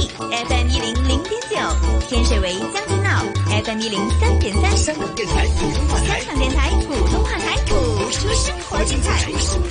FM100.9，天水围将军澳 FM103.3， 香港电台普通话台， 香港电台普通话台，谱出生活精彩。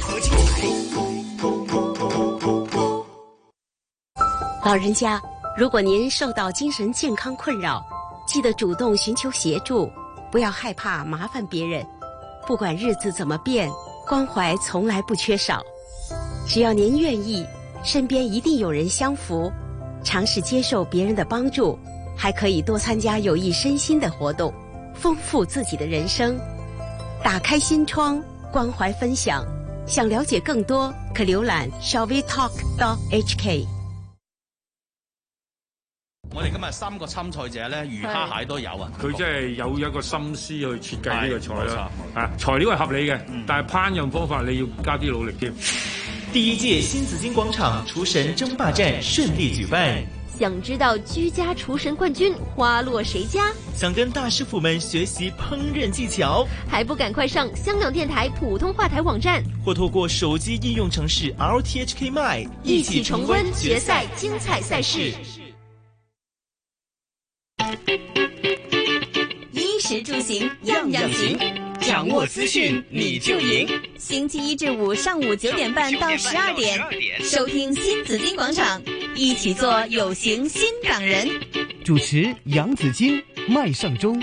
老人家，如果您受到精神健康困扰，记得主动寻求协助，不要害怕麻烦别人。不管日子怎么变，关怀从来不缺少。只要您愿意，身边一定有人相扶。尝试接受别人的帮助，还可以多参加有益身心的活动，丰富自己的人生。打开心窗，关怀分享。想了解更多，可瀏覽 shallwetalk.hk。 我哋今日3個參賽者咧，魚蝦蟹都有啊。 佢真係有一個心思去設計呢個菜啦。啊，材料係合理嘅，但係烹飪方法你要加啲努力添。 第1屆新紫荊廣場廚神爭霸戰順利舉辦。 想知道居家廚神冠軍花落誰家？ 想跟大師傅們學習烹飪技巧， 還不趕快上香港電台普通話台網站， 或透過手機應用程式 RTHK Mine， 一起重溫決賽精彩賽事。 衣食住行樣樣行， 掌握資訊你就贏。 星期1至5上午9點半到12點，收聽新紫荊廣場，一起做有型新港人。 主持楊紫荊、麥尚中。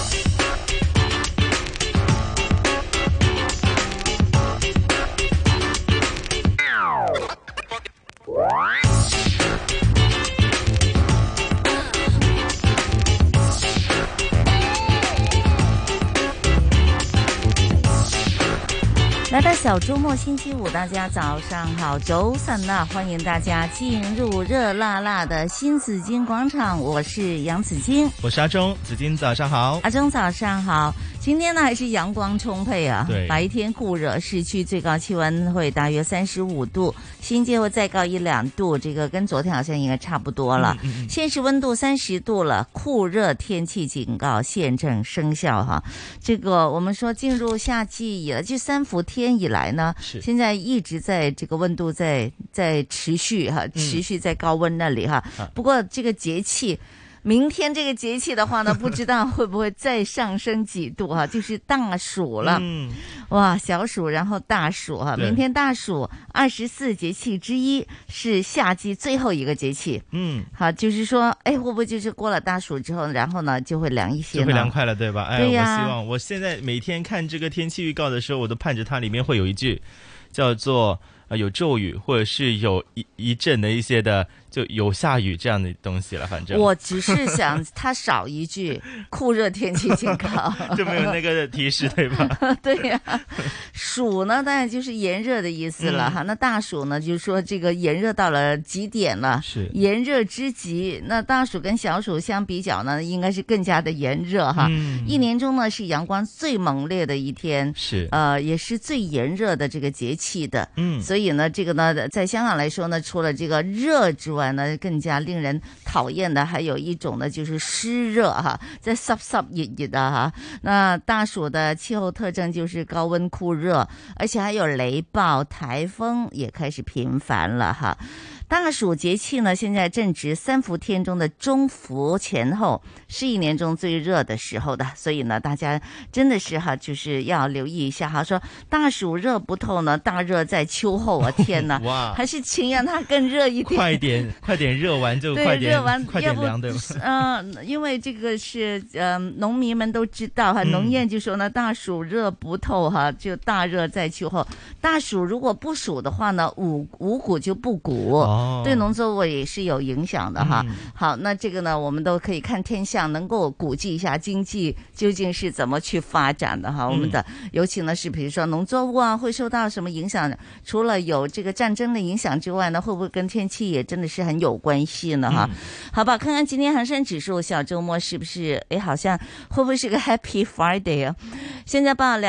来到小周末星期五，大家早上好，早晨啊，欢迎大家进入热辣辣的新紫荊广场，我是杨紫荆， 我是阿忠，紫荆早上好。 阿忠早上好。今天呢还是阳光充沛啊， 对， 白天酷热，市区最高气温会大约35度，新界会再高1-2度，这个跟昨天好像应该差不多了。现实温度30度了，酷热天气警告现正生效哈。这个我们说进入夏季以来，就3伏天以来呢，现在一直在这个温度在持续哈，持续在高温那里哈。不过这个节气。明天这个节气的话呢，不知道会不会再上升几度哈，就是大暑了。哇，小暑然后大暑哈，明天大暑，24节气之一，是夏季最后一个节气。好，就是说，哎，会不会就是过了大暑之后，然后呢就会凉一些呢？ 就会凉快了，对吧？哎， 对呀， 我希望我现在每天看这个天气预告的时候，我都盼着它里面会有一句叫做有骤雨，或者是有一阵的一些的。就有下雨这样的东西了，反正我只是想它少一句酷热天气警告就没有那个提示对吧？ 对呀，暑呢当然就是炎热的意思了哈。那大暑呢就是说这个炎热到了极点了，是炎热之极。那大暑跟小暑相比较呢，应该是更加的炎热哈。一年中呢是阳光最猛烈的一天，是也是最炎热的这个节气的。所以呢这个呢在香港来说呢，除了这个热之外呢，更加令人讨厌的还有一种呢就是湿热哈，在湿湿热热的哈。那大暑的气候特征就是高温酷热，而且还有雷暴、台风也开始频繁了哈。大暑节气呢，现在正值3伏天中的中伏前后，是一年中最热的时候的，所以呢，大家真的是哈，就是要留意一下哈。说大暑热不透呢，大热在秋后啊，天哪，哇，还是请让它更热一点， 快点热完就快点热完，快点凉对吧？ 因为这个是农民们都知道哈，农谚就说呢，大暑热不透哈，就大热在秋后。大暑如果不暑的话呢，五谷就不谷。对农作物也是有影响的哈。好，那这个呢，我们都可以看天象，能够估计一下经济究竟是怎么去发展的哈。我们的尤其呢是比如说农作物啊会受到什么影响？除了有这个战争的影响之外呢，会不会跟天气也真的是很有关系呢哈？好吧，看看今天恒生指数小周末是不是好像会不会是个 Happy Friday 啊？现在报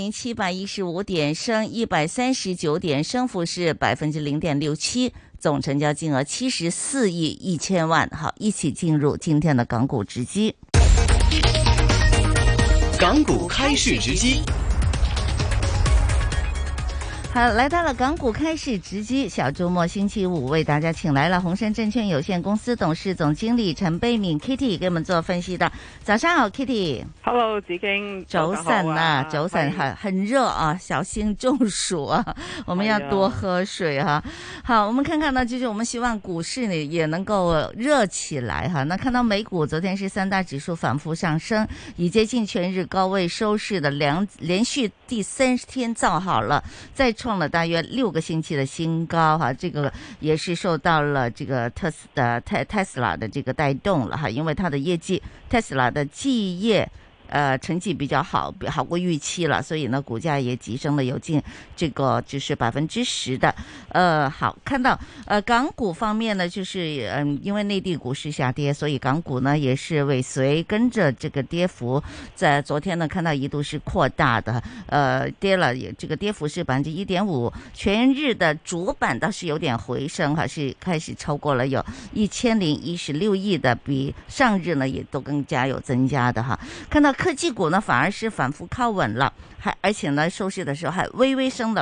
20,715点，升139点，升幅是0.67%。总成交金额74亿1千万。好，一起进入今天的港股直击。 港股开市直击。 好，来到了港股开市直击，小周末星期五为大家請來了紅杉證券有限公司董事總經理陳蓓敏 Kitty 給我們做分析的。早上好 Kitty。Hello 子矜， 早晨啊，早晨很熱啊，小心中暑啊，我們要多喝水哈。好，我們看看呢，就是我們希望股市呢也能夠熱起來哈。那看到美股昨天是三大指數反覆上升，已接近全日高位收市的連續第30天造好了，再創了大約6個星期的新高哈，這個也是受到了這個Tesla 的這個帶動了哈，因為它的業績 Tesla 的季業成績比較好過預期了，所以呢股價也急升了有近這個就是10%的。好，看到港股方面呢，就是因為內地股市下跌，所以港股呢也是尾隨跟着這個跌幅，在昨天呢看到一度是擴大的，跌了，這個跌幅是1.5%，全日的主板倒是有點回升哈，是開始超過了有1016億的，比上日呢也都更加有增加的哈。看到科技股呢反而是反覆靠穩了，而且呢收市的時候還微微升了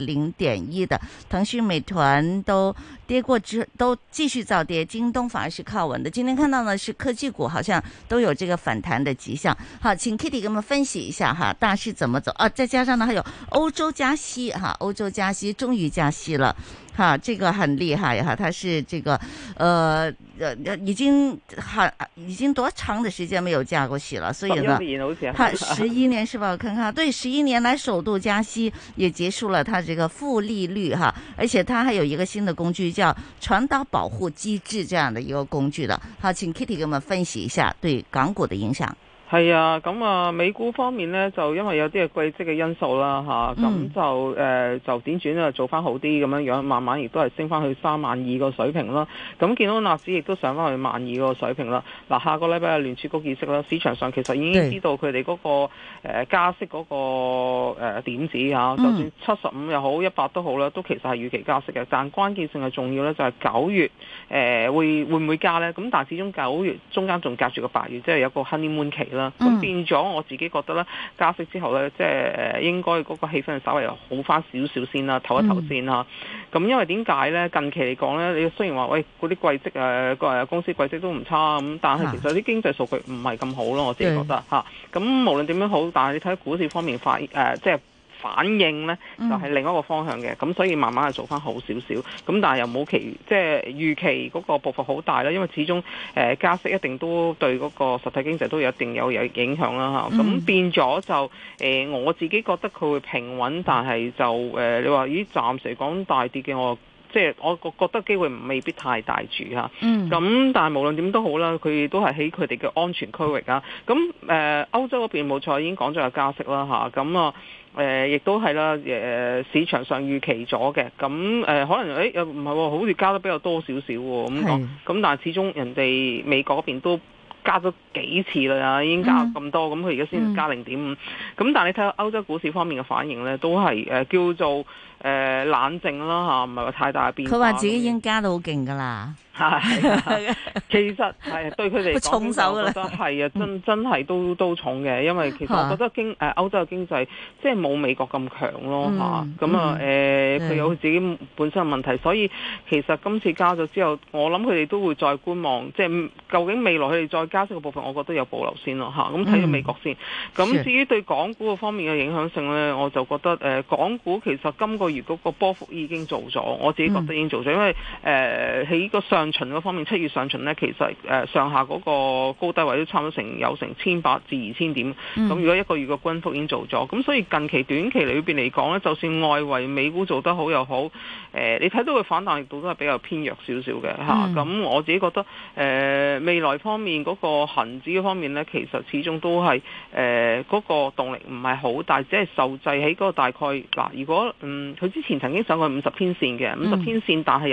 0.1%的，騰訊、美團都跌過都繼續造跌，京東反而是靠穩的。今天看到呢是科技股好像都有這個反彈的跡象。好，請 Kitty 給我們分析一下哈，大市怎麼走啊？再加上呢還有歐洲加息哈，歐洲加息終於加息了哈，這個很厲害哈，它是這個已經多長的時間沒有加過息了，所以呢它11年是吧？我看看，對，11年來首度加息，也結束了它這個負利率哈，而且它還有一個新的工具叫傳導保護機制這樣的一個工具的。好，請 Kitty 給我們分析一下對港股的影響。 係啊，咁啊，美股方面呢，就因為有啲嘅季績嘅因素啦嚇，咁就輾轉啊做翻好啲咁樣樣，慢慢亦都係升翻去32000個水平啦。咁見到納指亦都上翻去12000個水平啦。嗱，下個禮拜聯儲局議息啦，市場上其實已經知道佢哋嗰個加息嗰個點子嚇，就算75又好100都好啦，都其實係預期加息嘅。但關鍵性係重要咧，就係9月會唔會加咧？咁但係始終9月中間仲隔住個8月，即係有個 honeymoon 期啦。咁變咗我自己覺得咧，加息之後咧，即係應該嗰個氣氛稍微好翻少少先啦，唞一唞先啦。咁因為點解咧？近期嚟講咧，你雖然話喂嗰啲季績公司季績都唔差咁，但係其實啲經濟數據唔係咁好咯，我自己覺得嚇。咁無論點樣好，但係你睇股市方面即係反應呢就係另一個方向嘅，咁所以慢慢係做翻好少少，咁但係又冇即係預期嗰個步伐好大啦，因為始終加息一定都對嗰個實體經濟都有一定有影響啦嚇，咁變咗就我自己覺得佢會平穩，但係就你話咦暫時嚟講大跌嘅我覺得機會未必太大住嚇，咁但係無論點都好啦，佢都係喺佢哋嘅安全區域啊，咁歐洲嗰邊冇錯已經講咗有加息啦嚇，咁啊亦都係啦，市場上預期咗嘅，咁可能又唔係喎，好似加得比較多少少喎咁講，咁但係始終人哋美國嗰邊都加咗幾次啦，已經加咁多，咁佢而家先加0.5，咁但係你睇下歐洲股市方面嘅反應咧，都係叫做冷靜啦嚇，唔係話太大嘅變化。佢話自己已經加到好勁㗎啦。係，其實係對佢哋講，我覺得係啊，真係都重嘅，因為其實我覺得歐洲嘅經濟即係冇美國咁強咯嚇，咁佢有自己本身嘅問題，所以其實今次加咗之後，我諗佢哋都會再觀望，即係究竟未來佢哋再加息嘅部分，我覺得有保留先咯嚇，咁睇咗美國先。咁至於對港股嘅方面嘅影響性咧，我就覺得港股其實今個月嗰個波幅已經做咗，我自己覺得已經做咗，因為喺個上旬嗰方面，7月上旬呢，其實上下嗰個高低位都差唔多有成1800至2000點。咁如果一個月嘅均幅已經做咗，咁所以近期短期裏邊嚟講呢，就算外圍美股做得好又好，你睇到佢反彈力度都係比較偏弱少少嘅嚇。咁我自己覺得未來方面嗰個恆指方面呢，其實始終都係嗰個動力唔係好大，只係受制喺嗰個大概嗱。如果佢之前曾經上過50天線嘅50天線，但係又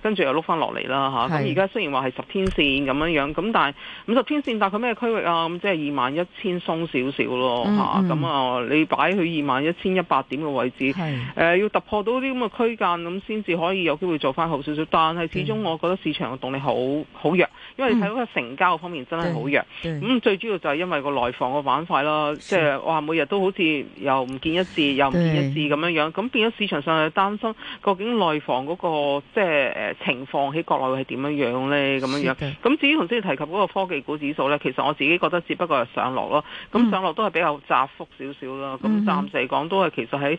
跟住又碌翻落嚟啦嚇。咁而家雖然話係10天線咁樣，咁但係50天線大概咩區域啊？咁即係21,000鬆少少咯嚇。咁你擺去21,100點嘅位置，要突破到啲咁嘅區間，咁先至可以有機會做翻好少少。但係始終我覺得市場嘅動力好弱，因為你睇到個成交方面真係好弱。咁最主要就係因為個內房個板塊啦，即係話每日都好似又唔見一字，又唔見一字咁樣，咁變咗市場上係擔心究竟內房嗰個即係情況喺國內係點樣樣咧咁樣。咁至於頭先提及嗰個科技股指數咧，其實我自己覺得只不過係上落咯，咁上落都係比較窄幅少少啦。咁暫時嚟講都係其實喺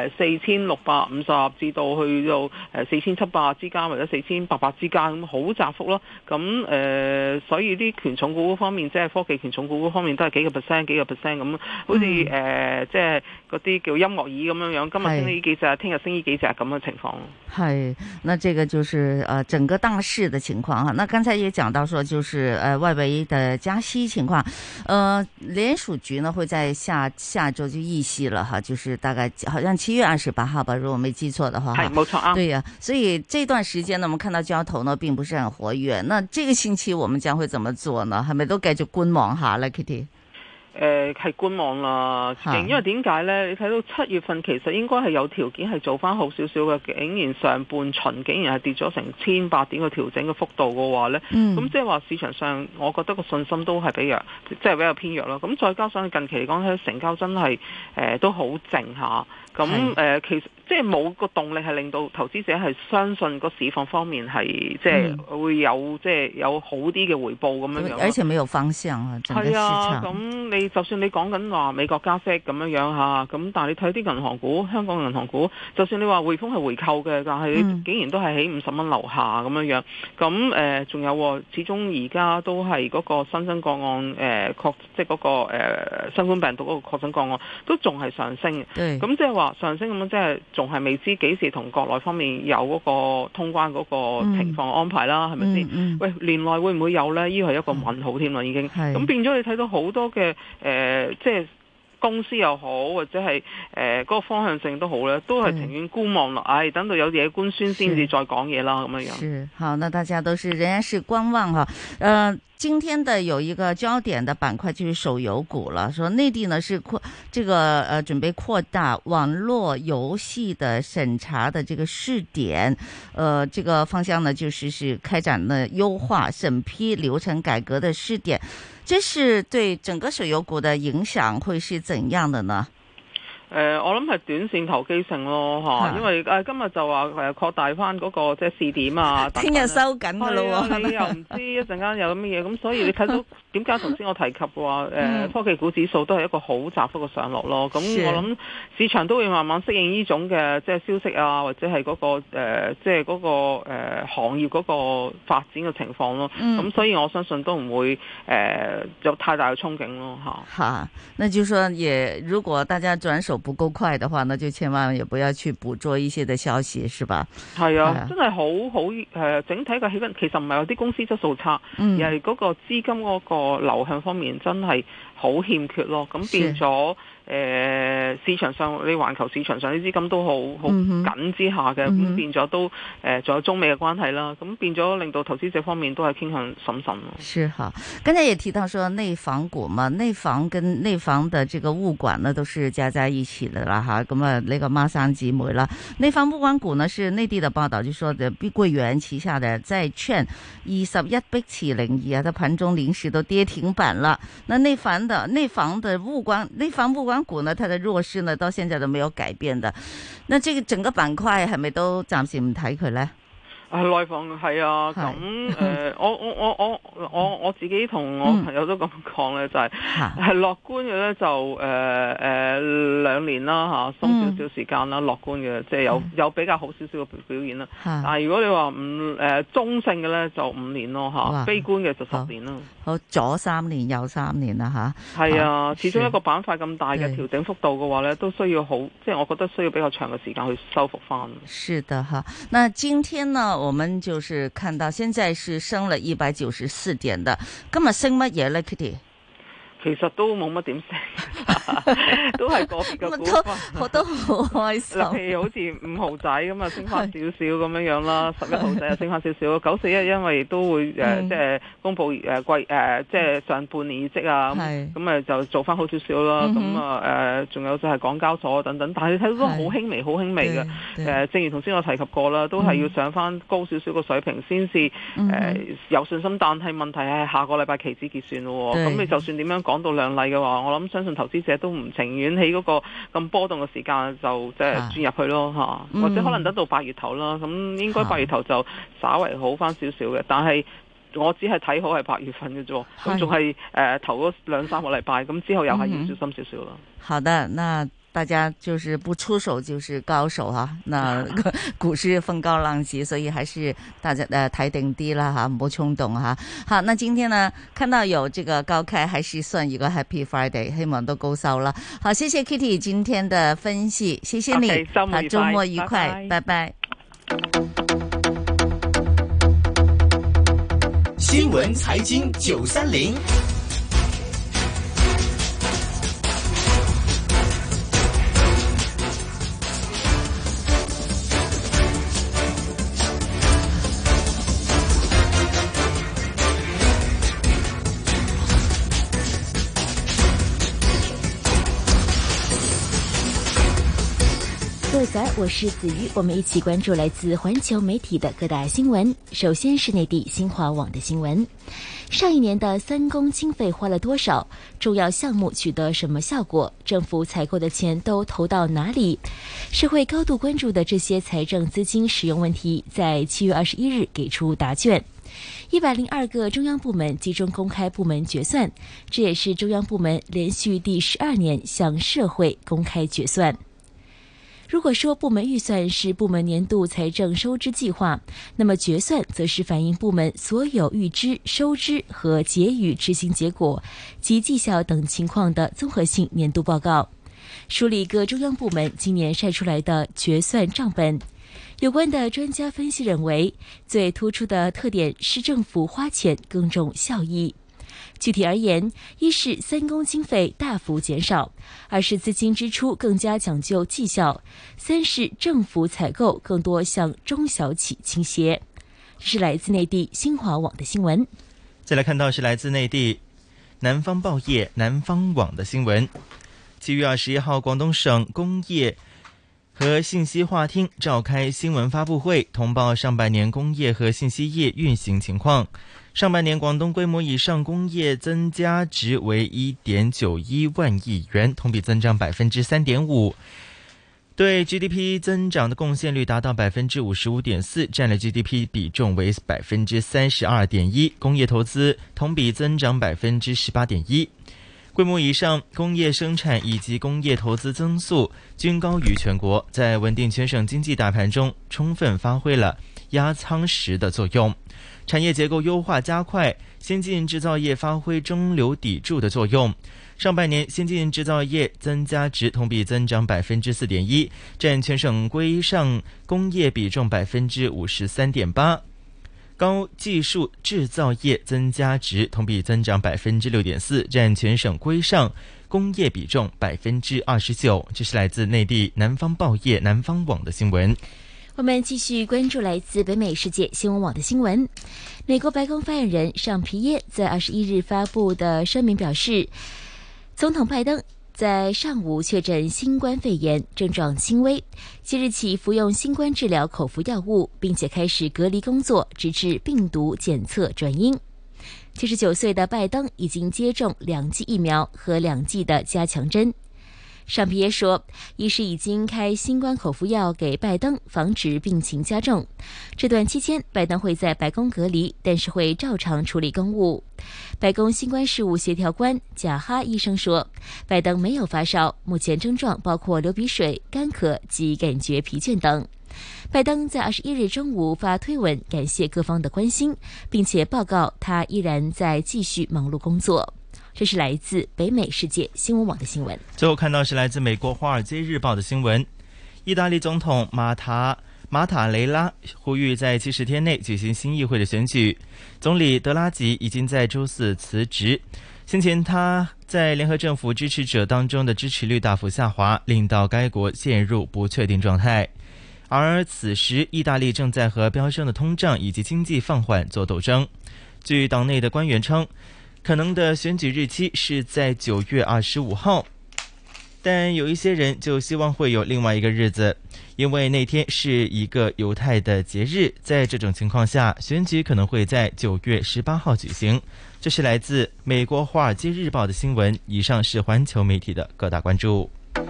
4,650至到去到4,700之間或者4,800之間咁好窄幅咯。咁所以啲權重股方面，即係科技權重股方面都係幾個 percent 咁，好似即係嗰啲叫音樂椅咁樣，今日升呢幾隻，聽日升呢幾隻咁嘅情況。 係，那這個就是整個大市的情況哈。那剛才也講到說，就是外圍的加息情況，聯儲局呢會在下周就議息了哈，就是大概好像7月28號吧，如果我沒記錯的話。 係，冇錯啊。 對呀，所以這段時間呢，我們看到交投呢並不是很活躍。那這個星期我們將會怎麼做呢？係咪都繼續觀望下咧 ，Kitty？ 係觀望啦，因為點解呢？你睇到7月份其實應該係有條件係做翻好少少嘅，竟然上半旬竟然係跌咗成1,800點嘅調整嘅幅度嘅話呢，咁即係話市場上我覺得個信心都係比較偏弱咯。咁再加上近期嚟講，成交真係都好靜下。咁其實即係冇個動力係令到投資者係相信個市況方面係即係會有即係有好啲嘅回報咁樣樣。 而且沒有方向啊，整個市場。 咁你就算你講緊話美國加息咁樣樣嚇，咁但係你睇啲銀行股，香港銀行股，就算你話匯豐係回購嘅，但係竟然都係喺50蚊樓下咁樣樣。咁仲有始終而家都係嗰個新增個案即係嗰個新冠病毒嗰個確診個案都仲係上升嘅。咁即係話上升咁樣，即係仲係未知幾時同國內方面有嗰個通關嗰個情況安排啦，係咪先？喂，年內會唔會有呢？呢個係一個問號添啦，已經。咁變咗你睇到好多嘅即係公司又好，或者係嗰個方向性都好咧，都係情願觀望啦。等到有嘢官宣先至再講嘢啦，咁樣樣。 是，好，那大家都是仍然是觀望哈。今天的有一個焦點的板塊就是手遊股了，說內地呢是準備擴大網絡遊戲的審查的這個試點，這個方向呢就是開展了優化審批流程改革的試點，這是對整個手遊股的影響會是怎樣的呢？ 我諗係短線投機性咯嚇，因為今日就話擴大翻嗰個即係試點啊， 聽日收緊㗎咯喎， 你又唔知一陣間有乜嘢，咁所以你睇到點解頭先我提及話科技股指數都係一個好窄幅嘅上落咯。咁我諗市場都會慢慢適應呢種嘅即係消息啊，或者係嗰個即係嗰個行業嗰個發展嘅情況咯。咁所以我相信都唔會有太大嘅憧憬咯嚇。 好，那就說如果大家轉手不夠快的話，那就千萬也不要去捕捉一些的消息，是吧？係啊， 真係好整體嘅氣氛其實唔係有啲公司質素差，而係嗰個資金嗰個流向方面真係好欠缺咯。咁變咗市場上你環球市場上啲資金都好緊之下嘅，咁變咗都仲有中美嘅關係啦，咁變咗令到投資者方面都係傾向審慎咯。 是好，剛才也提到說內房股嘛，內房跟內房的這個物管呢都是加在一起的啦哈，咁啊呢個孖生姊妹啦。內房物管股呢是內地的報道，就說的碧桂園旗下的債券21碧池02啊，它盤中臨時都跌停板了。那內房物管股呢，它的弱勢呢到現在都沒有改變的。那這個整個板塊係咪都暫時唔睇佢呢？ 內房係啊，咁我自己同我朋友都咁講咧，就係樂觀嘅咧，就2年啦嚇，鬆少少時間啦，樂觀嘅即係有比較好少少嘅表現啦。但係如果你話中性嘅咧，就5年咯嚇，悲觀嘅就10年啦。 好，左3年右3年啦嚇。 係啊，始終一個板塊咁大嘅調整幅度嘅話咧，都需要即係我覺得需要比較長嘅時間去修復翻。 是的哈，那今天呢？我們就是看到現在是升了194點的，今日升乜嘢咧 ，Kitty？ 其實都冇乜點升，都係個別嘅股份， 我都好開心。 譬如好似5號仔咁啊，升翻少少咁樣樣啦，11號仔又升翻少少，941因為都會即係公佈即係上半年業績啊，咁就做翻好少少啦。咁啊仲有就係港交所等等，但係你睇到都好輕微，好輕微嘅。正如頭先我提及過啦，都係要上翻高少少個水平先至有信心。但係問題係下個禮拜期指結算咯，咁你就算點樣講到亮麗嘅話，我諗相信投資者都唔情願喺嗰個咁波動嘅時間就即係轉入去咯嚇，或者可能等到8月頭啦，咁應該8月頭就稍為好翻少少嘅，但係我只係睇好係8月份嘅啫，咁仲係頭嗰2-3個禮拜，咁之後又係要小心少少咯。 好的，那大家就是不出手就是高手哈，那股市風高浪急，所以還是大家睇定啲啦哈，唔好衝動哈。好，那今天呢看到有這個高開，還是算一個 Happy Friday， 希望都高收啦。好，謝謝 Kitty 今天的分析，謝謝你，好，周末愉快，拜拜。 新聞財經930。 各位早，我是子瑜，我们一起关注来自环球媒体的各大新闻。首先是内地新华网的新闻。上一年的3公经费花了多少？重要项目取得什么效果？政府采购的钱都投到哪里？社会高度关注的这些财政资金使用问题，在7月21日给出答卷。102个中央部门集中公开部门决算，这也是中央部门连续第12年向社会公开决算。如果说部门预算是部门年度财政收支计划，那么决算则是反映部门所有预支、收支和结余执行结果及绩效等情况的综合性年度报告，梳理各中央部门今年晒出来的决算账本。有关的专家分析认为，最突出的特点是政府花钱更重效益。具体而言，一是3公经费大幅减少，2是资金支出更加讲究绩效，3是政府采购更多向中小企倾斜。这是来自内地新华网的新闻。 再来看到是来自内地南方报业南方网的新闻。7月21号，广东省工业和信息化厅召开新闻发布会，通报上半年工业和信息业运行情况。上半年广东规模以上工业增加值为 1.91 万亿元，同比增长 3.5%， 对 GDP 增长的贡献率达到 55.4%， 占了 GDP 比重为 32.1%， 工业投资同比增长 18.1%。规模以上工业生产以及工业投资增速均高于全国，在稳定全省经济大盘中充分发挥了压舱石的作用。产业结构优化加快，先进制造业发挥中流砥柱的作用。上半年先进制造业增加值同比增长 4.1%， 占全省规上工业比重 53.8%。高技术制造业增加值同比增长 6.4%， 占全省规上工业比重 29%。 这是来自内地南方报业南方网的新闻。 我们继续关注来自北美世界新闻网的新闻。美国白宫发言人尚皮耶在21日发布的声明表示，总统拜登在上午确诊新冠肺炎，症状轻微，即日起服用新冠治疗口服药物，并且开始隔离工作，直至病毒检测转阴。79岁的拜登已经接种2剂疫苗和2剂的加强针。尚皮耶说，医师已经开新冠口服药给拜登，防止病情加重。这段期间，拜登会在白宫隔离，但是会照常处理公务。白宫新冠事务协调官贾哈医生说，拜登没有发烧，目前症状包括流鼻水、干咳及感觉疲倦等。拜登在21日中午发推文感谢各方的关心，并且报告他依然在继续忙碌工作。这是来自北美世界新闻网的新闻。 最后看到是来自美国华尔街日报的新闻。意大利总统马塔雷拉呼吁在70天内举行新议会的选举。总理德拉吉已经在周四辞职，先前他在联合政府支持者当中的支持率大幅下滑，令到该国陷入不确定状态。而此时，意大利正在和飙升的通胀以及经济放缓做斗争。据党内的官员称，可能的选举日期是在9月25号，但有一些人就希望会有另外一个日子，因为那天是一个犹太的节日。在这种情况下，选举可能会在9月18号举行。这是来自美国《华尔街日报》的新闻。以上是环球媒体的各大关注。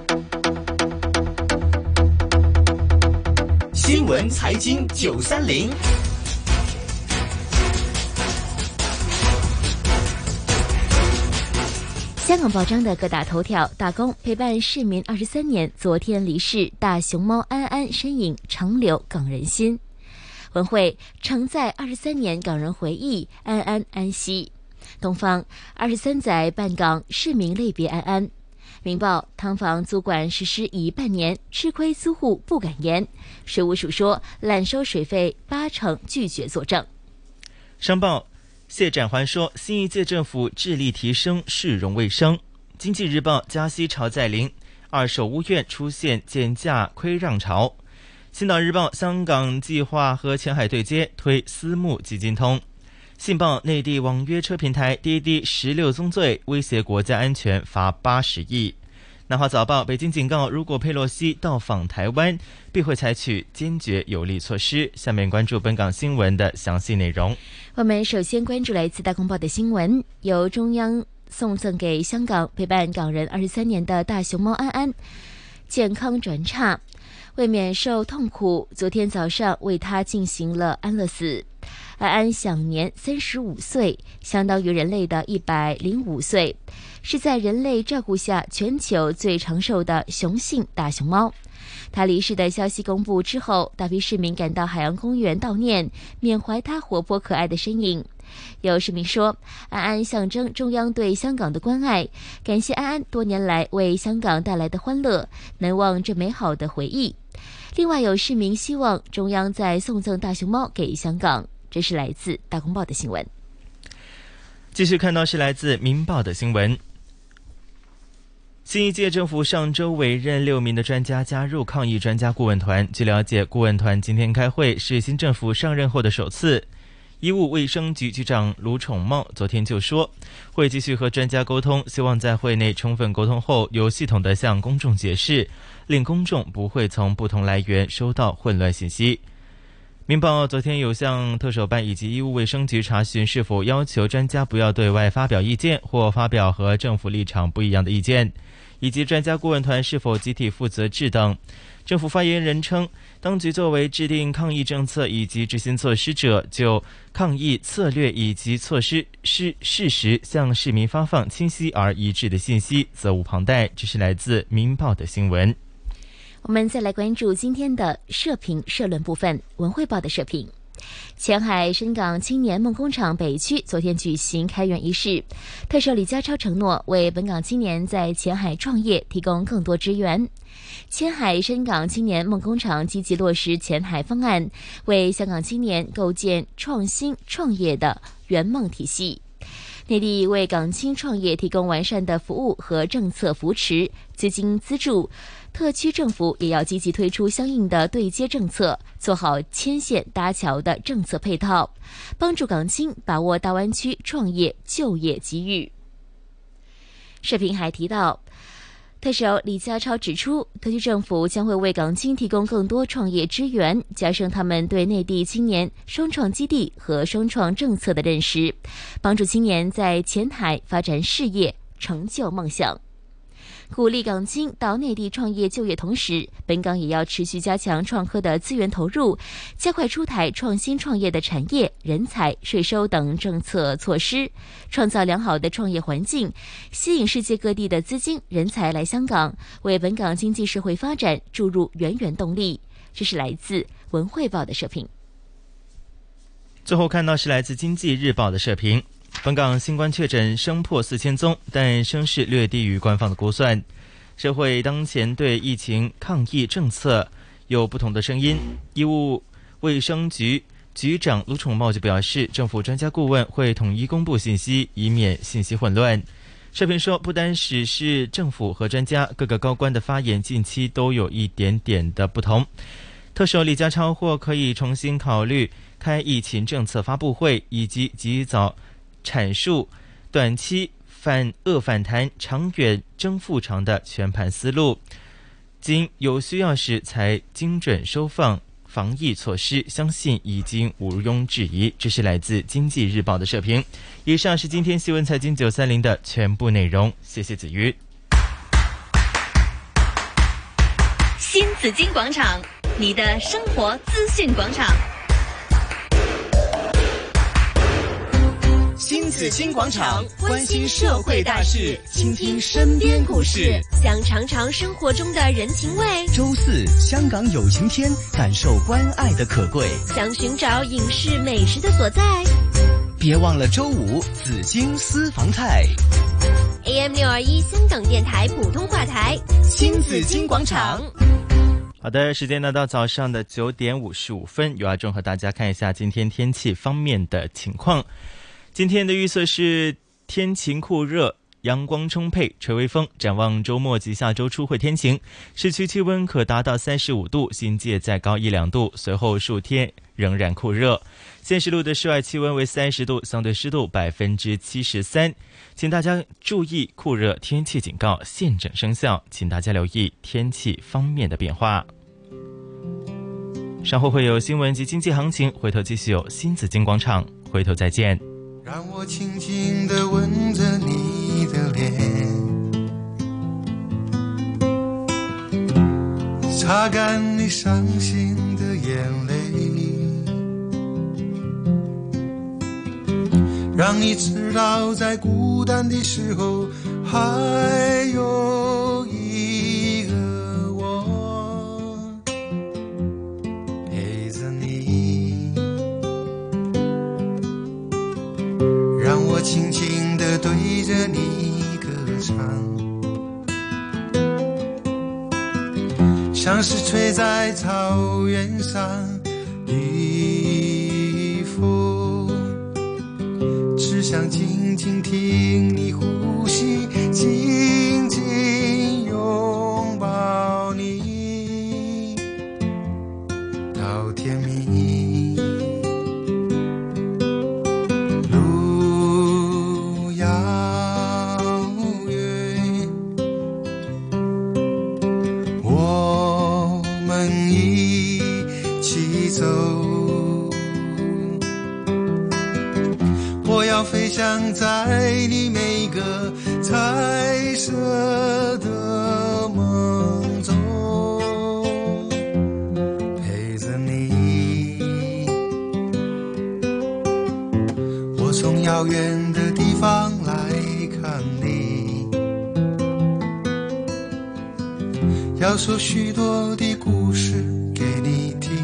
新闻财经930。 香港报章的各大头条：打工陪伴市民23年，昨天离世，大熊猫安安身影长留港人心。文汇承载23年港人回忆，安安安息。东方23载办港，市民泪别安安。明报汤房租管实施已半年，吃亏租户不敢言。水务署说滥收水费80%拒绝作证。 商报谢展环说，新一届政府致力提升市容卫生。经济日报加息潮再临，二手屋苑出现减价亏让潮。星岛日报香港计划和前海对接，推私募基金通。信报内地网约车平台滴滴16宗罪，威胁国家安全，罚80亿。南华早报北京警告，如果佩洛西到访台湾，必会采取坚决有力措施。下面关注本港新闻的详细内容。 我们首先关注来自大公报的新闻，由中央送赠给香港陪伴港人23年的大熊猫安安健康转差，为免受痛苦，昨天早上为他进行了安乐死。安安享年35岁，相当于人类的105岁，是在人类照顾下全球最长寿的雄性大熊猫。他离世的消息公布之后，大批市民赶到海洋公园悼念，缅怀他活泼可爱的身影。有市民说，安安象征中央对香港的关爱，感谢安安多年来为香港带来的欢乐，难忘这美好的回忆。另外有市民希望中央再送赠大熊猫给香港。这是来自大公报的新闻。 继续看到是来自民报的新闻。新一届政府上周委任6名的专家加入抗疫专家顾问团。据了解，顾问团今天开会是新政府上任后的首次。医务卫生局局长卢宠茂昨天就说，会继续和专家沟通，希望在会内充分沟通后，有系统地向公众解释，令公众不会从不同来源收到混乱信息。民报昨天有向特首办以及医务卫生局查询，是否要求专家不要对外发表意见或发表和政府立场不一样的意见，以及专家顾问团是否集体负责制等。政府发言人称，当局作为制定抗疫政策以及执行措施者，就抗疫策略以及措施事实向市民发放清晰而一致的信息，责无旁贷。这是来自民报的新闻。 我们再来关注今天的社评社论部分。文汇报的社评，前海深港青年梦工厂北区昨天举行开园仪式，特首李家超承诺为本港青年在前海创业提供更多支援。前海深港青年梦工厂积极落实前海方案，为香港青年构建创新创业的圆梦体系。内地为港青创业提供完善的服务和政策扶持、资金资助，特区政府也要积极推出相应的对接政策，做好牵线搭桥的政策配套，帮助港青把握大湾区创业就业机遇。社评还提到，特首李家超指出，特区政府将会为港青提供更多创业支援，加深他们对内地青年双创基地和双创政策的认识，帮助青年在前海发展事业，成就梦想。鼓励港青到内地创业就业同时，本港也要持续加强创科的资源投入，加快出台创新创业的产业、人才、税收等政策措施，创造良好的创业环境，吸引世界各地的资金人才来香港，为本港经济社会发展注入源源动力。这是来自文汇报的社评。 最后看到是来自经济日报的社评，本港新冠确诊升破4000宗，但升势略低于官方的估算。社会当前对疫情抗疫政策有不同的声音。医务卫生局局长卢宠茂就表示，政府专家顾问会统一公布信息，以免信息混乱。 社评说，不单是政府和专家，各个高官的发言近期都有一点点的不同。特首李家超或可以重新考虑开疫情政策发布会，以及及早阐述短期反恶反弹、长远争富长的全盘思路，经有需要时才精准收放防疫措施，相信已经毋庸置疑。这是来自《经济日报》的社评。以上是今天新闻财经930的全部内容，谢谢子瑜。 新紫金广场，你的生活资讯广场。 新紫金广场，关心社会大事，倾听身边故事， 想尝尝生活中的人情味。 周四，香港有晴天，感受关爱的可贵。 想寻找影视美食的所在， 别忘了周五紫金私房菜。 AM621香港电台普通话台， 新紫金广场。 好的，时间呢到早上的9点55分，由阿忠和大家看一下今天天气方面的情况。今天的预测是天晴酷热，阳光充沛，吹微风。展望周末及下周初会天晴，市区气温可达到35度，新界再高1-2度。随后数天仍然酷热。现时路的室外气温为30度，相对湿度73%。请大家注意酷热天气警告现正生效，请大家留意天气方面的变化。稍后会有新闻及经济行情，回头继续有新紫金广场，回头再见。 让我轻轻地吻着你的脸，擦干你伤心的眼泪，让你知道在孤单的时候还有一个我陪着你，让我轻轻地对着你歌唱，像是吹在草原上的风，只想静静听你呼吸，紧紧拥抱你到天明。路遥远，我们一起走，我要飞翔在你每个彩色的梦中，陪着你。我从遥远的地方来看你，要说许多的故事给你听。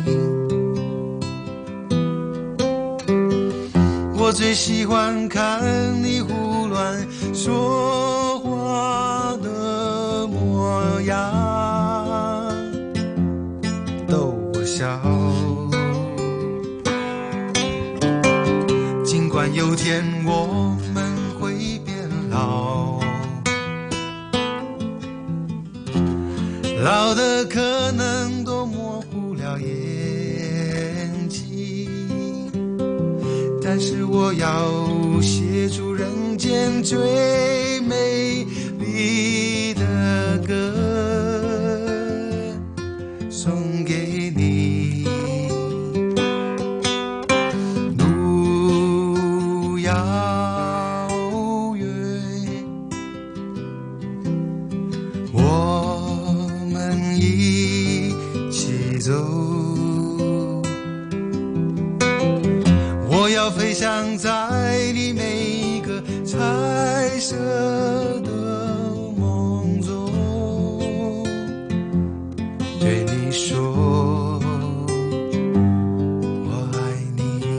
我最喜欢看你胡乱说话的模样，逗我笑。尽管有天我们会变老，老的可能都模糊了眼睛，但是我要写出人间最美丽的歌送给你。路遥远，我们一起走，我要飞翔在你每一个彩色的梦中，对你说我爱你。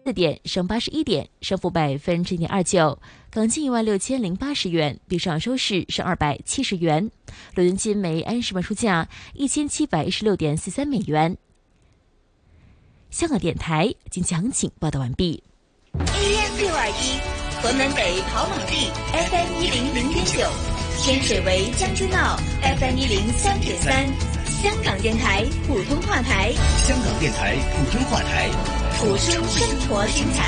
点，升81点，升幅0.29%。港金16080元，比上收市升270元。伦敦金每安士卖出价1716.43美元。香港电台经济行情报道完毕。 AM621，屯门北跑马地 FM100.9，天水围将军澳 FM103.3，香港电台普通话台， 香港电台普通话台， 谱出生活精彩。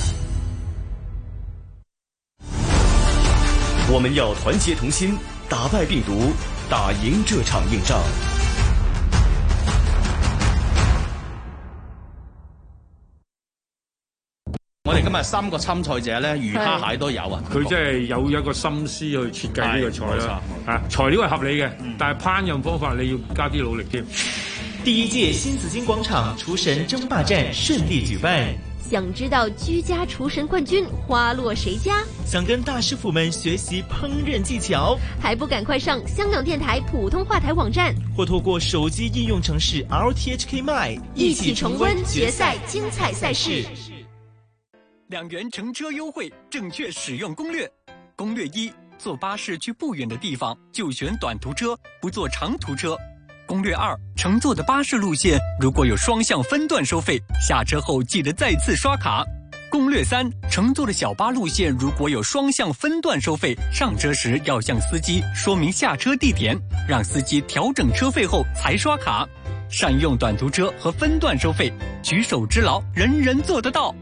我们要团结同心，打败病毒，打赢这场硬仗。 我哋今日3個參賽者咧，魚蝦蟹都有啊。 佢真係有一個心思去設計呢個菜啦。材料係合理嘅，但係烹飪方法你要加啲努力添。 第1屆新紫荊廣場廚神爭霸戰順利舉辦。 想知道居家廚神冠軍花落誰家？ 想跟大師傅們學習烹飪技巧， 還不趕快上香港電台普通話台網站， 或透過手機應用程式 RTHK Mine， 一起重溫決賽精彩賽事。 2元乘車優惠，正確使用攻略。攻略1：坐巴士去不遠的地方，就選短途車，不坐長途車。攻略2：乘坐的巴士路線如果有雙向分段收費，下車後記得再次刷卡。攻略3：乘坐的小巴路線如果有雙向分段收費，上車時要向司機說明下車地點，讓司機調整車費後才刷卡。善用短途車和分段收費，舉手之勞，人人做得到。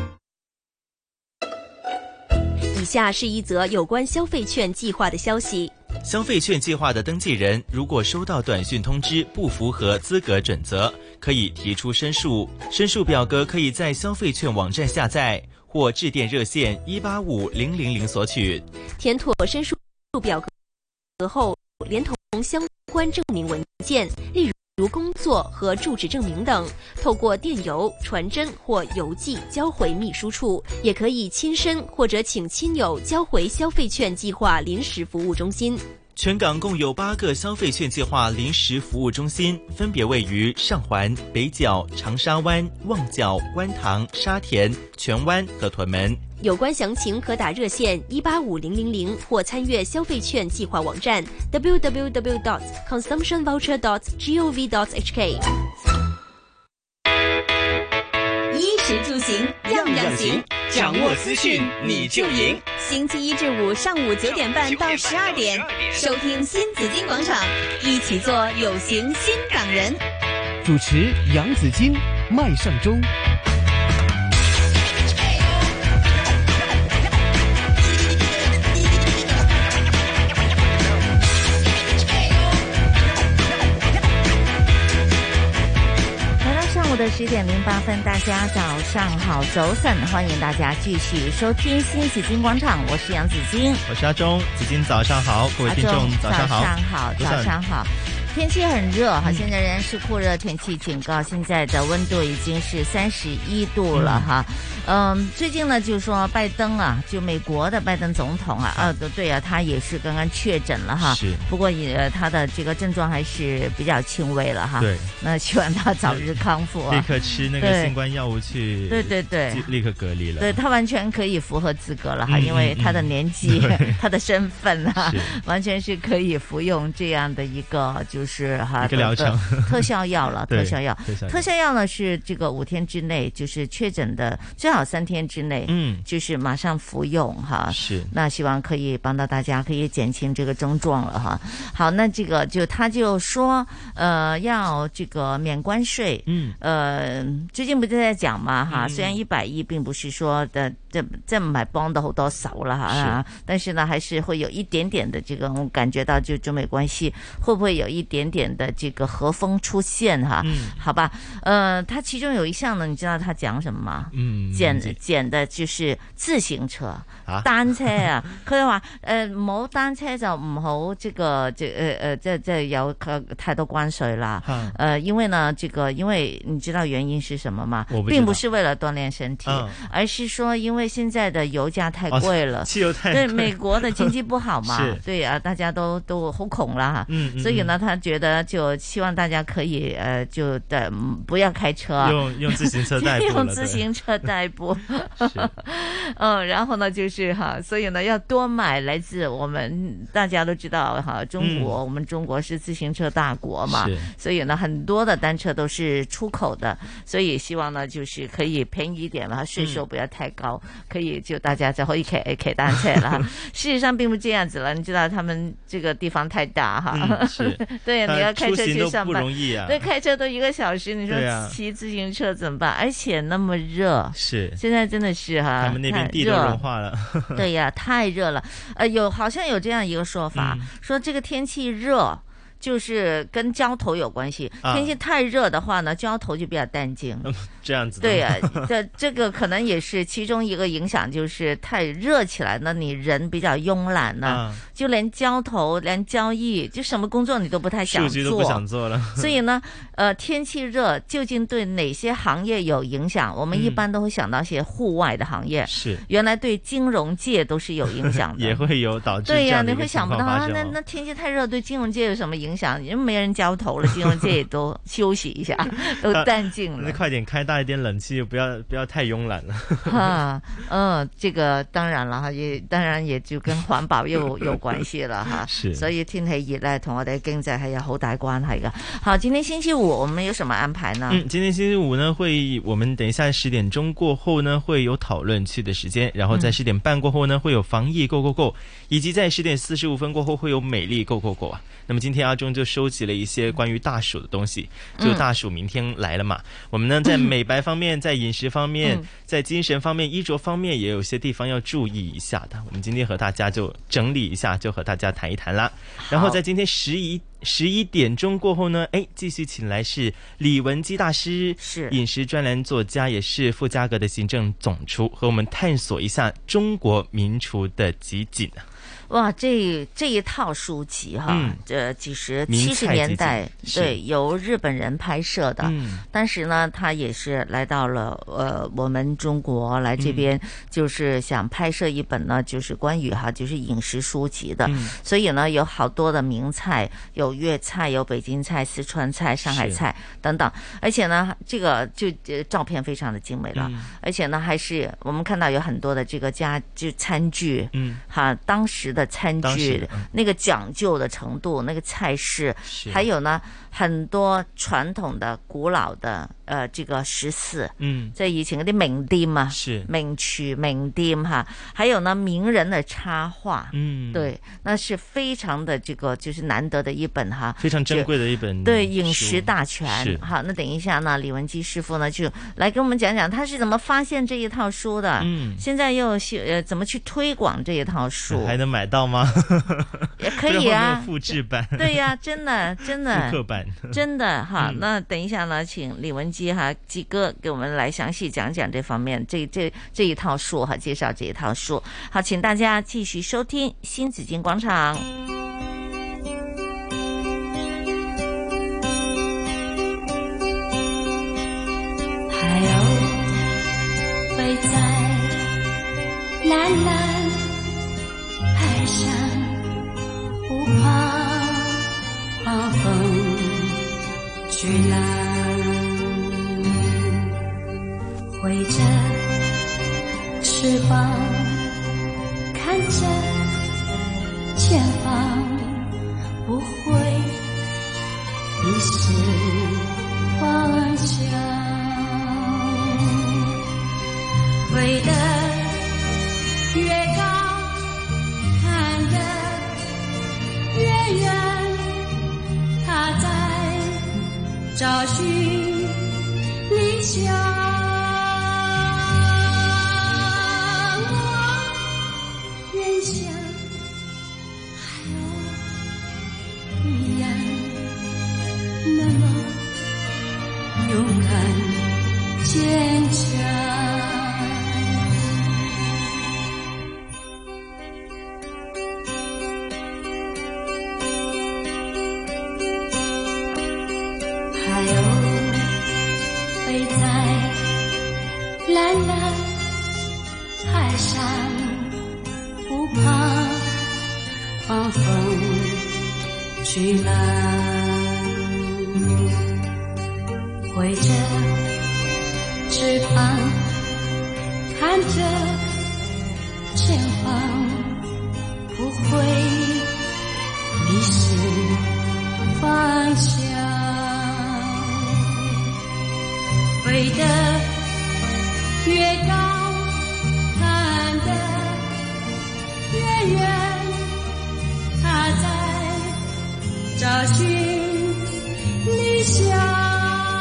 以下是一則有關消費券計劃的消息。 消費券計劃的登記人如果收到短訊通知不符合資格準則，可以提出申訴。申訴表格可以在消費券網站下載，或致電熱線1850000索取。 填妥申訴表格後，連同相關證明文件，例如工作和住址證明等，透過電郵、傳真或郵寄交回秘書處，也可以親身或者請親友交回消費券計劃臨時服務中心。 全港共有8個消費券計劃臨時服務中心，分別位於上環、北角、長沙灣、旺角、觀塘、沙田、荃灣和屯門。 有關詳情可打熱線1850000或參閱消費券計劃網站 www.consumptionvoucher.gov.hk。 衣食住行樣樣行， 掌握資訊你就贏。 星期1至5上午9點半到12點，收聽新紫荊廣場，一起做有型新港人。 主持楊紫荊、麥尚中。 的10點08分，大家早上好，早晨，歡迎大家繼續收聽新紫荊廣場，我是楊紫荊， 我是阿中，紫荊早上好，各位聽眾早上好， 早上好。天氣很熱哈，現在仍然是酷熱天氣警告，現在的溫度已經是31度了哈。最近呢，就是說拜登啊，就美國的拜登總統啊，對啊，他也是剛剛確診了哈。是。不過他的這個症狀還是比較輕微了哈。對。那希望他早日康復啊。 立刻吃那個新冠藥物去。對，立刻隔離了。對， 他完全可以符合資格了哈，因為他的年紀、他的身份啊，完全是可以服用這樣的一個就是哈一個療程特效藥了。特效藥呢是這個5天之內就是確診的，最好3天之內，就是馬上服用哈。是，那希望可以幫到大家，可以減輕這個症狀了哈。好，那這個他就說，要這個免關稅。最近不是在講嘛哈，雖然100億並不是說的這唔係幫到好多手了哈，但是呢，還是會有一點點的這個，我感覺到就中美關係會不會有一點點的這個和風出現哈？好吧，他其中有一項呢，你知道他講什麼嗎？減揀的就是自行車。單車啊，佢話冇單車就唔好即係有太多關稅啦。因為呢，因為你知道原因是什麼嗎？並不是為了鍛鍊身體，而是說因為現在的油價太貴了，汽油太貴，對美國的經濟不好嘛，對啊，大家都好窮啦，所以呢，他覺得就希望大家可以不要開車， 用自行車代步， 用自行車代步，然後呢就是所以呢要多買來自我們大家都知道中國，我們中國是自行車大國嘛，所以呢很多的單車都是出口的，所以希望呢就是可以便宜一點嘛，稅收不要太高，可以就大家就可以騎單車了。事實上並不這樣子了，你知道他們這個地方太大對，你要開車去上班，對，開車都1個小時，你說騎自行車怎麼辦？而且那麼熱，現在真的是他們那邊地都融化了。 對呀，太熱了。好像有這樣一個說法，說這個天氣熱就是跟焦頭有關係。天氣太熱的話呢，焦頭就比較淡靜。 這樣子。 對呀，這個可能也是其中一個影響，就是太熱起來呢，你人比較慵懶呢，就連焦頭、連交易，就什麼工作你都不太想做，數據都不想做了。 所以呢，天氣熱究竟對哪些行業有影響？我們一般都會想到一些戶外的行業，是原來對金融界都是有影響的， 也會有導致。 對呀，你會想不到那天氣太熱對金融界有什麼影響？因為沒人交投了，金融界也都休息一下，都淡靜了。 那快點開大一點冷氣，不要太慵懶了。 這個當然了哈，當然也就跟環保又有關係了哈。是，所以天氣熱呢，同我哋經濟係有好大關係噶。好，今天星期五我們有什麼安排呢？ 今天星期五呢，我們等一下10點鐘過後呢，會有討論區的時間，然後在10點半過後呢，會有防疫 Go Go Go，以及在10點45分過後會有美麗 Go Go Go 啊。那麼今天阿中就收集了一些關於大暑的東西，就大暑明天來了嘛。我們呢在美白方面，在飲食方面，在精神方面，衣着方面也有些地方要注意一下的。我們今天和大家就整理一下，就和大家談一談啦。然後在今天11點鐘過後呢，繼續請來是李文基大師，是飲食專欄作家，也是富家閣的行政總廚，和我們探索一下中國名廚的集錦。 哇，這一套書籍哈，其實70年代對由日本人拍攝的，但是呢，他也是來到了我們中國來這邊，就是想拍攝一本呢，就是關於就是飲食書籍的，所以呢，有好多的名菜，有粵菜，有北京菜、四川菜、上海菜等等，而且呢，這個就照片非常的精美了，而且呢，還是我們看到有很多的這個就餐具，當時的餐具那個講究的程度，那個菜式，還有呢很多傳統的古老的這個食肆，即係以前嗰啲名店啊，名廚名店哈，還有呢名人的插畫，對，那是非常的這個就是難得的一本哈， 非常珍貴的一本， 對，飲食大全。好，那等一下呢，李文基師傅呢就來跟我們講講他是怎麼發現這一套書的，現在又怎麼去推廣這一套書， 還能買到嗎？ 也可以啊， 複製版。 對呀，真的複刻版， 真的哈。那等一下呢，請李文基哈基哥給我們來詳細講講這方面這一套書哈，介紹這一套書。好，請大家繼續收聽新紫荊廣場。 海鷗飛在藍藍海上，不怕風吹浪，揮着翅膀看着前方，不會迷失方向，飛得越高，看得越遠，他在找尋理想。我願像海鷗一樣，那麼勇敢堅強。 海上不怕狂风巨浪，挥着翅膀看着前方，不会迷失方向，飞得越高，看得越远，他在找寻理想。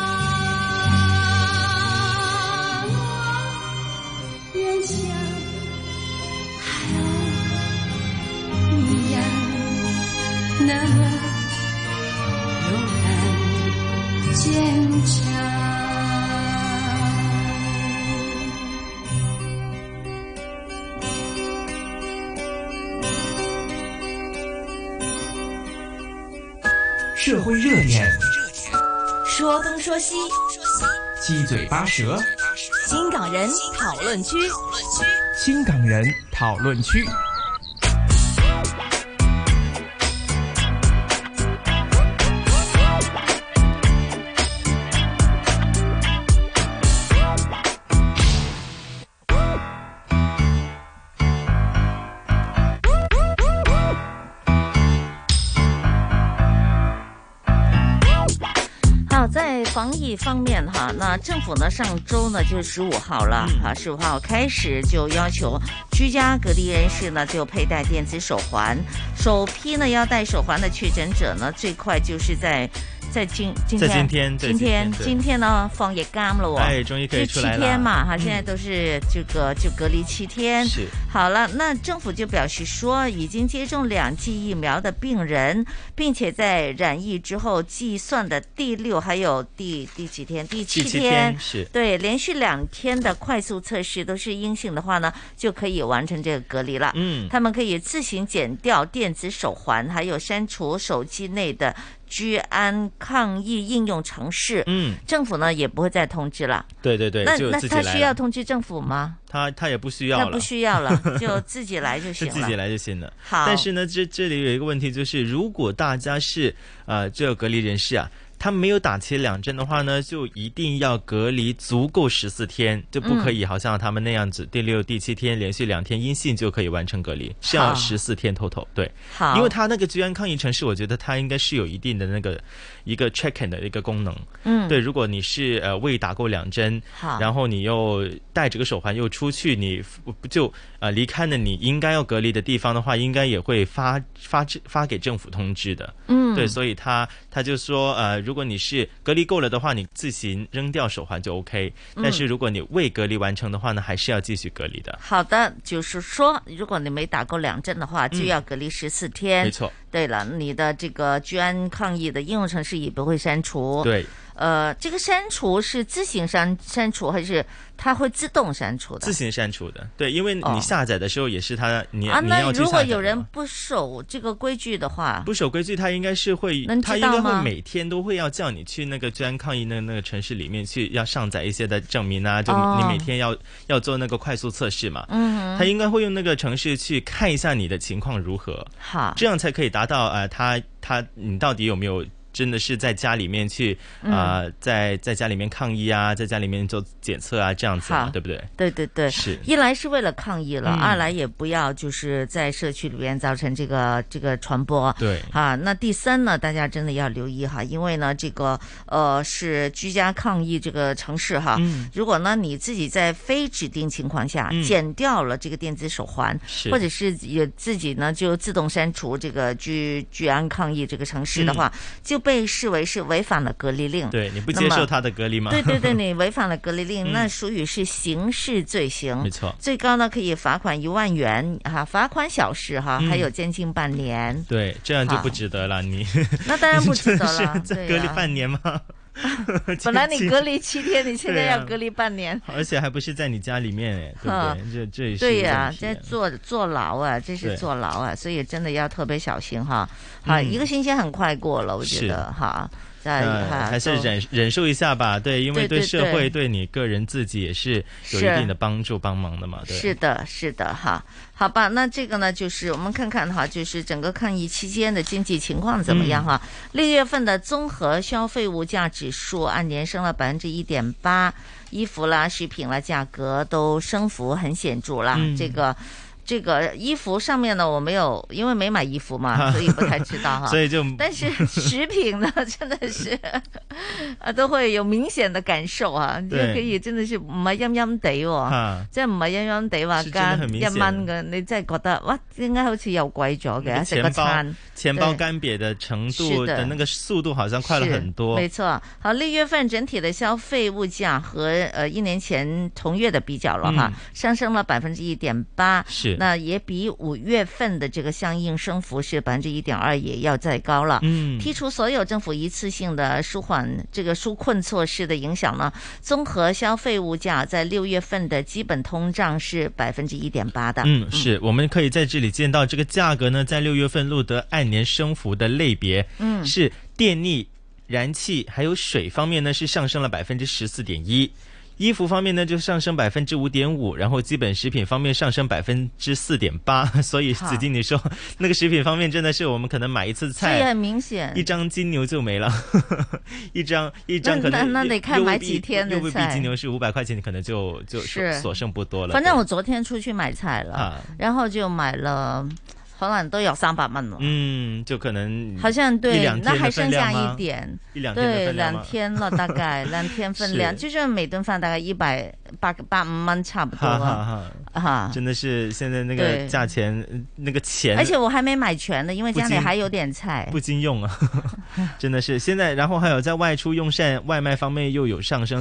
远想还有一样那么勇敢坚强。 社会热点， 说东说西， 七嘴八舌， 新港人讨论区， 新港人讨论区。 在防疫方面哈，那政府呢上周呢就是15号了啊，15号开始就要求居家隔离人士呢就佩戴电子手环，首批呢要戴手环的确诊者呢最快就是在今天呢放夜監了， 哎，終於可以出來了， 就7天嘛哈，現在都是這個就隔離7天。 是， 好了，那政府就表示說，已經接種2劑疫苗的病人，並且在染疫之後計算的第6還有第幾天？第7天， 是， 對，連續2天的快速測試都是陰性的話呢，就可以完成這個隔離了。他們可以自行剪掉電子手環，還有刪除手機內的居安抗疫應用程式，政府呢也不會再通知了。 對對對， 那他需要通知政府嗎？ 他也不需要了， 他不需要了，就自己來就行了。 自己來就行了。 好， 但是呢，這裏有一個問題，就是如果大家是這個隔離人士啊，他沒有打齊2針的話呢，就一定要隔離足夠14天，就不可以好像他們那樣子，第6、第7天連續2天陰性就可以完成隔離，是要14天 total。對，好，因為他那個居安抗疫程式，我覺得他應該是有一定的那個一個 check-in 的一個功能。對，如果你是未打夠2針，然後你又戴這個手環又出去，你就離開了你應該要隔離的地方的話，應該也會發給政府通知的。對，所以他就說如果你是隔離夠了的話，你自行扔掉手環就 OK。但是如果你未隔離完成的話呢，還是要繼續隔離的。 好的，就是說，如果你沒打夠2針的話，就要隔離14天。 沒錯。 對了，你的這個居安抗疫的應用程式也不會刪除。 對。 這個刪除是自行刪除，還是它會自動刪除的？ 自行刪除的，對，因為你下載的時候也是它，你要去下載。 那如果有人不守這個規矩的話， 不守規矩，他應該是會，他應該會每天都會要叫你去那個居安抗疫那個城市裡面去，要上載一些的證明啊，就你每天要做那個快速測試嘛。他應該會用那個城市去看一下你的情況如何，好，這樣才可以達到你到底有沒有真的是在家裡面去在家裡面抗疫啊，在家裡面做檢測啊，這樣子對不對？ 對對對， 是一來是為了抗疫了，二來也不要就是在社區裡面造成這個傳播。 對那第三呢，大家真的要留意哈，因為呢這個是居家抗疫這個城市哈，如果呢你自己在非指定情況下剪掉了這個電子手環，或者是也自己呢就自動刪除這個居安抗疫這個城市的話，就被視為是違反了隔離令。 對，你不接受他的隔離嗎？ 對對對，你違反了隔離令，那屬於是刑事罪行。 沒錯， 最高呢可以罰款1萬元哈，罰款小事哈，還有監禁半年。 對，這樣就不值得了。你那當然不值得了， 你在隔離半年嗎？ 本來你隔離7天，你現在要隔離半年， 而且還不是在你家裡面，對不對？這也是對呀，在坐牢啊，這是坐牢啊，所以真的要特別小心哈。好，1個星期很快過了，我覺得哈。 还是忍受一下吧。对，因为对社会对你个人自己也是有一定的帮助帮忙的嘛。对， 是的是的哈。好吧，那这个呢就是我们看看哈，就是整个抗疫期间的经济情况怎么样哈。6月份的综合消费物价指数按年升了1.8%，衣服啦食品啦价格都升幅很显著啦。这个衣服上面呢，我没有，因为没买衣服嘛，所以不太知道哈。 所以就， 但是食品呢，真的是都會有明顯的感受啊，就可以真的是唔係陰陰地喎，即係唔係陰陰地話加1蚊嘅，你真係覺得哇，點解好似又貴咗嘅？食個餐， 錢包乾癟的程度的那個速度好像快了很多。 沒錯，好，6月份整體的消費物價和1年前同月的比較了哈，上升了1.8%。 是。 那也比5月份的這個相應升幅是1.2%，也要再高了。剔除所有政府一次性的紓困措施的影響呢，綜合消費物價在6月份的基本通脹是1.8%的。 是，我們可以在這裡見到這個價格呢，在6月份錄得按年升幅的類別，是電力、燃氣還有水方面呢，是上升了14.1%。衣服方面呢就上升5.5%，然後基本食品方面上升4.8%，所以子矜你說那個食品方面真的是我們可能買一次菜， 很明顯， 一張金牛就沒了，一張可能那得看買幾天的菜， 又未必金牛是500塊錢，可能就所剩不多了。 反正我昨天出去買菜了，然後就買了。可能都有300蚊了， 就可能好像對， 那還剩下一點 ，1-2天對，2天了大概2天分量，就是每頓飯大概185蚊差不多真的是現在那個價錢那個錢， 而且我還沒買全的，因為家裏還有點菜， 不禁用啊，真的是現在，然後還有在外出用膳外賣方面又有上升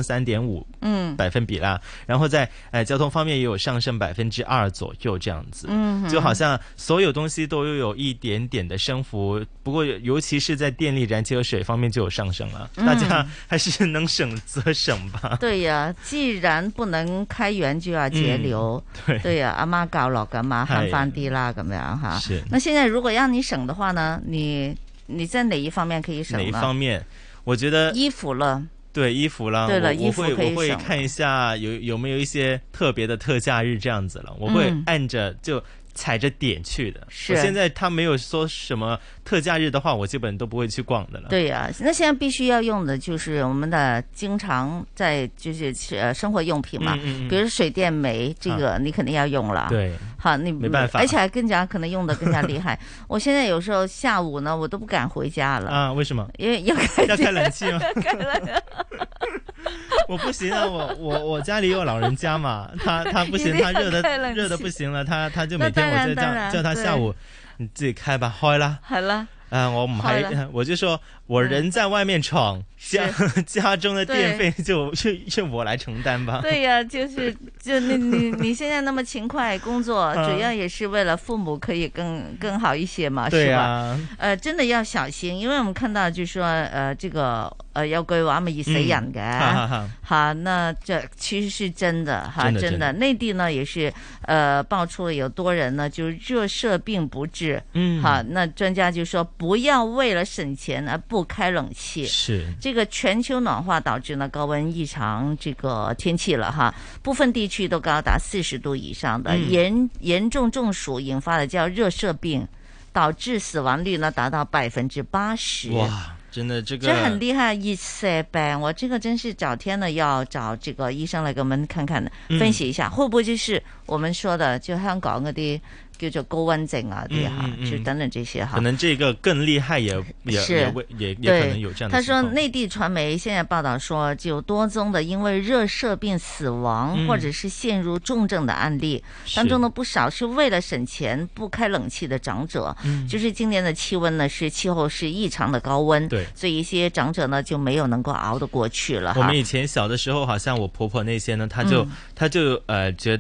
3.5%啦，然後在交通方面也有上升2%左右這樣子，就好像所有東西都有一點點的升幅，不過尤其是在電力、燃氣和水方面就有上升了，大家還是能省則省吧。 對呀，既然不能開源就要節流，對呀，阿媽教落㗎嘛，慳返啲啦咁樣哈。 是。 那現在如果讓你省的話呢，你在哪一方面可以省呢？ 哪一方面？我覺得衣服了。 對，衣服啦， 對了，衣服可以省。 我會看一下有沒有一些特別的特價日這樣子了，我會按着就踩着點去的。我現在他沒有說什麼特價日的話，我基本都不會去逛的了。 對呀，那現在必須要用的就是我們的經常在就是生活用品嘛，比如水電煤，這個你肯定要用了。 對， 好，你沒辦法， 而且還更加可能用得更加厲害。我現在有時候下午呢，我都不敢回家了。 啊，為什麼？ 因為要開冷氣嗎？我不行啊，我家裡有老人家嘛，他不行，他熱的不行了，他就每天我就叫他下午你自己開吧，開啦。 係啦。 我唔係，我就說我人在外面闖，家中的電費就我來承擔吧。 對呀，就你現在那麼勤快工作，主要也是為了父母可以更好一些嘛，是吧？真的要小心，因為我們看到就是說這個有句話咪熱死人嘅，哈，那這其實是真的哈，真的。內地呢也是爆出了有多人呢就熱射病不治，好，那專家就說不要為了省錢而不開冷氣。 是這個全球暖化導致呢高溫異常這個天氣了哈，部分地區都高達40度以上的，嚴重中暑引發的叫熱射病，導致死亡率呢達到80%。 哇！真的這很厲害，熱射病，我這個真是找天呢要找這個醫生來給我們看看分析一下，會不會就是我們說的就香港嗰啲叫做高溫症啊啲哈，就等等這些哈。 可能這個更厲害也可能有這樣的情況。 他說內地傳媒現在報道說，就多宗的因為熱射病死亡或者是陷入重症的案例，當中呢不少是為了省錢不開冷氣的長者，就是今年的氣溫呢是氣候是異常的高溫， 對， 所以一些長者呢就沒有能夠熬得過去了。 我們以前小的時候，好像我婆婆那些呢，她就覺得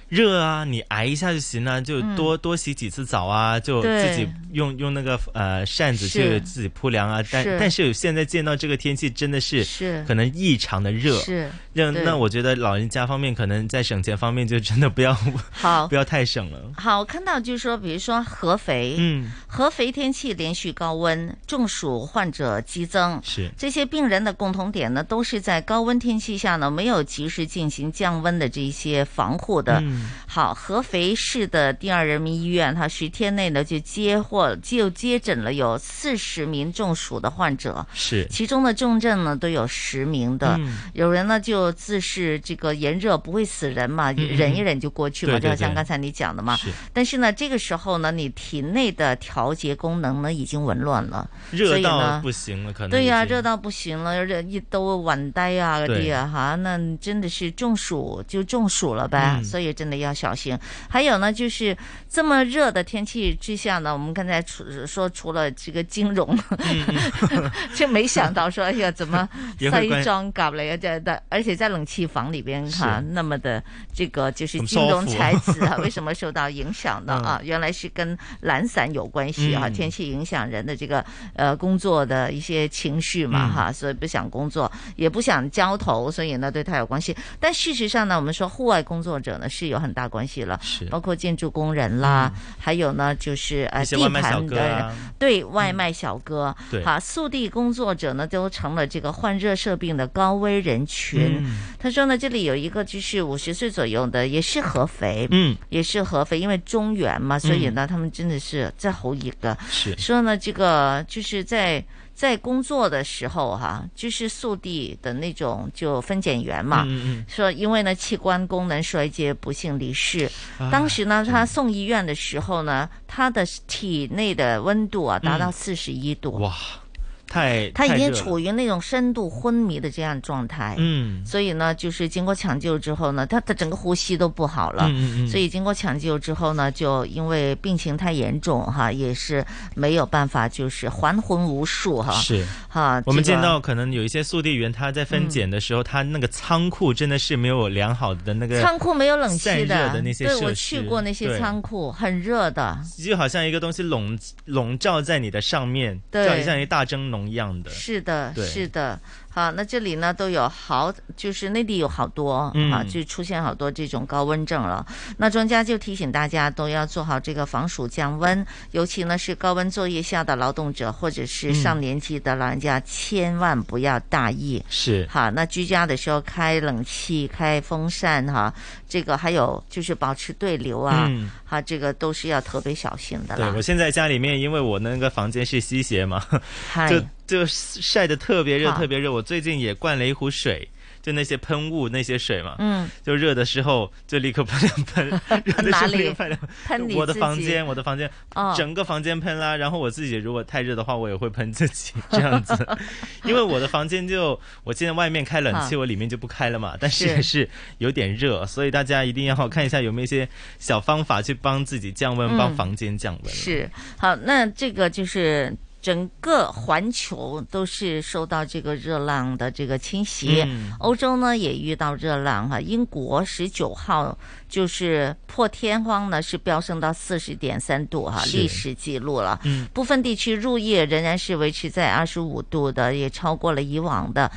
热啊，你挨一下就行了，就多洗几次澡啊，就自己用那个扇子去自己铺凉啊。但是现在见到这个天气真的是可能异常的热，那我觉得老人家方面可能在省钱方面就真的不要太省了。 好，看到就是说，比如说合肥，合肥天气连续高温，中暑患者激增， 是这些病人的共同点呢，都是在高温天气下呢没有及时进行降温的这些防护的。好，合肥市的第二人民医院，它10天内呢就接诊了有40名中暑的患者， 是其中的重症呢都有10名的。有人呢就自视这个炎热不会死人嘛，忍一忍就过去嘛，就好像刚才你讲的嘛。但是呢，这个时候呢，你体内的调节功能呢已经紊乱了， 热到不行了，可能对呀，热到不行了，一都暈低啊嗰啲啊哈，那真的是中暑就中暑了呗，所以真的要小心。还有呢，就是这么热的天气之下呢，我们刚才说除了这个金融，就没想到说哎呀怎么西裝革履啊，而且在冷气房里边哈，那么的这个就是金融材质啊，为什么受到影响呢？啊，原来是跟懒散有关系啊，天气影响人的这个工作的一些情绪嘛哈，所以不想工作，也不想交头，所以呢对他有关系。但事实上呢，我们说户外工作者呢是有很大关系了，包括建筑工人啦，还有呢就是地盘的对外卖小哥，好，速递工作者呢都成了这个患热射病的高危人群。他说呢，这里有一个就是50岁左右的，也是合肥，也是合肥，因为中原嘛，所以呢他们真的是在好熱噶。說呢這個就是在工作的時候哈，就是速遞的那種就分揀員嘛，說因為呢器官功能衰竭不幸離世，當時呢他送醫院的時候呢，他的體內的溫度啊達到41度。哇，他已經處於那種深度昏迷的這樣狀態，所以呢，就是經過搶救之後呢，他的整個呼吸都不好了，所以經過搶救之後呢，就因為病情太嚴重哈，也是沒有辦法，就是還魂無術哈。是哈， 我們見到可能有一些速遞員，他在分揀的時候，他那個倉庫真的是沒有良好的那個倉庫沒有冷氣的那些設施。 對，我去過那些倉庫，很熱的， 就好像一個東西籠罩在你的上面，就好像一大蒸籠一樣的。 是的，是的。好，那這裡呢都有就是內地有好多就出現好多這種高溫症了。那專家就提醒大家都要做好這個防暑降溫，尤其呢是高溫作業下的勞動者或者是上年紀的老人家，千萬不要大意。是，好，那居家的時候開冷氣、開風扇哈，這個還有就是保持對流啊，哈，這個都是要特別小心的啦。 對，我現在家裡面，因為我那個房間是西斜嘛，就曬得特別熱，特別熱。我最近也灌了一壺水，就那些噴霧那些水嘛，就熱的時候就立刻噴，熱的時候立刻噴。我的房間，整個房間噴啦。然後我自己如果太熱的話，我也會噴自己這樣子。因為我的房間我現在外面開冷氣，我裡面就不開了嘛，但是也是有點熱，所以大家一定要看一下有沒有一些小方法去幫自己降溫，幫房間降溫。 是，好，那這個就是整個環球都是受到這個熱浪的這個侵襲，歐洲呢也遇到熱浪哈，英國19號就是破天荒呢是飆升到40.3度哈，歷史記錄了。部分地區入夜仍然是維持在25度的，也超過了以往的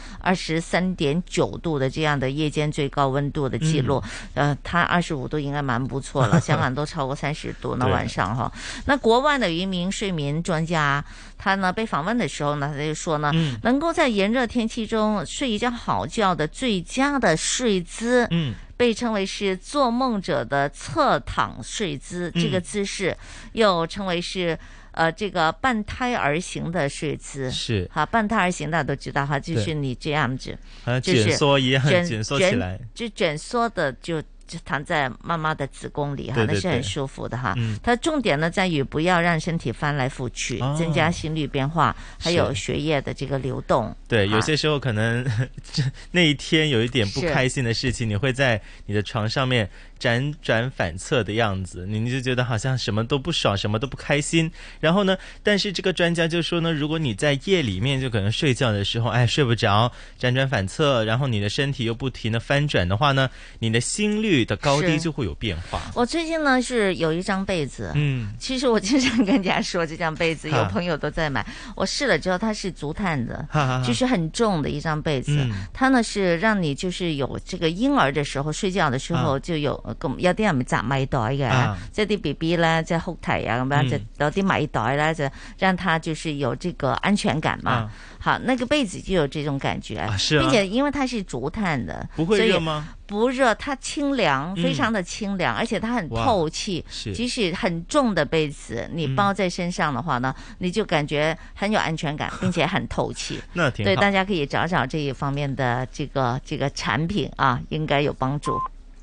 23.9度的這樣的夜間最高溫度的記錄。它25度應該蠻不錯了，香港都超過30度呢晚上哈。那國外的一名睡眠專家，他呢被訪問的時候呢，他就說呢，能夠在炎熱天氣中睡一覺好覺的最佳的睡姿，被稱為是做夢者的側躺睡姿，這個姿勢又稱為是這個半胎兒型的睡姿。是，好，半胎兒型大家都知道哈，就是你這樣子， 就是捲縮一樣，捲縮起來， 就捲縮的就躺在媽媽的子宮裡哈，那是很舒服的哈。它重點呢在於不要讓身體翻來覆去，增加心率變化，還有血液的這個流動。 對，有些時候可能那一天有一點不開心的事情，你會在你的床上面輾轉反側的樣子，你就覺得好像什麼都不爽，什麼都不開心。然後呢，但是這個專家就說呢，如果你在夜裡面就可能睡覺的時候，睡不着，輾轉反側，然後你的身體又不停的翻轉的話呢，你的心率率的高低就会有变化。 我最近呢是有一张被子，其实我经常跟人家说这张被子，有朋友都在买，我试了之后它是竹炭的，就是很重的一张被子，它呢是让你就是有这个婴儿的时候睡覺嘅時候就有啲人咪紮米袋嘅，即係啲 BB 咧，即係哭啼啊咁樣，就有啲米袋咧，就讓他就是有這個安全感嘛。好，那個被子就有這種感覺，並且因為它是竹炭的， 不會熱嗎？ 不熱，它清涼，非常的清涼，而且它很透氣。即使很重的被子，你包在身上的話呢，你就感覺很有安全感，並且很透氣。 那挺好。 對，大家可以找找這一方面的這個產品啊，應該有幫助。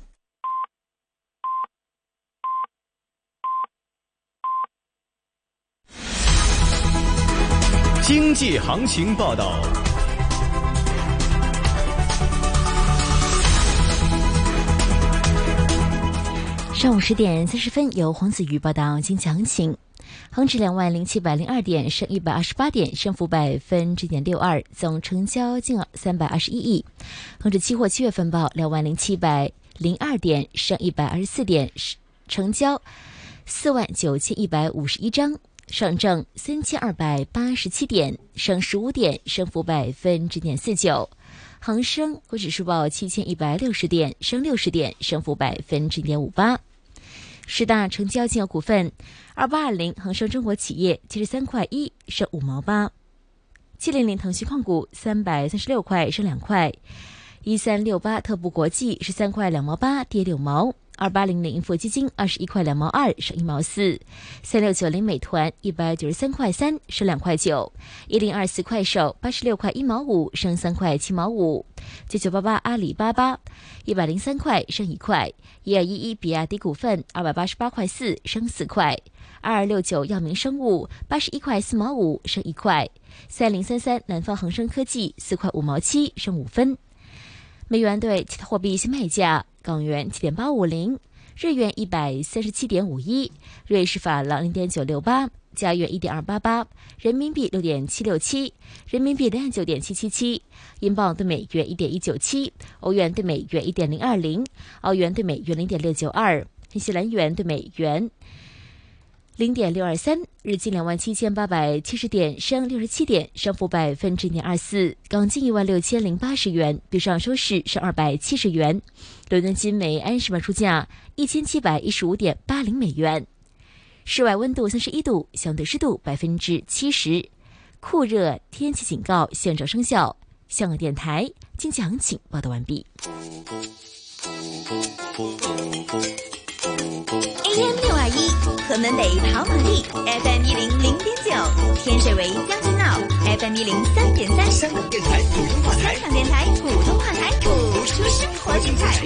經濟行情報道。 上午10點30分，由黃子瑜報道經濟行情。恒指20702點，升128點，升幅0.62%，總成交金額321億。恒指期貨7月份報20702點，升124點，成交49151張。上證3287點，升15點，升幅0.49%。恒生國指數報7160點，升60點，升幅1.58%。十大成交金額股份：2820恒生中國企業73塊1，升5毛8；700騰訊控股336塊，升2塊；1368特步國際13塊2毛8，跌6毛；2800盈富基金21塊2毛2，升1毛4；3690美團193塊3，升2塊9；1024快手86塊1毛5，升3塊7毛5；9988阿里巴巴103塊，升1塊；1211比亞迪股份288塊4，升4塊；2269藥明生物81塊4毛5，升1塊；3033南方恒生科技4塊5毛7，升5分。美元對其他貨幣新賣價：港元7.850，日元137.51，瑞士法郎0.968，加元1.288，人民幣6.767，人民幣209.777，英鎊對美元1.197，歐元對美元1.020，澳元對美元0.692，新西蘭元對美元0.623，日經27870點，升67點，升幅0.24%。港金16080元，比上收市升270元。倫敦金每安士賣出價1715.80美元。室外溫度31度，相對濕度70%。酷熱天氣警告現正生效。香港電台經濟行情報道完畢。 AM621河門北跑馬地 FM100.9，天水圍將軍澳 FM103.3，香港電台普通話台，香港電台普通話台，播出生活精彩。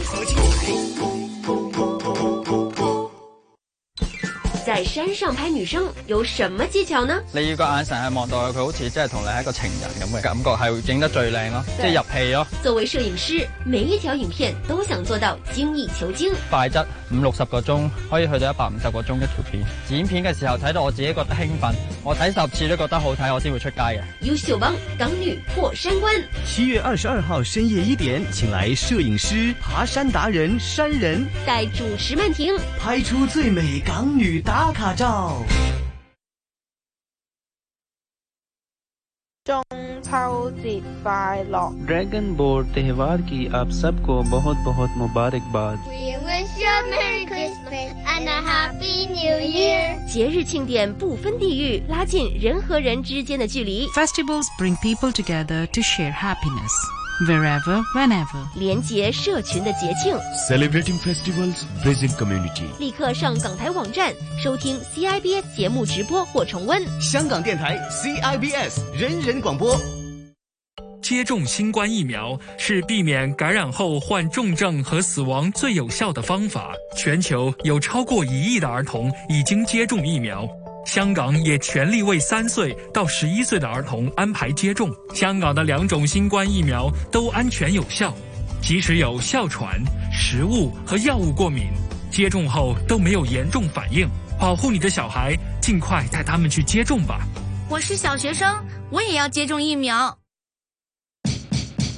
在山上拍女生有什麼技巧呢？ 你要個眼神係望到佢好似真係同你係一個情人咁嘅感覺，係影得最靚咯，即係入戲咯。 作為攝影師，每一條影片都想做到精益求精。 快則50-60個鐘，可以去到150個鐘一條片。剪片嘅時候睇到我自己覺得興奮，我睇10次都覺得好睇，我先會出街嘅。 優秀幫港女破山關。 7月22號深夜1點，請來攝影師、爬山達人山人， 帶主持曼婷拍出最美港女打卡照。 中秋節快樂 ड्रैगन बोट त्योहार की आप सबको बहुत बहुत मुबारकबाद। We wish you a Merry Christmas and a Happy New Year。 節日慶典不分地域，拉近人和人之間的距離。 Festivals bring people together to share happiness. Wherever, whenever. 連結社群的節慶 Celebrating festivals, bridging community. 立刻上港台網站收聽 CIBS 節目直播或重溫。 香港電台 CIBS 人人廣播。 接種新冠疫苗是避免感染後患重症和死亡最有效的方法。全球有超過1億的兒童已經接種疫苗。香港也全力為3歲到11歲的兒童安排接種。香港的2種新冠疫苗都安全有效，即使有哮喘、食物和藥物過敏，接種後都沒有嚴重反應。保護你的小孩，盡快帶他們去接種吧。 我是小學生，我也要接種疫苗。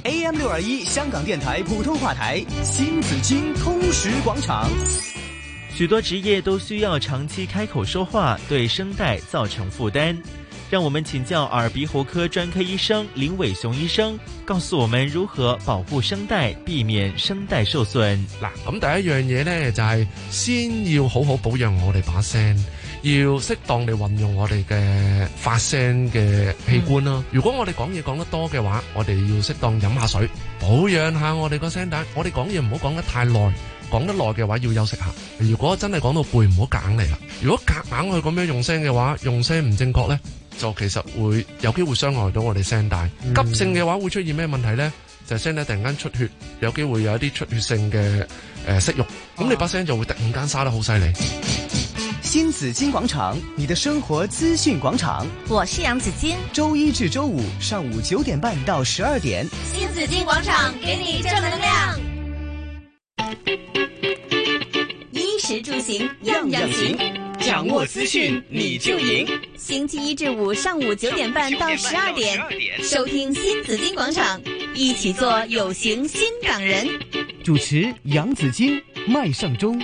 AM621香港电台普通话台，新紫荆通识广场。 许多职业都需要长期开口说话，对声带造成负担。让我们請教耳鼻喉科專科醫生林偉雄醫生，告訴我們如何保護聲帶，避免聲帶受損。 嗱，咁第一樣嘢呢，就係先要好好保養我哋把聲，要適當地運用我哋嘅發聲嘅器官啦。如果我哋講嘢講得多嘅話，我哋要適當飲下水，保養下我哋個聲帶。我哋講嘢唔好講得太耐。講得耐嘅話要休息下，如果真係講到背，唔好夾硬嚟啦。如果夾硬去咁樣用聲嘅話，用聲唔正確呢，就其實會有機會傷害到我哋聲帶。急性嘅話會出現咩問題呢？就係聲帶突然間出血，有機會有一啲出血性嘅息肉，咁你把聲就會突然間沙得好犀利。 新紫荊廣場，你的生活資訊廣場， 我是楊子矜。 周一至周五上午9點半到12點， 新紫荊廣場給你正能量。衣食住行樣樣行， 掌握資訊你就贏。 星期一至五上午9點半到12點，收聽新紫荊廣場，一起做有型新港人。 主持楊子矜、麥尚中。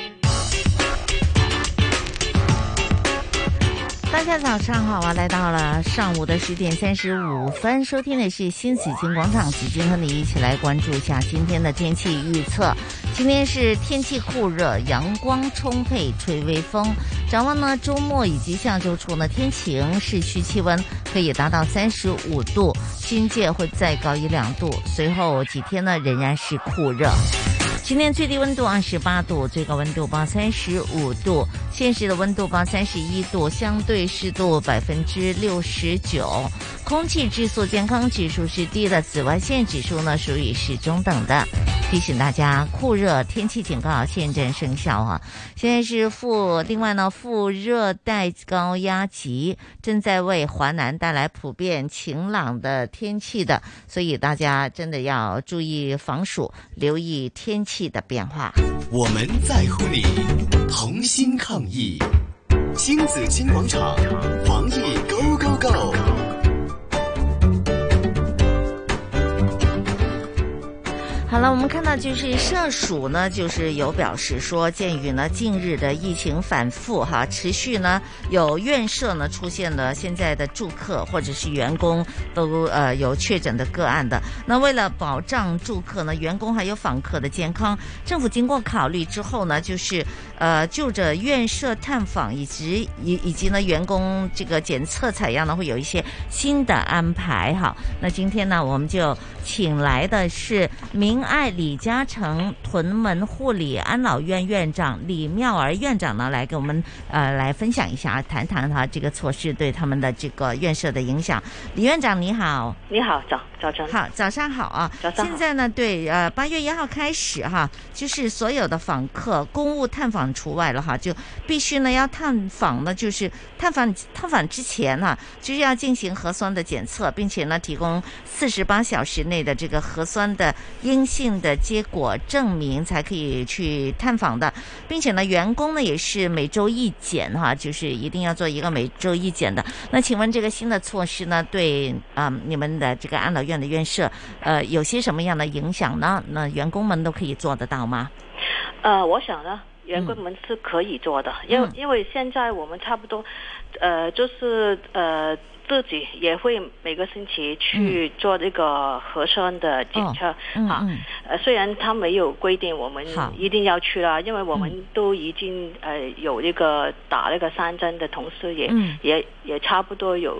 大家早上好啊！来到了上午的10點35分，收聽的是新紫荊廣場，紫荊和你一起來關注一下今天的天氣預測。今天是天氣酷熱，陽光充沛，吹微風。展望呢，周末以及下周初呢，天晴，市區氣溫可以達到35度，新界會再高1-2度。隨後幾天呢，仍然是酷熱。今天最低溫度28度，最高溫度35度，現時的溫度31度，相對濕度69%，空氣質素健康指數是低的，紫外線指數呢屬於是中等的。提醒大家，酷熱天氣警告現正生效啊！現在是另外呢，副熱帶高壓脊正在為華南帶來普遍晴朗的天氣的，所以大家真的要注意防暑，留意天氣的變化。 我們在乎你，同心抗疫。新紫荊廣場，防疫 Go Go Go！ 好了，我们看到就是社署呢，就是有表示说，鉴于呢近日的疫情反复持续呢有院舍呢出现了现在的住客或者是员工都有确诊的个案的。那为了保障住客呢、员工还有访客的健康，政府经过考虑之后呢，就是就着院舍探访以及呢员工这个检测采样呢，会有一些新的安排。好，那今天呢我们就请来的是明爱李嘉诚屯门护理安老院院长李妙儿院长呢，来给我们来分享一下，谈谈他这个措施对他们的这个院舍的影响。李院长你好。 你好，早晨好，早上好啊。 早上好。 现在呢，对8月1号开始哈，就是所有的访客公务探访除外了哈，就必须呢要探访呢，就是探访之前呢，就是要进行核酸的检测，并且呢提供48小时内的这个核酸的阴性的结果证明才可以去探访的，并且呢员工呢也是每周一检哈，就是一定要做一个每周一检的。那请问这个新的措施呢，对你们的这个安老院的院舍有些什么样的影响呢？那员工们都可以做得到吗？ 我想呢员工们是可以做的，因为现在我们差不多就是自己也会每个星期去做这个核酸的检测虽然他没有规定我们一定要去啦，因为我们都已经有这个打那个3针的同事也差不多有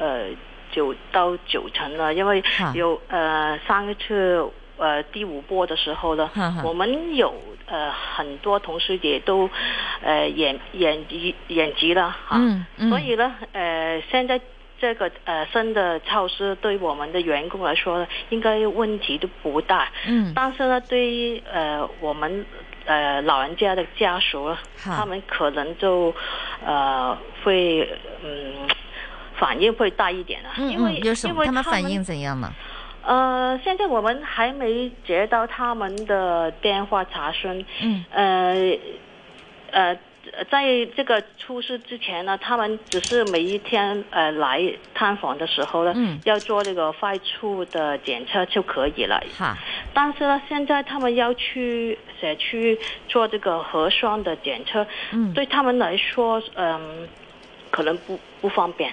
9到9成了，因为有上一次第5波的时候呢，我们有很多同事也都延级了所以呢现在这个新的措施对我们的员工来说呢，应该问题都不大但是呢对于我们老人家的家属呢，他们可能就会反应会大一点因为他们反应怎样呢？ 现在我们还没接到他们的电话查询在这个出事之前呢，他们只是每一天来探访的时候呢，要做这个快速的检测就可以了。但是呢，现在他们要去社区做这个核酸的检测，对他们来说，可能不方便。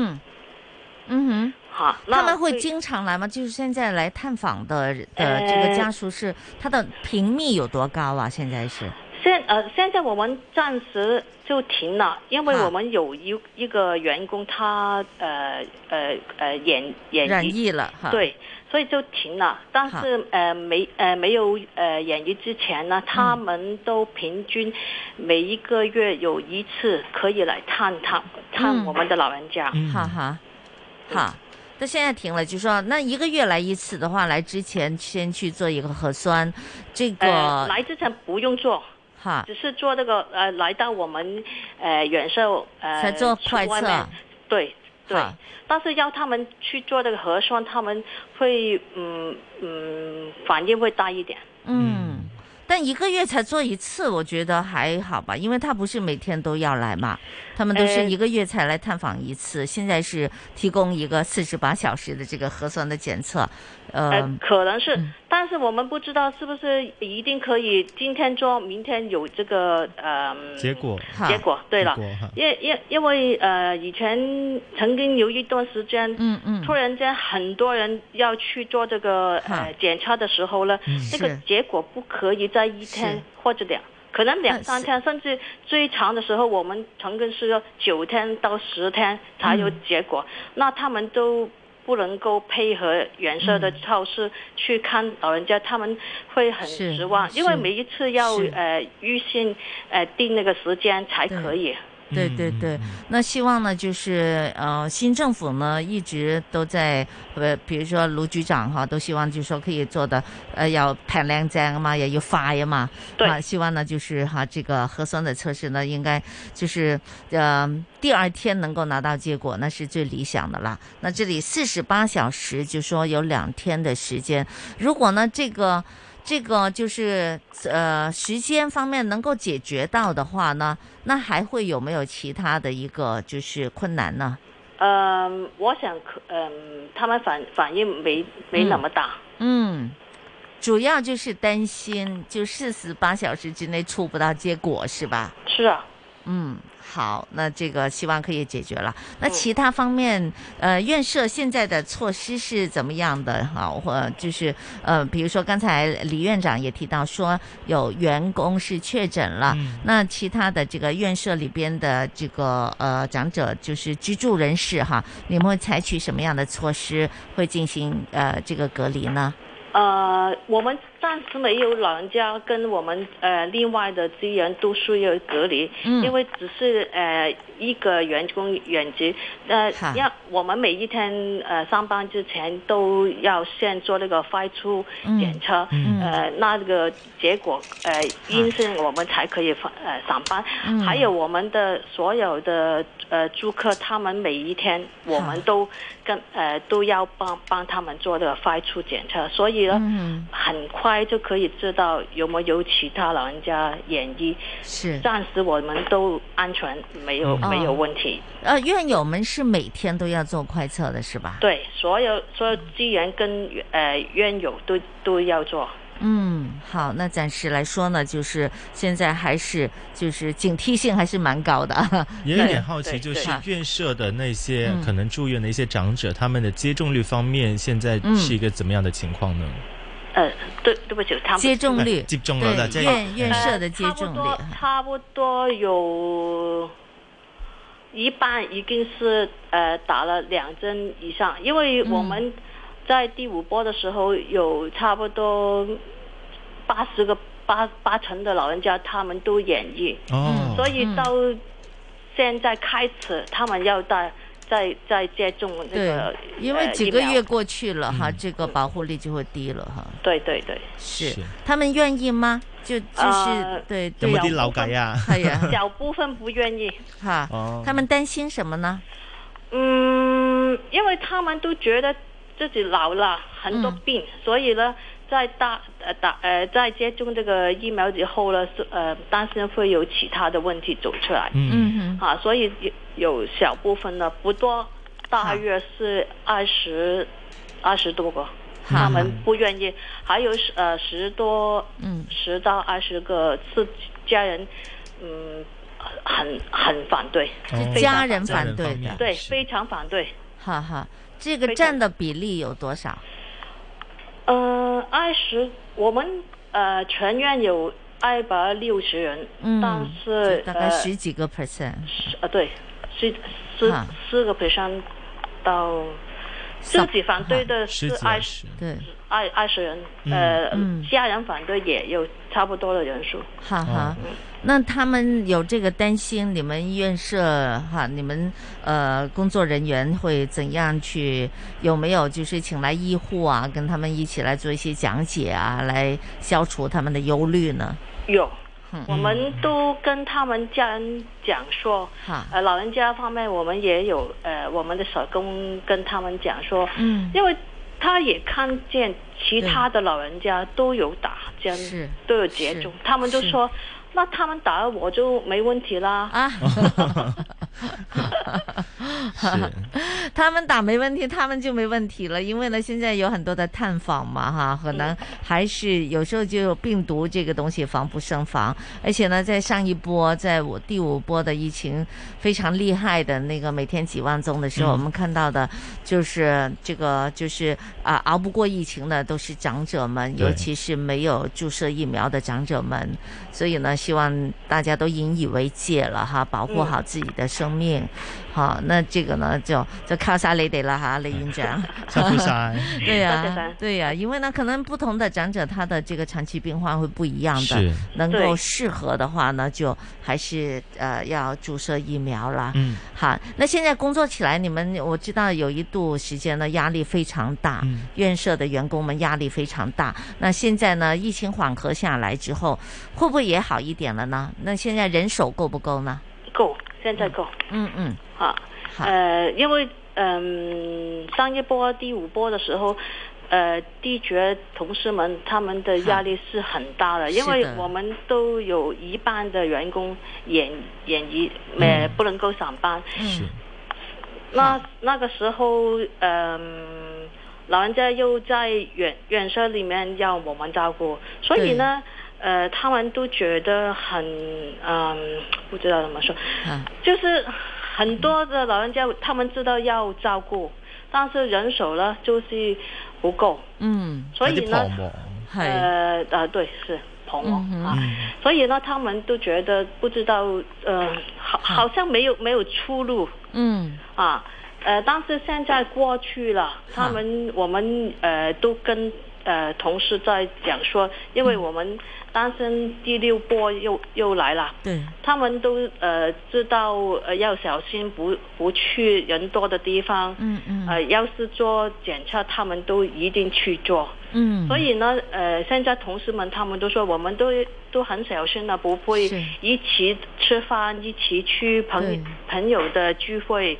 好， 他们会经常来吗？就是现在来探访的这个家属是他的频密有多高啊？现在是现在我们暂时就停了，因为我们有一个员工他染疫了， 对，所以就停了。但是没有染疫之前呢，他们都平均每一个月有一次可以来探我们的老人家。 好。那现在停了，就说那1个月来一次的话，来之前先去做一个核酸，这个来之前不用做，只是做这个来到我们院舍才做快测， 对，但是要他们去做这个核酸，他们会反应会大一点。 但1个月才做一次，我觉得还好吧，因为他不是每天都要来嘛，他们都是1个月才来探访一次。现在是提供一个48小时的这个核酸的检测， 可能是，但是我们不知道是不是一定可以今天做，明天有这个结果。 对了，因为以前曾经有一段时间，突然间很多人要去做这个检查的时候呢，这个结果不可以在1天或者可能2、3天，甚至最长的时候，我们曾经是9天到10天才有结果。那他们都不能够配合院舍的措施去看老人家，他们会很失望，因为每一次要预先定那个时间才可以。 对，那希望呢，就是新政府呢一直都在比如說盧局長都希望就是說可以做的要平靚正啊嘛，也要快啊嘛。對，希望呢就是這個核酸的測試呢應該就是第2天能夠拿到結果，那是最理想的啦。那這裡48小時就說有2天的時間，如果呢這個就是時間方面能夠解決到的話呢，那還會有沒有其他的一個就是困難呢？ 我想他們反應沒那麼大。 主要就是擔心就48小時之內出不到結果是吧？ 是啊。 好，那這個希望可以解決了。那其他方面，院舍現在的措施是怎麼樣的？好，或就是比如說剛才李院長也提到說有員工是確診了，那其他的這個院舍裏邊的這個長者就是居住人士哈，你們會採取什麼樣的措施會進行這個隔離呢？ 我們暫時沒有老人家跟我們另外的資源都需要隔離，因為只是一個員工原職，我們每一天上班之前都要先做那個快速檢測，那個結果陰性我們才可以上班。還有我們的所有的住客，他們每一天我們都要幫他們做那個快速檢測，所以呢很快就可以知道有沒有其他老人家染疫。 是， 暫時我們都安全，沒有問題。 院友們是每天都要做快測的是吧？ 對，所有資源跟院友都要做。 好，那暫時來說呢，就是現在還是就是警惕性還是蠻高的。 也有點好奇，就是院舍的那些可能住院的一些長者，他們的接種率方面，現在是一個怎麼樣的情況呢？ 對不起，他們接種率， 對院舍的接種率， 差不多有一半已經是打了2針以上，因為我們在第5波的時候有差不多八成的老人家他們都染疫，所以到現在開始他們要再接種那個因為幾個月過去了哈，這個保護力就會低了哈。 對， 是他們願意嗎？就是對， 有冇啲扭計啊？ 係啊， 小部分不願意哈。他們擔心什麼呢？ 因為他們都覺得自己老了很多病，所以呢在接种这个疫苗以后呢，担心会有其他的问题走出来。所以有小部分呢，不多，大约是20多个，他们不愿意，还有10到20个是家人，很反对， 家人反对的， 对，非常反对。 哈哈，这个占的比例有多少 ？20，我们全院有260人，但是大概10几个%。 对，4个%到自己反对的是20人，家人反对也有差不多的人数。 哈哈，那他们有这个担心，你们院舍你们工作人员会怎样去？有没有就是请来医护啊，跟他们一起来做一些讲解啊，来消除他们的忧虑呢？ 有。我们都跟他们家人讲说，老人家方面我们也有我们的社工跟他们讲说，因为他也看见其他的老人家都有打针，都有接种，他们就说那他们打了我就没问题啦。 他们打没问题，他们就没问题了，因为呢现在有很多的探访嘛可能还是有时候就有病毒这个东西防不胜防，而且呢在上一波，在第5波的疫情非常厉害的那个每天几万宗的时候，我们看到的就是这个就是熬不过疫情的都是长者们，尤其是没有注射疫苗的长者们，所以呢希望大家都引以为戒了保护好自己的生命。好，那这个呢就靠晒你哋啦李院長， 辛苦晒。 对呀，因为呢可能不同的长者他的这个长期病患会不一样的，能够适合的话呢就还是要注射疫苗啦。好，那现在工作起来，你们我知道有一度时间呢压力非常大，院舍的员工们压力非常大。那现在呢疫情缓和下来之后，会不会也好一点了呢？那现在人手够不够呢？ 够，现在够。因为上一波第5波的时候，地决同事们他们的压力是很大的，因为我们都有一半的员工演艺不能够上班。那个时候老人家又在院舍里面要我们照顾，所以呢他们都觉得很不知道怎么说，就是很多的老人家他们知道要照顾，但是人手呢就是不够，所以呢对，是朋友所以呢他们都觉得不知道好像没有出路，但是现在过去了，我们都跟同事在讲说，因为我们担心第6波又来了，他们都知道要小心，不去人多的地方，要是做检测他们都一定去做，所以呢现在同事们他们都说我们都很小心了，不会一起吃饭，一起去朋友的聚会，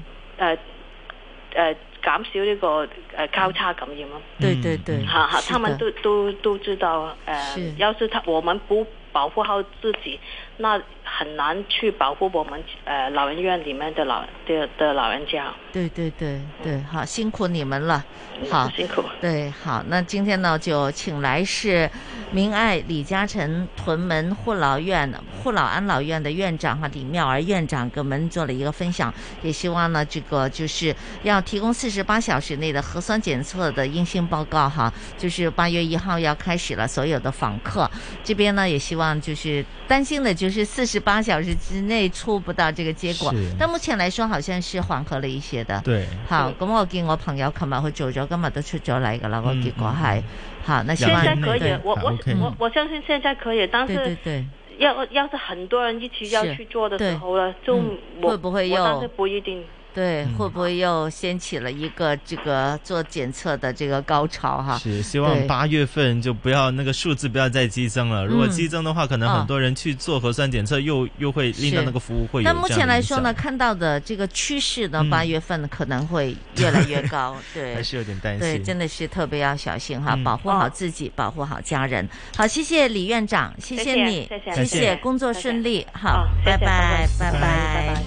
减少呢個交叉感染咯。 對， 他們都知道，要是我們不保護好自己，那很難去保護我們老人院裡面的老人家。 對，好，辛苦你們了，好， 辛苦。 對，好，那今天呢就請來是明愛李嘉誠屯門護老安老院的院長李妙兒院長給我們做了一個分享，也希望呢這個就是要提供48小時內的核酸檢測的陰性報告就是8月1號要開始了所有的訪客，這邊呢也希望就是擔心的就是48小時之內出不到這個結果，但目前來說好像是緩和了一些的。對，好，咁我見我朋友琴日去做咗，今日都出咗嚟噶啦，個結果係好，那希望現在可以，我相信現在可以，但是要是很多人一起要去做的時候呢，就會不會又但是不一定。 对，会不会又掀起了一个这个做检测的这个高潮哈？ 是，希望8月份就不要那个数字不要再激增了。如果激增的话，可能很多人去做核酸检测，又会令到那个服务会有这样的影响。 但目前来说呢，看到的这个趋势呢，8月份可能会越来越高。对， 还是有点担心。 对，真的是特别要小心哈，保护好自己，保护好家人。好，谢谢李院长，谢谢你，谢谢，工作顺利。好，拜拜，拜拜。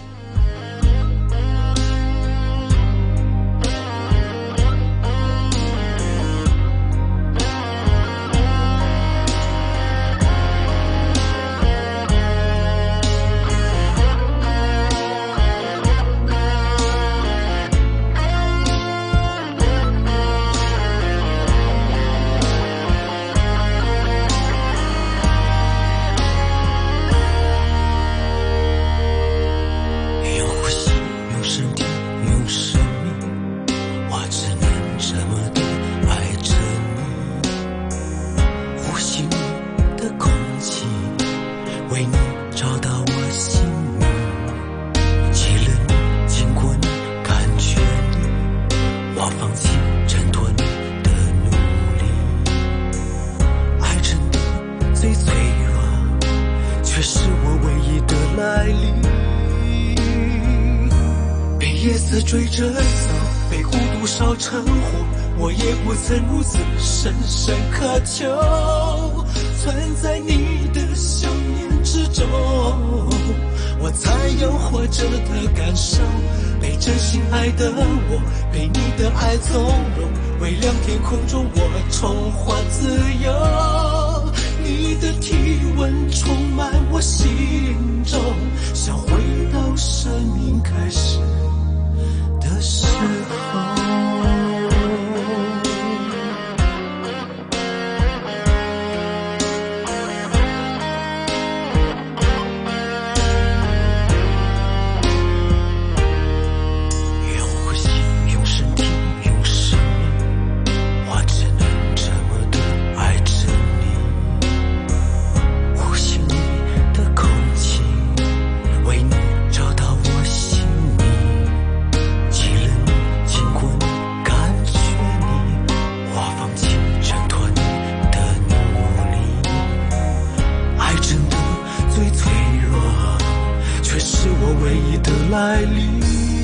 追着走，被孤独烧成火，我也不曾如此深深渴求，存在你的想念之中，我才有活着的感受，被真心爱的我，被你的爱纵容，微凉天空中我重获自由，你的体温充满我心中，想回到生命开始的时候。来临，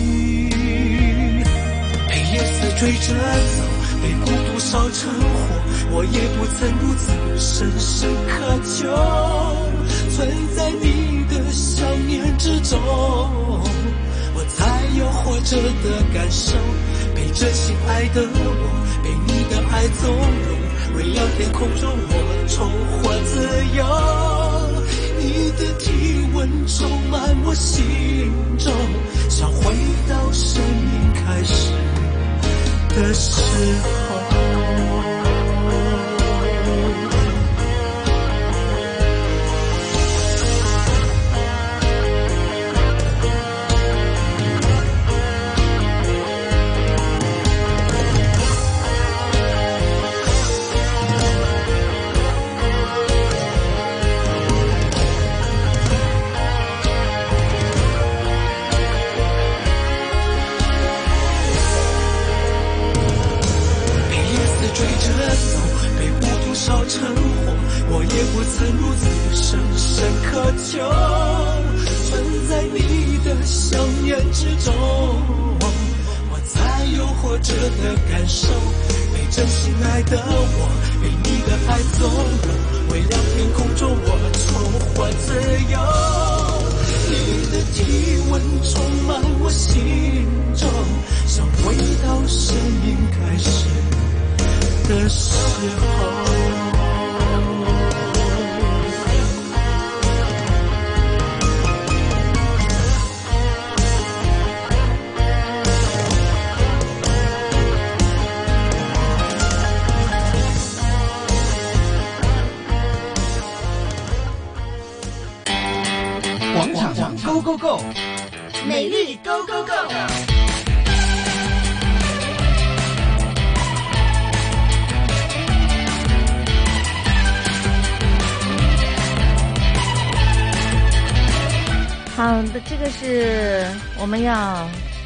被夜色追着走，被孤独烧成火，我也不曾如此深深渴求，存在你的想念之中，我才有活着的感受，被真心爱的我，被你的爱纵容，微凉天空中我重获自由，你的体温充满我心中，想回到生命开始的时候。烧成火，我也不曾如此深深渴求，存在你的想念之中，我才有活着的感受，被真心爱的我，被你的爱纵容，微凉天空中我重获自由，你的体温充满我心中，想回到生命开始的时候。 广场 Go Go Go， 美丽 Go Go Go。 好的，这个是我们要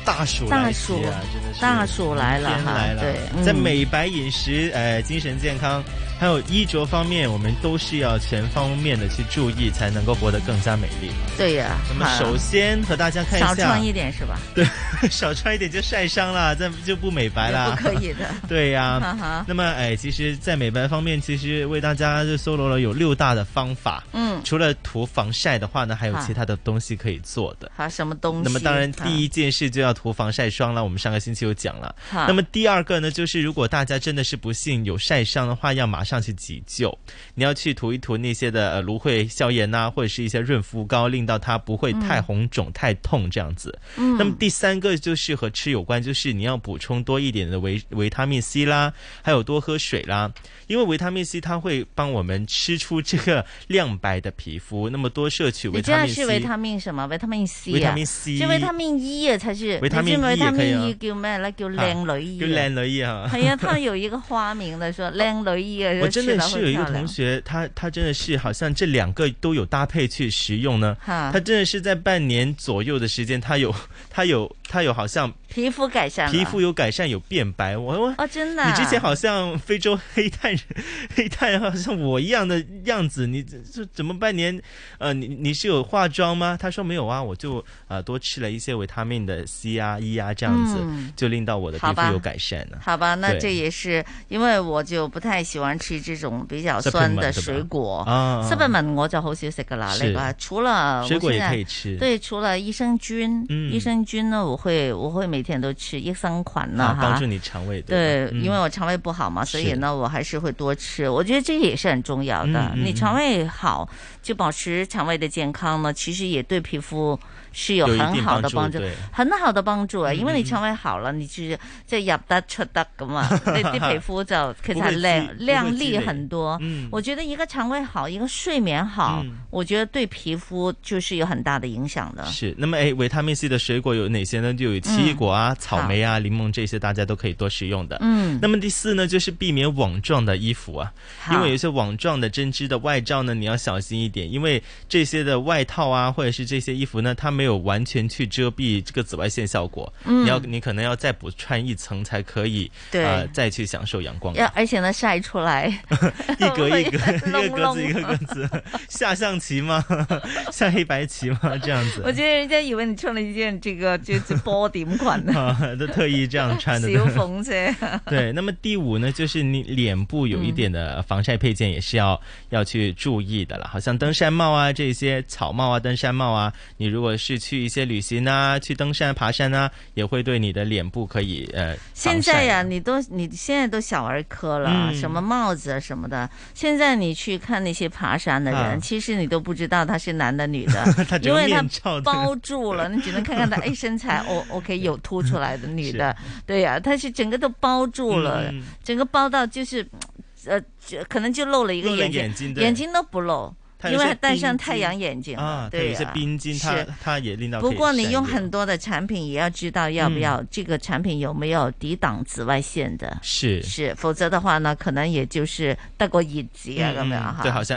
大暑来袭啊，真的是大暑来了天来了。 对， 在美白、饮食、精神健康，还有衣着方面，我们都是要全方面的去注意，才能够活得更加美丽。 对呀。 那么首先和大家看一下， 少穿一点是吧？ 对，少穿一点就晒伤了，这就不美白了， 不可以的。 对呀。那么其实，在美白方面，其实为大家就搜罗了有6大的方法。除了涂防晒的话呢，还有其他的东西可以做的。 好，什么东西？ 那么当然，第一件事就要涂防晒霜了。我们上个星期有讲了。那么第二个呢，就是如果大家真的是不幸有晒伤的话，要马上去急救。你要去涂一涂那些的芦荟消炎啊，或者是一些润肤膏，令到它不会太红肿、太痛这样子。那么第三个就是和吃有关，就是你要补充多一点的维他命 C 啦，还有多喝水啦。因为维他命 C 它会帮我们吃出这个亮白的皮肤，那么多摄取维他命 C。 你知道是维他命什么？维他命 C 啊？ 维他命 C。 即維他命 E 啊，才是。 維他命 E 維他命 E 叫咩咧？叫靚女 E。 叫靚女 E 啊。 係啊，他有一個花名的，說靚女 E 啊。 我真的是有一個同學，他真的是好像這2個都有搭配去食用呢。他真的是在半年左右的時間，他有好像皮膚改善了， 皮膚有改善，有變白。 哦，真的。 你之前好像非洲黑炭好像我一樣的樣子，你這怎麼半年你是有化妝嗎？他說沒有啊，我就多吃了一些維他命的 C 啊 E 啊，這樣子就令到我的皮膚有改善了。 好吧，那這也是因為我就不太喜歡吃這種比較酸的水果。supplement 我就好少食噶啦，那個除了水果也可以吃。 對，除了益生菌，益生菌呢，我會每天都吃益生菌啦， 幫助你腸胃。 對，因為我腸胃不好嘛，所以呢，我還是會多吃。我覺得這個也是很重要的。你腸胃好，就保持腸胃的健康呢，其實也對皮膚是有很好的幫助，很好的幫助啊！因為你腸胃好了，你就是即係入得出得咁嘛，你啲皮膚就其實亮麗很多。我覺得一個腸胃好，一個睡眠好，我覺得對皮膚就是有很大的影響的。 是，那麼維他命 C 的水果有哪些呢？就有奇異果啊、草莓啊、檸檬這些，大家都可以多食用的。那麼第4呢，就是避免網狀的衣服啊，因為有些網狀的針織的外罩呢，你要小心一點，因為這些的外套啊，或者是這些衣服呢，它沒有完全去遮蔽這個紫外線效果。你可能要再補穿一層才可以，再去享受陽光。 而且呢，曬出來一格一格一個格子，下象棋嗎？下黑白棋嗎？這樣子。 我覺得人家以為你穿了一件這個就是波點裙都特意這樣穿的。 小鳳姐。 對，那麼第5呢，就是你臉部有一點的防曬配件也是要去注意的了，好像登山帽啊，這些草帽啊、登山帽啊，你如果是去一些旅行啊、去登山、爬山啊，也會對你的臉部可以現在呀，你現在都小兒科了，什麼帽子什麼的，現在你去看那些爬山的人，其實你都不知道他是男的女的，因為他包住了，你只能看看他身材OK 有凸出來的女的，對呀，他是整個都包住了，整個包到就是可能就露了一個眼睛，眼睛都不露。因為戴上太陽眼鏡啊，對，有些冰晶，它也令到。 不過你用很多的產品，也要知道要不要這個產品有沒有抵擋紫外線的。是，否則的話呢，可能也就是得個熱字啊咁樣哈。 對，好像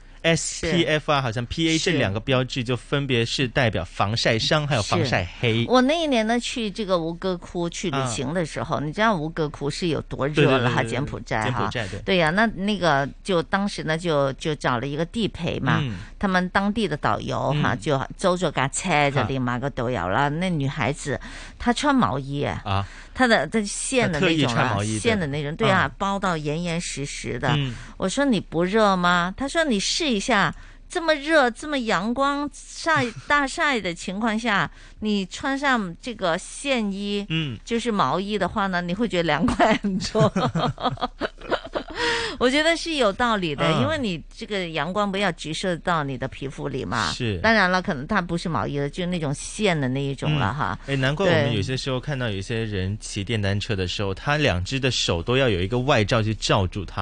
SPF 啊，好像 PA 這2個標誌就分別是代表防曬傷還有防曬黑。 我那一年呢去這個吳哥窟去旅行的時候，你知道吳哥窟是有多熱了哈？柬埔寨哈，對呀，那個就當時呢就找了一個地陪嘛，他們當地的導遊哈就租咗架車就連埋個導遊啦。那女孩子她穿毛衣啊，她的線的那種啊，線的那種，對啊，包到嚴嚴實實的。我說你不熱嗎？她說你試一下，這麼熱、這麼陽光大曬的情況下，你穿上這個線衣，就是毛衣的話呢，你會覺得涼快很多。我覺得是有道理的，因為你這個陽光不要直射到你的皮膚裏嘛。是，當然了，可能它不是毛衣的，就那種線的那一種了哈。 難怪我們有些時候看到有些人騎電單車的時候，他2隻的手都要有一個外罩去罩住它。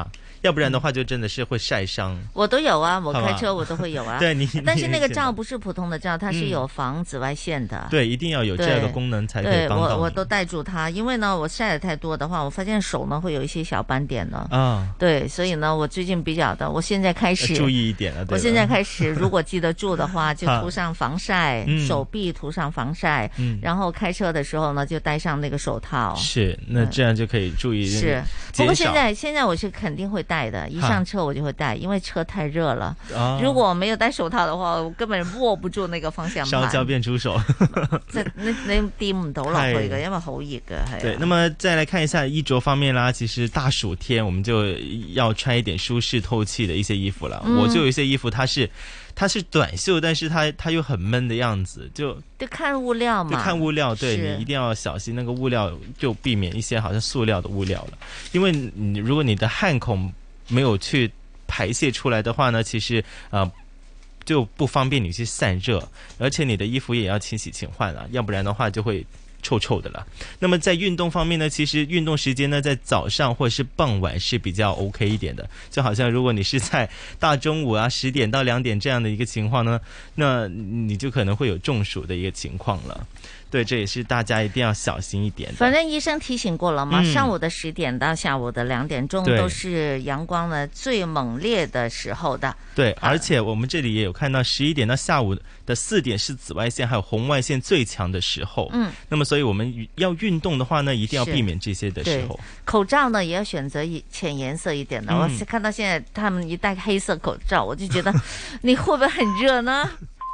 要不然的话就真的是会晒伤。 我都有啊，我开车我都会有啊。 对你， 但是那个罩不是普通的罩，它是有防紫外线的。 对，一定要有这个功能才可以帮到你。 我都带住它，因为呢，我晒得太多的话，我发现手呢会有一些小斑点的。对，所以呢，我最近比较的，我现在开始注意一点了。 我现在开始，如果记得住的话，就涂上防晒，手臂涂上防晒，然后开车的时候呢，就戴上那个手套。 是，那这样就可以注意。 是，不过现在我是肯定会戴的，一上车我就会戴，因为车太热了。如果我没有戴手套的話，我根本握不住那個方向盤， 燒焦變豬手。 你掂唔到落去嘅，因為好熱嘅。 對，那麼再來看一下衣着方面啦，其實大暑天我們就要穿一點舒適透氣的一些衣服了。我就有一些衣服它是短袖，但是它又很悶的樣子，就看物料嘛。 就看物料，對，你一定要小心那個物料，就避免一些好像塑料的物料了。因為如果你的汗孔沒有去排泄出來的話呢，其實就不方便你去散熱，而且你的衣服也要清洗清換了，要不然的話就會臭臭的了。那麼在運動方面呢，其實運動時間呢，在早上或者是傍晚是比較 OK 一點的。就好像如果你是在大中午啊10點到2點這樣的一個情況呢，那你就可能會有中暑的一個情況了。對，這也是大家一定要小心一點的。 反正醫生提醒過了嘛，上午的10點到下午的2點鐘都是陽光呢最猛烈的時候的。 對，而且我們這裡也有看到11點到下午的4點是紫外線還有紅外線最強的時候。那麼所以我們要運動的話呢，一定要避免這些的時候。 口罩呢也要選擇淺顏色一點的。我看到現在他們一戴黑色口罩，我就覺得你會不會很熱呢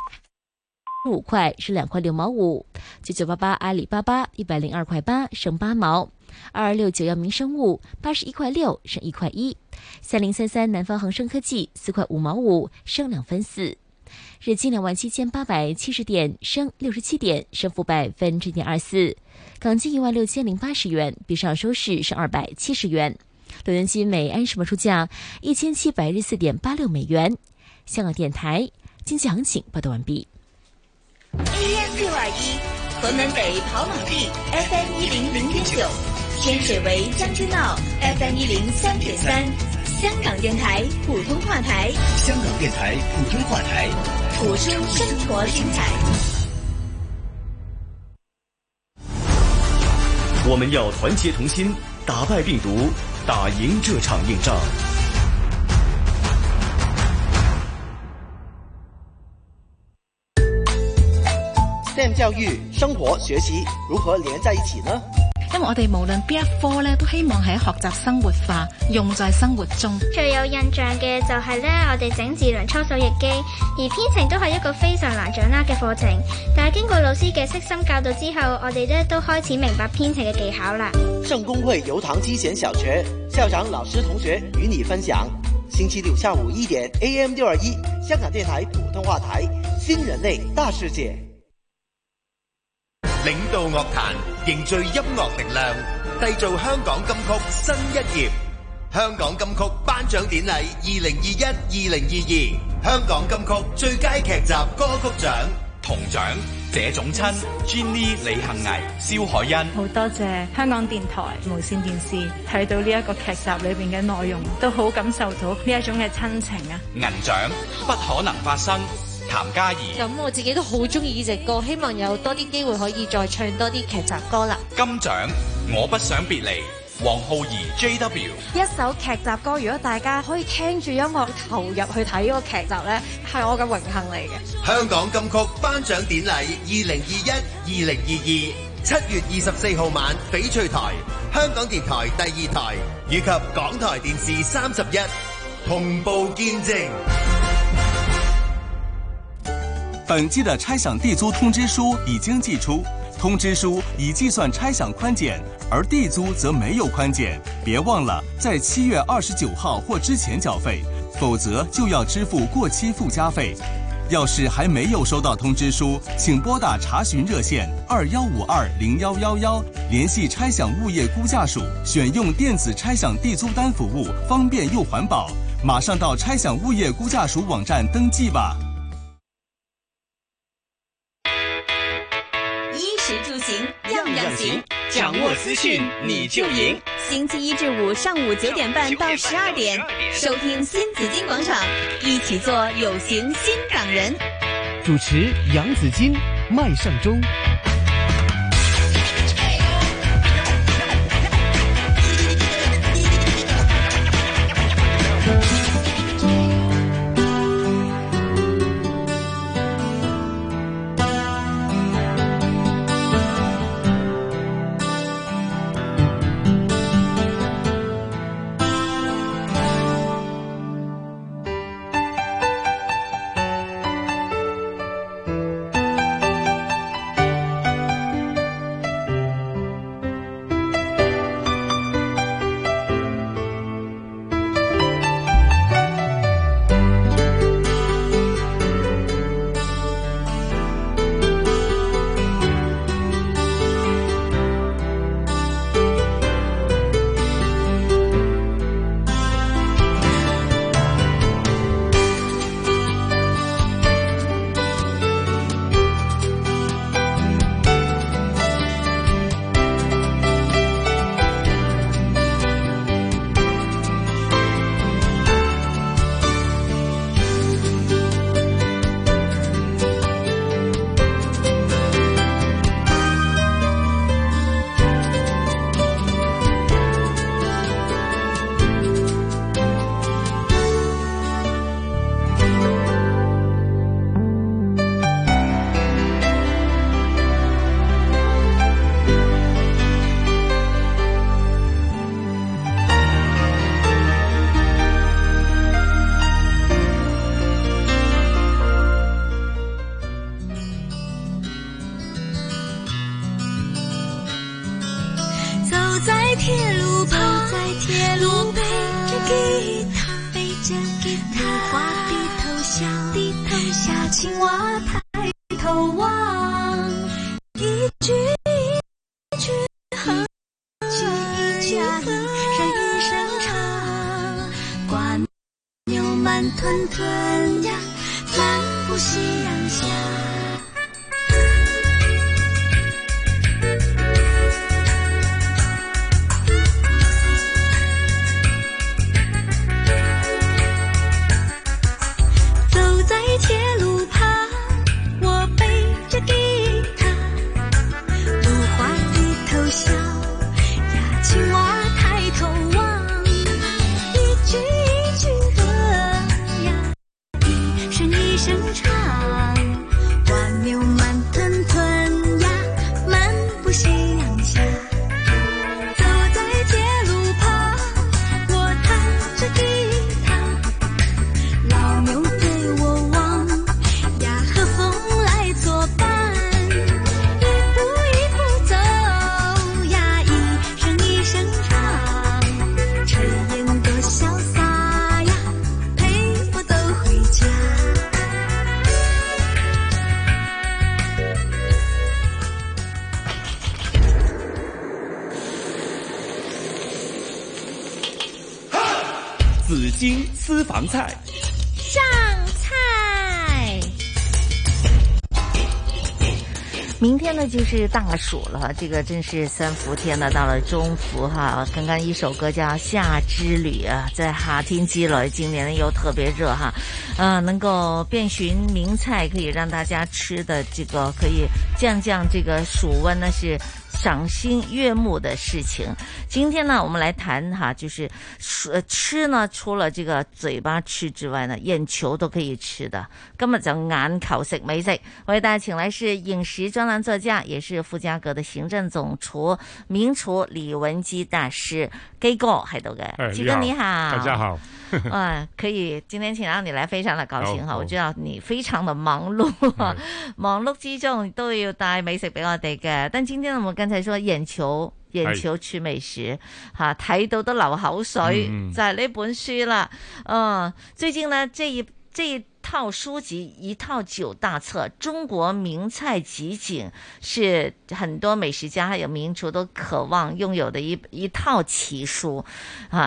？5塊是2塊6毛5，9988阿里巴巴102塊8升8毛，2269藥明生物81塊6升1塊1，3033南方恒生科技4塊5毛5升2分4，日經27870點升67點，升幅0.24%，港金16080元，比上收市升270元，伦敦金每安士賣出價1714.86美元。香港電台經濟行情報道完畢。 AM 621屯門北跑馬地 FM 100.9，天水圍將軍澳 FM 103.3，香港電台普通話台， 香港電台普通話台， 譜出生活精彩。 我們要團結同心，打敗病毒，打贏這場硬仗。 STEM 教育生活學習如何連在一起呢？ 因為我哋無論邊一科咧，都希望喺學習生活化，用在生活中。 最有印象嘅就係咧，我哋整智能搓手液機，而編程都係一個非常難掌握嘅課程。但係經過老師嘅悉心教導之後，我哋咧都開始明白編程嘅技巧啦。 聖公會油塘基賢小學校長老師同學與你分享，星期六下午1點 AM 621香港電台普通話台，新人類大世界。 領導樂壇，凝聚音樂力量，締造香港金曲新一頁。香港金曲頒獎典禮2021-2022，香港金曲最佳劇集歌曲獎銅獎謝總親、Jenny 李幸倪、蕭海欣。 好多謝香港電台、無線電視，睇到呢一個劇集裏邊嘅內容，都好感受到呢一種嘅親情啊！ 銀獎不可能發生。譚嘉儀， 咁我自己都好中意呢隻歌，希望有多啲機會可以再唱多啲劇集歌啦。 金獎我不想別離，黃浩儀 JW。 一首劇集歌，如果大家可以聽住音樂投入去睇嗰個劇集呢，係我嘅榮幸嚟嘅。 香港金曲頒獎典禮2021-2022 7月24號晚，翡翠台、香港電台第2台以及港台電視31同步見證。 本季的拆享地租通知書已經寄出，通知書已計算拆享寬減，而地租則沒有寬減。別忘了在7月29號或之前繳費，否則就要支付過期附加費。要是還沒有收到通知書，請撥打查詢熱線21520111，聯繫拆享物業估價署，選用電子拆享地租單服務，方便又環保。馬上到拆享物業估價署網站登記吧。 衣食住行樣樣行， 掌握资讯你就赢。 星期一至五上午9点半到12点，收听新紫金广场，一起做有型新港人。 主持杨紫金、麦尚中。紫金私房菜上菜。 明天呢就是大暑了，这个真是三伏天了，到了中伏哈。刚刚一首歌叫《夏之旅》啊，在夏天之旅，今年又特别热哈，能够遍寻名菜，可以让大家吃的这个可以降这个暑温呢，是赏心悦目的事情。今天呢，我们来谈哈，就是吃呢，除了这个嘴巴吃之外呢，眼球都可以吃的。今日就眼球食美食，为大家请来是饮食专栏作家，也是富家阁的行政总厨、名厨李文基大师基哥喺度嘅。基哥你好， 大家好。 可以今天请到你来，非常的高興哈！我知道你非常的忙碌，忙碌之中都要帶美食俾我哋嘅。但今天我們剛才說眼球吃美食，睇到都流口水，就係呢本書啦。最近呢這一套書籍，一套9大冊中國名菜集錦，是很多美食家還有名廚都渴望擁有的一套奇書啊。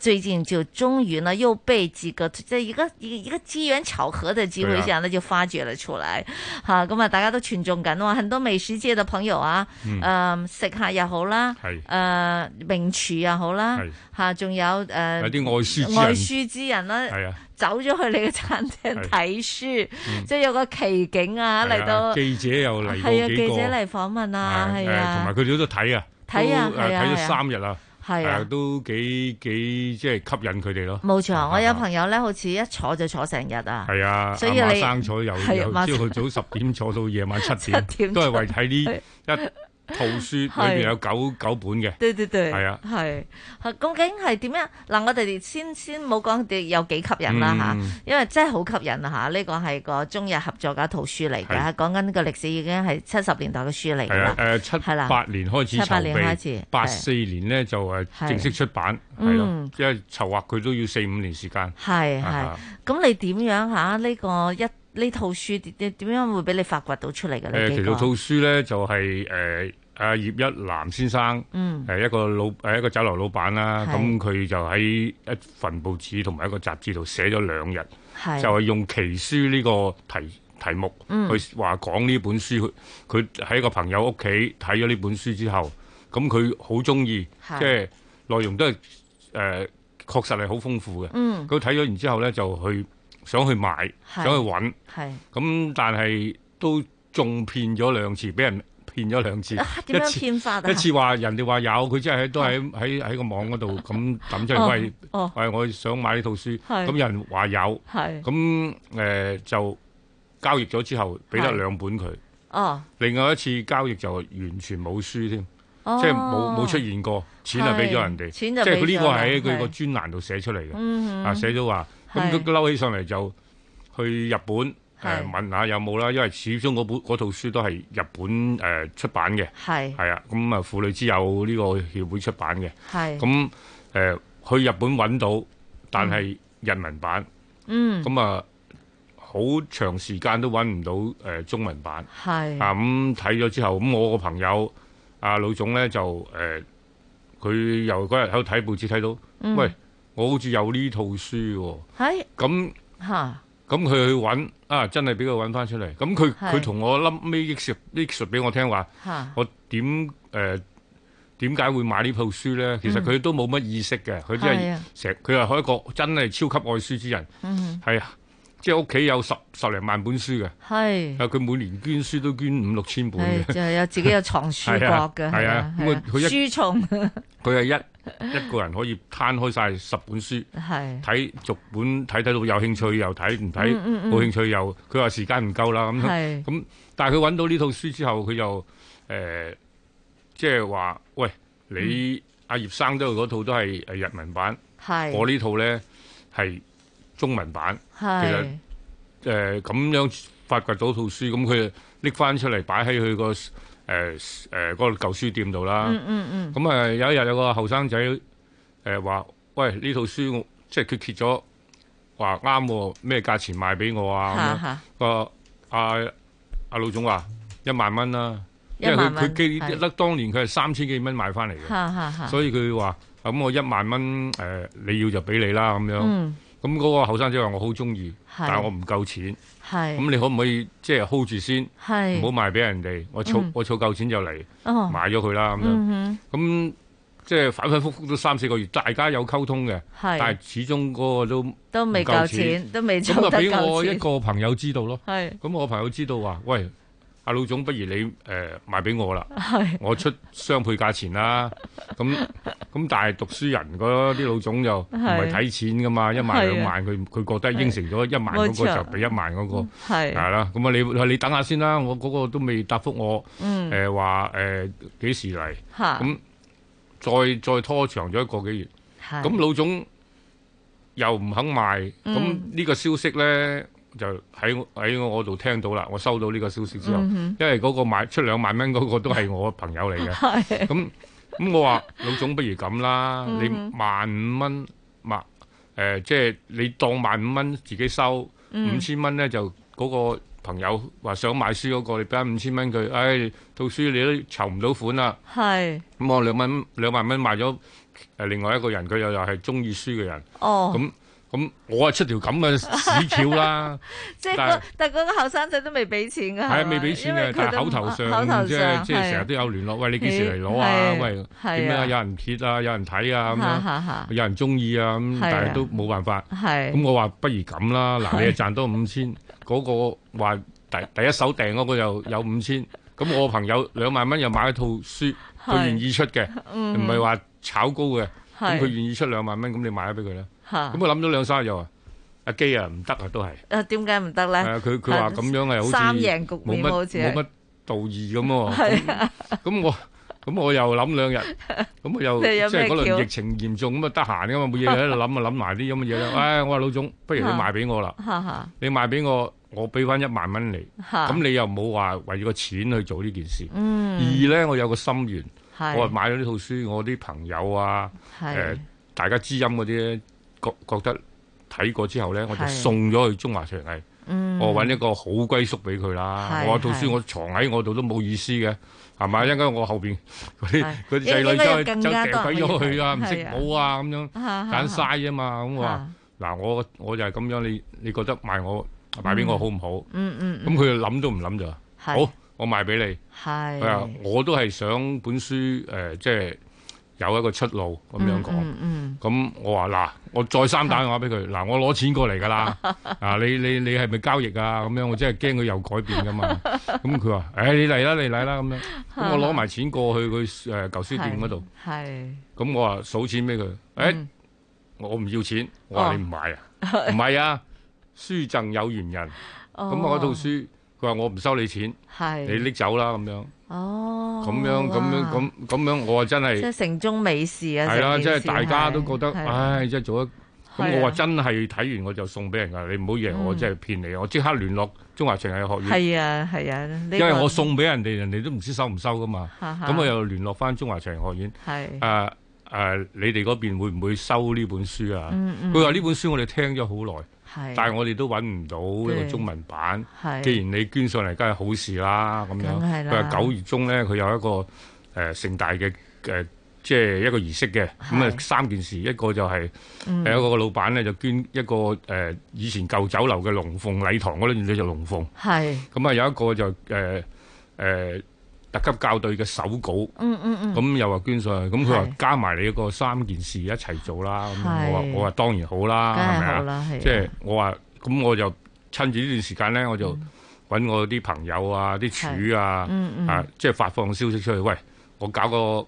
最近就終於呢又被幾個在一個機緣巧合的機會下呢就發掘了出來。吓，咁啊大家都傳頌緊喎，很多美食界的朋友啊，食客又好啦，名廚又好啦，吓，仲有有啲愛書之人啦，走咗去你嘅餐廳睇書，即係有個奇景啊嚟到， 記者又嚟過幾個， 係啊，記者嚟訪問啊，係啊， 同埋佢哋都睇啊，睇咗3日啊。 係啊， 都幾即係吸引佢哋咯。 冇錯，我有朋友咧，好似一坐就坐成日啊。 係啊，所以馬生坐由朝去早10點坐到夜晚7點，都係為睇呢一套書裏邊有九本嘅。對，係啊，係。究竟係點樣？嗱，我哋先冇講有幾吸引啦嚇，因為真係好吸引啊嚇！呢個係個中日合作嘅一套書嚟嘅，講緊呢個歷史已經係70年代嘅書嚟㗎啦。 78年開始籌備，84年呢就正式出版，係咯，因為籌劃佢都要4-5年時間。係。 咁你點樣嚇呢套書點樣會俾你發掘到出嚟嘅呢？ 其實套書咧就係阿葉一南先生，一個酒樓老闆啦，咁佢就喺一份報紙同埋一個雜誌度寫咗2日，就係用奇書呢個題目去話講呢本書。佢喺一個朋友屋企睇咗呢本書之後，咁佢好中意，即係內容都係確實係好豐富嘅。佢睇咗完之後咧就想去買，想去揾，咁但係都中騙咗2次，俾人騙咗2次。 點樣騙法啊？ 一次話人哋話有，佢真係都喺個網嗰度咁抌出嚟，喂，我想買呢套書，咁有人話有，咁就交易咗之後，俾得2本佢。另外一次交易就完全冇書添，即係冇出現過，錢就俾咗人哋，即係佢呢個喺佢個專欄度寫出嚟嘅，寫咗話。咁佢嬲起上嚟就去日本問下有冇啦，因為始終嗰套書都係日本出版嘅，係啊，咁啊婦女之友呢個協會出版嘅，咁去日本揾到，但係日文版，咁啊好長時間都揾唔到中文版，咁睇咗之後，咁我個朋友阿老總咧就佢由嗰日喺度睇報紙睇到，喂，我好似有呢套書喎，咁佢去揾啊，真係俾佢揾翻出嚟。咁佢同我冧尾憶述俾我聽話，我點解會買呢套書咧？其實佢都冇乜意識嘅，佢真係佢係一個真係超級愛書之人，係啊，即係屋企有十零萬本書嘅，係佢每年捐書都捐5-6千本嘅， 就係有自己嘅藏書閣嘅，係啊，佢書蟲， 佢係一個人可以攤開晒10本書，睇逐本睇到有興趣又睇，唔睇冇興趣又，佢話時間唔夠啦咁，但係佢揾到呢套書之後，佢就即係話，喂，你阿葉生都嗰套都係日文版，我呢套咧係中文版，其實咁樣發掘到套書，咁佢拎翻出嚟擺喺佢個嗰個舊書店度啦，咁有一日有個後生仔話，喂，呢套書即係佢揭咗，話啱咩價錢賣俾我啊？咁阿老總話1萬蚊啦，因為佢記得當年佢係3000幾蚊買翻嚟嘅，所以佢話咁我1萬蚊你要就俾你啦咁樣。咁嗰個後生仔話我好中意，但係我唔夠錢。咁你可唔可以即係 hold 住先，唔好賣俾人哋？我儲夠錢就嚟買咗佢啦咁樣。咁即係反反覆覆都3-4個月，大家有溝通嘅，但係始終嗰個都未夠錢，都未儲得夠錢。咁啊俾我一個朋友知道咯。 咁我朋友知道話，喂，阿老總，不如你賣俾我啦，我出雙倍價錢啦。咁但係讀書人嗰啲老總就唔係睇錢噶嘛，1萬2萬佢覺得應承咗1萬嗰個就俾1萬嗰個，係啦。咁啊你等下先啦，我嗰個都未答覆我，話幾時嚟？咁再拖長咗1個幾月，咁老總又唔肯賣，咁呢個消息咧就喺我度聽到啦。我收到呢個消息之後，因為嗰個出2萬蚊嗰個都係我朋友嚟嘅，咁我話老總，不如咁啦，你15,000蚊即係你當15,000蚊自己收，5,000蚊咧就嗰個朋友話想買書嗰個，你俾翻5,000蚊佢，套書你都籌唔到款啦，咁我2萬蚊賣咗， 另外一個人，佢又係中意書嘅人。 哦。 咁我係出條咁嘅屎橋啦， 即係但係嗰個後生仔都未俾錢㗎， 係未俾錢嘅，但係口頭上即係成日都有聯絡，喂，你幾時嚟攞啊？喂，點樣有人揭啊，有人睇啊咁樣，有人中意啊咁，但係都冇辦法。咁我話不如咁啦，嗱，你又賺多5000，嗰個話第一手訂嗰個又有5000，咁我朋友2萬蚊又買一套書，佢願意出嘅，唔係話炒高嘅，咁佢願意出2萬蚊，咁你買咗俾佢啦。咁我諗咗2-3日又話阿基啊唔得啊都係。點解唔得咧？佢話咁樣係好似三贏局面，冇乜道義咁喎。咁我又諗2日，咁我又即係嗰輪疫情嚴重，咁啊得閒噶嘛，冇嘢喺度諗埋啲咁嘅嘢啦。唉，我話老總，不如你賣俾我啦。你賣俾我，我俾翻1萬蚊你。咁你又冇話為咗個錢去做呢件事。二咧，我有個心願，我話買咗呢套書，我啲朋友啊，大家知音嗰啲咧。覺得睇過之後咧，我就送咗去中華長藝。我揾一個好歸宿俾佢啦。我套書我藏喺我度都冇意思嘅，係咪？因為我後邊嗰啲仔女就掉鬼咗佢啊，唔識冇啊咁樣，揀嘥啊嘛。咁我話嗱，我就係咁樣，你覺得賣俾我好唔好？咁佢就諗都唔諗就好，我賣俾你。我都係想本書即係。有一個出路咁樣講，咁我話嗱，我再3打電話俾佢，嗱，我攞錢過嚟㗎啦，你係咪交易啊？咁樣我真係驚佢又改變㗎嘛。咁佢話，你嚟啦咁樣，咁我攞埋錢過去佢舊書店嗰度，咁我話數錢俾佢，我唔要錢，我話你唔買啊？唔係啊，書贈有緣人，咁我套書，佢話我唔收你錢，你拎走啦咁樣。咁樣，我話真係即係城中美事啊！係啦，即係大家都覺得，唉，即係做得咁。我話真係睇完我就送俾人㗎，你唔好以為我真係騙你，我即刻聯絡中華長藝學院。係啊，因為我送俾人哋，人哋都唔知收唔收㗎嘛。咁我又聯絡翻中華長藝學院。你哋嗰邊會唔會收呢本書啊？佢話呢本書我哋聽咗好耐。但係我哋都揾唔到呢個中文版。既然你捐上嚟，梗係好事啦。咁樣佢話9月中咧，佢有一個盛大嘅即係一個儀式嘅。咁啊3件事，一個就係一個老闆咧就捐一個以前舊酒樓嘅龍鳳禮堂嗰度叫做龍鳳。咁啊有一個就特級校對嘅手稿。咁又話捐上去，咁佢話加埋你一個3件事一齊做啦。咁我話當然好啦，係咪啊？即係我話咁，我就趁住呢段時間咧，我就揾我啲朋友啊、啲廚啊，即係發放消息出去。喂，我搞個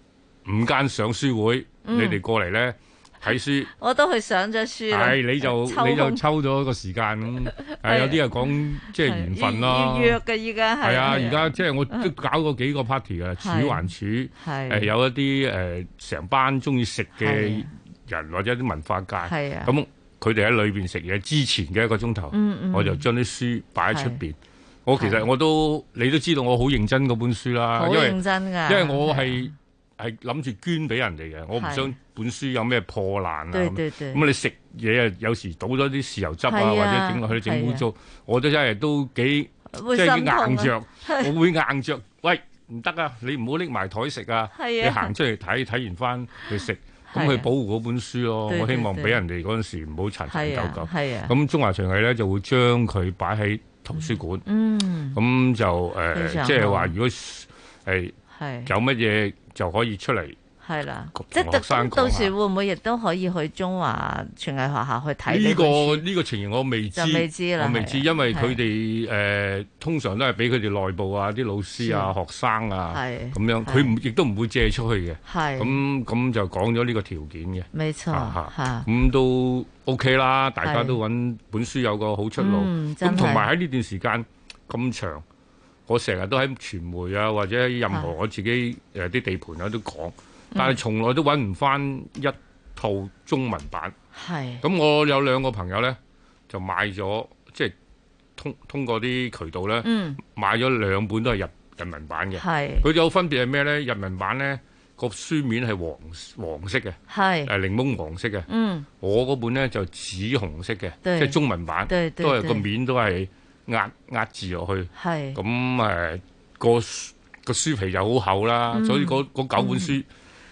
5間上書會，你哋過嚟咧睇書。我都去上咗書啦。你就抽咗個時間咁。有啲係講即係緣分咯。預約嘅依家係。係啊，而家即係我都搞過幾個 party 嘅，廚還廚。有一啲成班中意食嘅人或者啲文化界。咁佢哋喺裏邊食嘢之前嘅1個鐘頭，我就將啲書擺喺出邊。我其實你都知道我好認真嗰本書啦。好認真㗎。因為我係諗住捐俾人哋嘅，我唔想本書有咩破爛啊。咁你食嘢啊，有時倒咗啲豉油汁啊，或者整落去整污糟，我都真係都幾即係硬着，我會硬着。喂，唔得啊！你唔好拎埋台食啊！你行出嚟睇完翻去食，咁去保護嗰本書咯。我希望俾人哋嗰陣時唔好殘殘舊舊。咁中華長藝咧就會將佢擺喺圖書館。咁就即係話如果有乜嘢就可以出嚟。係啦，即係到時會唔會亦都可以去中華長藝學校去睇呢個情形？我未知，我未知，因為佢哋通常都係俾佢哋內部啊、啲老師啊、學生啊咁樣，佢亦都唔會借出去嘅。咁就講咗呢個條件嘅。冇錯，咁都 OK 啦，大家都揾本書有個好出路。咁同埋喺呢段時間咁長，我成日都喺傳媒啊，或者任何我自己啲地盤啊都講。但係從來都揾唔翻一套中文版。咁我有2個朋友咧，就買咗，即係通過啲渠道咧，買咗2本都係人民版嘅。佢有分別係咩咧？人民版咧個書面係黃色嘅，檸檬黃色嘅。我嗰本咧就紫紅色嘅，即係中文版，都係個面都係壓字落去。咁個書皮就好厚啦，所以嗰9本書。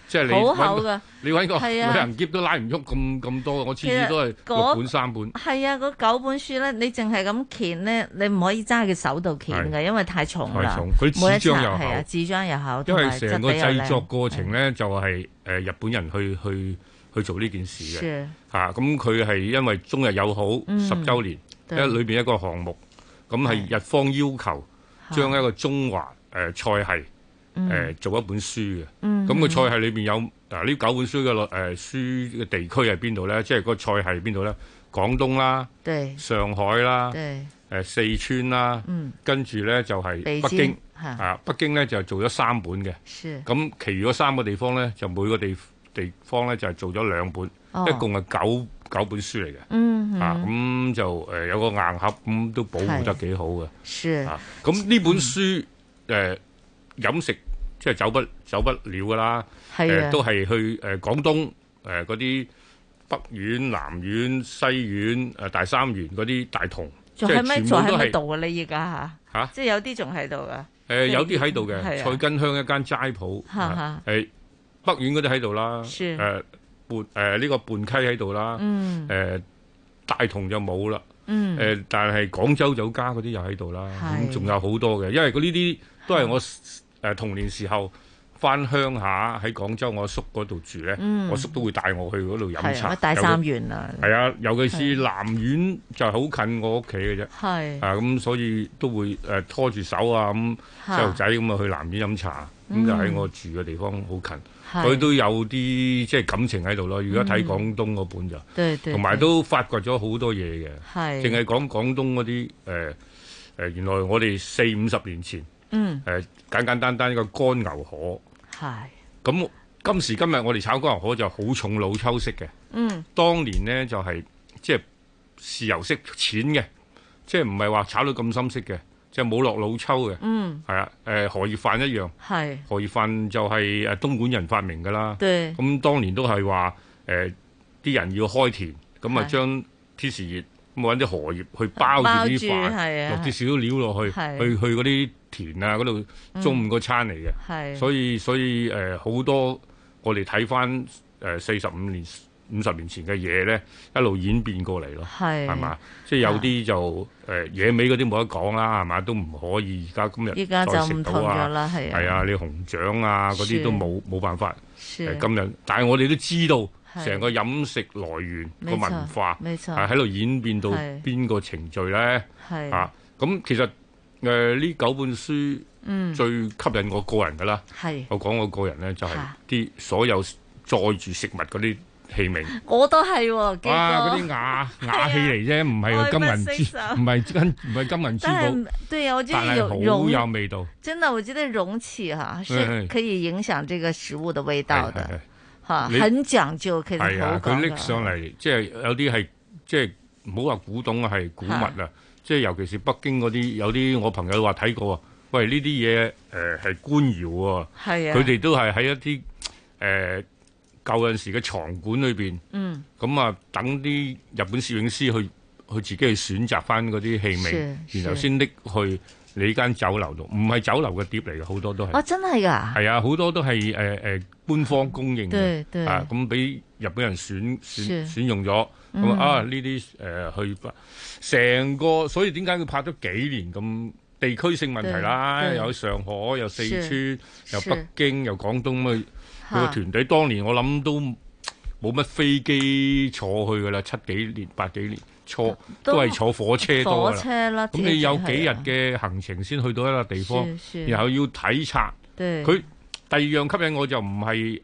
即係你好厚㗎， 你揾個旅行篋都拉唔喐咁多，我次次都係6本3本。係啊，嗰9本書咧，你淨係咁鉗咧，你唔可以揸喺手度鉗㗎，因為太重啦。太重， 佢紙張又厚， 係啊，紙張又厚， 因為成個製作過程咧就係日本人去做呢件事嘅。嚇，咁佢係因為中日友好10週年，因為裏邊一個項目，咁係日方要求將一個中華菜系。做一本書嘅，咁個菜系裏邊有呢9本書嘅書嘅地區係邊度咧？即係個菜系邊度咧？廣東啦，上海啦，四川啦，跟住咧就係北京，北京咧就做咗3本嘅，咁其餘嗰3個地方咧就每個地方咧就係做咗2本，一共係9本書嚟嘅，咁就有個硬盒，咁都保護得幾好嘅，咁呢本書飲食。即係走不了㗎啦，都係去廣東嗰啲北苑、南苑、西苑、大三元嗰啲大同， 仲係咩？仲喺咪度啊？你而家嚇？即係有啲仲喺度㗎。 有啲喺度嘅，菜根鄉一間齋鋪，北苑嗰啲喺度啦，呢個泮溪喺度啦，大同就冇啦，但係廣州酒家嗰啲又喺度啦，咁仲有好多嘅，因為呢啲都係我。童年時候翻鄉下喺廣州我叔嗰度住咧，我叔都會帶我去嗰度飲茶。 大三元啊， 係啊，尤其是南苑就係好近我屋企嘅啫。係咁所以都會拖住手啊咁細路仔咁啊去南苑飲茶，咁就喺我住嘅地方好近，佢都有啲即係感情喺度咯。如果睇廣東嗰本就，同埋都發掘咗好多嘢嘅。係淨係講廣東嗰啲原來我哋40-50年前。簡簡單單一個乾牛河，係咁今時今日我哋炒乾牛河就好重老抽式嘅，當年呢就係即係豉油式淺嘅，即係唔係話炒到咁深色嘅，即係冇落老抽嘅，係啊，荷葉飯一樣，係荷葉飯就係東莞人發明噶啦，咁當年都係話啲人要開田，咁啊將天時熱。咁揾啲荷葉去包住啲飯，落啲少少料落去，去嗰啲田啊嗰度中午個餐嚟嘅。所以好多我哋睇翻45年、50年前嘅嘢咧，一路演變過嚟咯，係嘛？即係有啲就野味嗰啲冇得講啦，係嘛？都唔可以而家今日再食到啊！係啊，你紅掌啊嗰啲都冇辦法。今日，但係我哋都知道。成個飲食來源個文化係喺度演變到邊個程序咧？咁其實呢9本書最吸引我個人噶啦。我講我個人咧就係啲所有載住食物嗰啲器皿。我都係喎，嗰啲瓦器嚟啫，唔係金銀珠，唔係金銀珠寶。對啊，我覺得好有味道。 真的，我覺得容器是可以影響這個食物的味道的。很講究，其實好講㗎。 佢拎上嚟，即係有啲係即係唔好話古董啊，係古物啊。即係尤其是北京嗰啲，有啲我朋友話睇過啊。喂，呢啲嘢係官窯喎，佢哋都係喺一啲舊陣時嘅場館裏邊。咁啊，等啲日本攝影師去自己去選擇翻嗰啲器皿，然後先拎去你間酒樓度。唔係酒樓嘅碟嚟嘅，好多都係。 哦，真係㗎？ 係啊，好多都係官方供應嘅，咁俾日本人選用咗，咁呢啲去成個，所以點解佢拍咗幾年咁地區性問題啦？有上海，有四川，有北京，有廣東，佢個團隊當年我諗都冇乜飛機坐去噶啦，7幾年、8幾年都係坐火車多啦。咁你有幾日嘅行程先去到一個地方，然後要體察佢。第二樣吸引我就唔係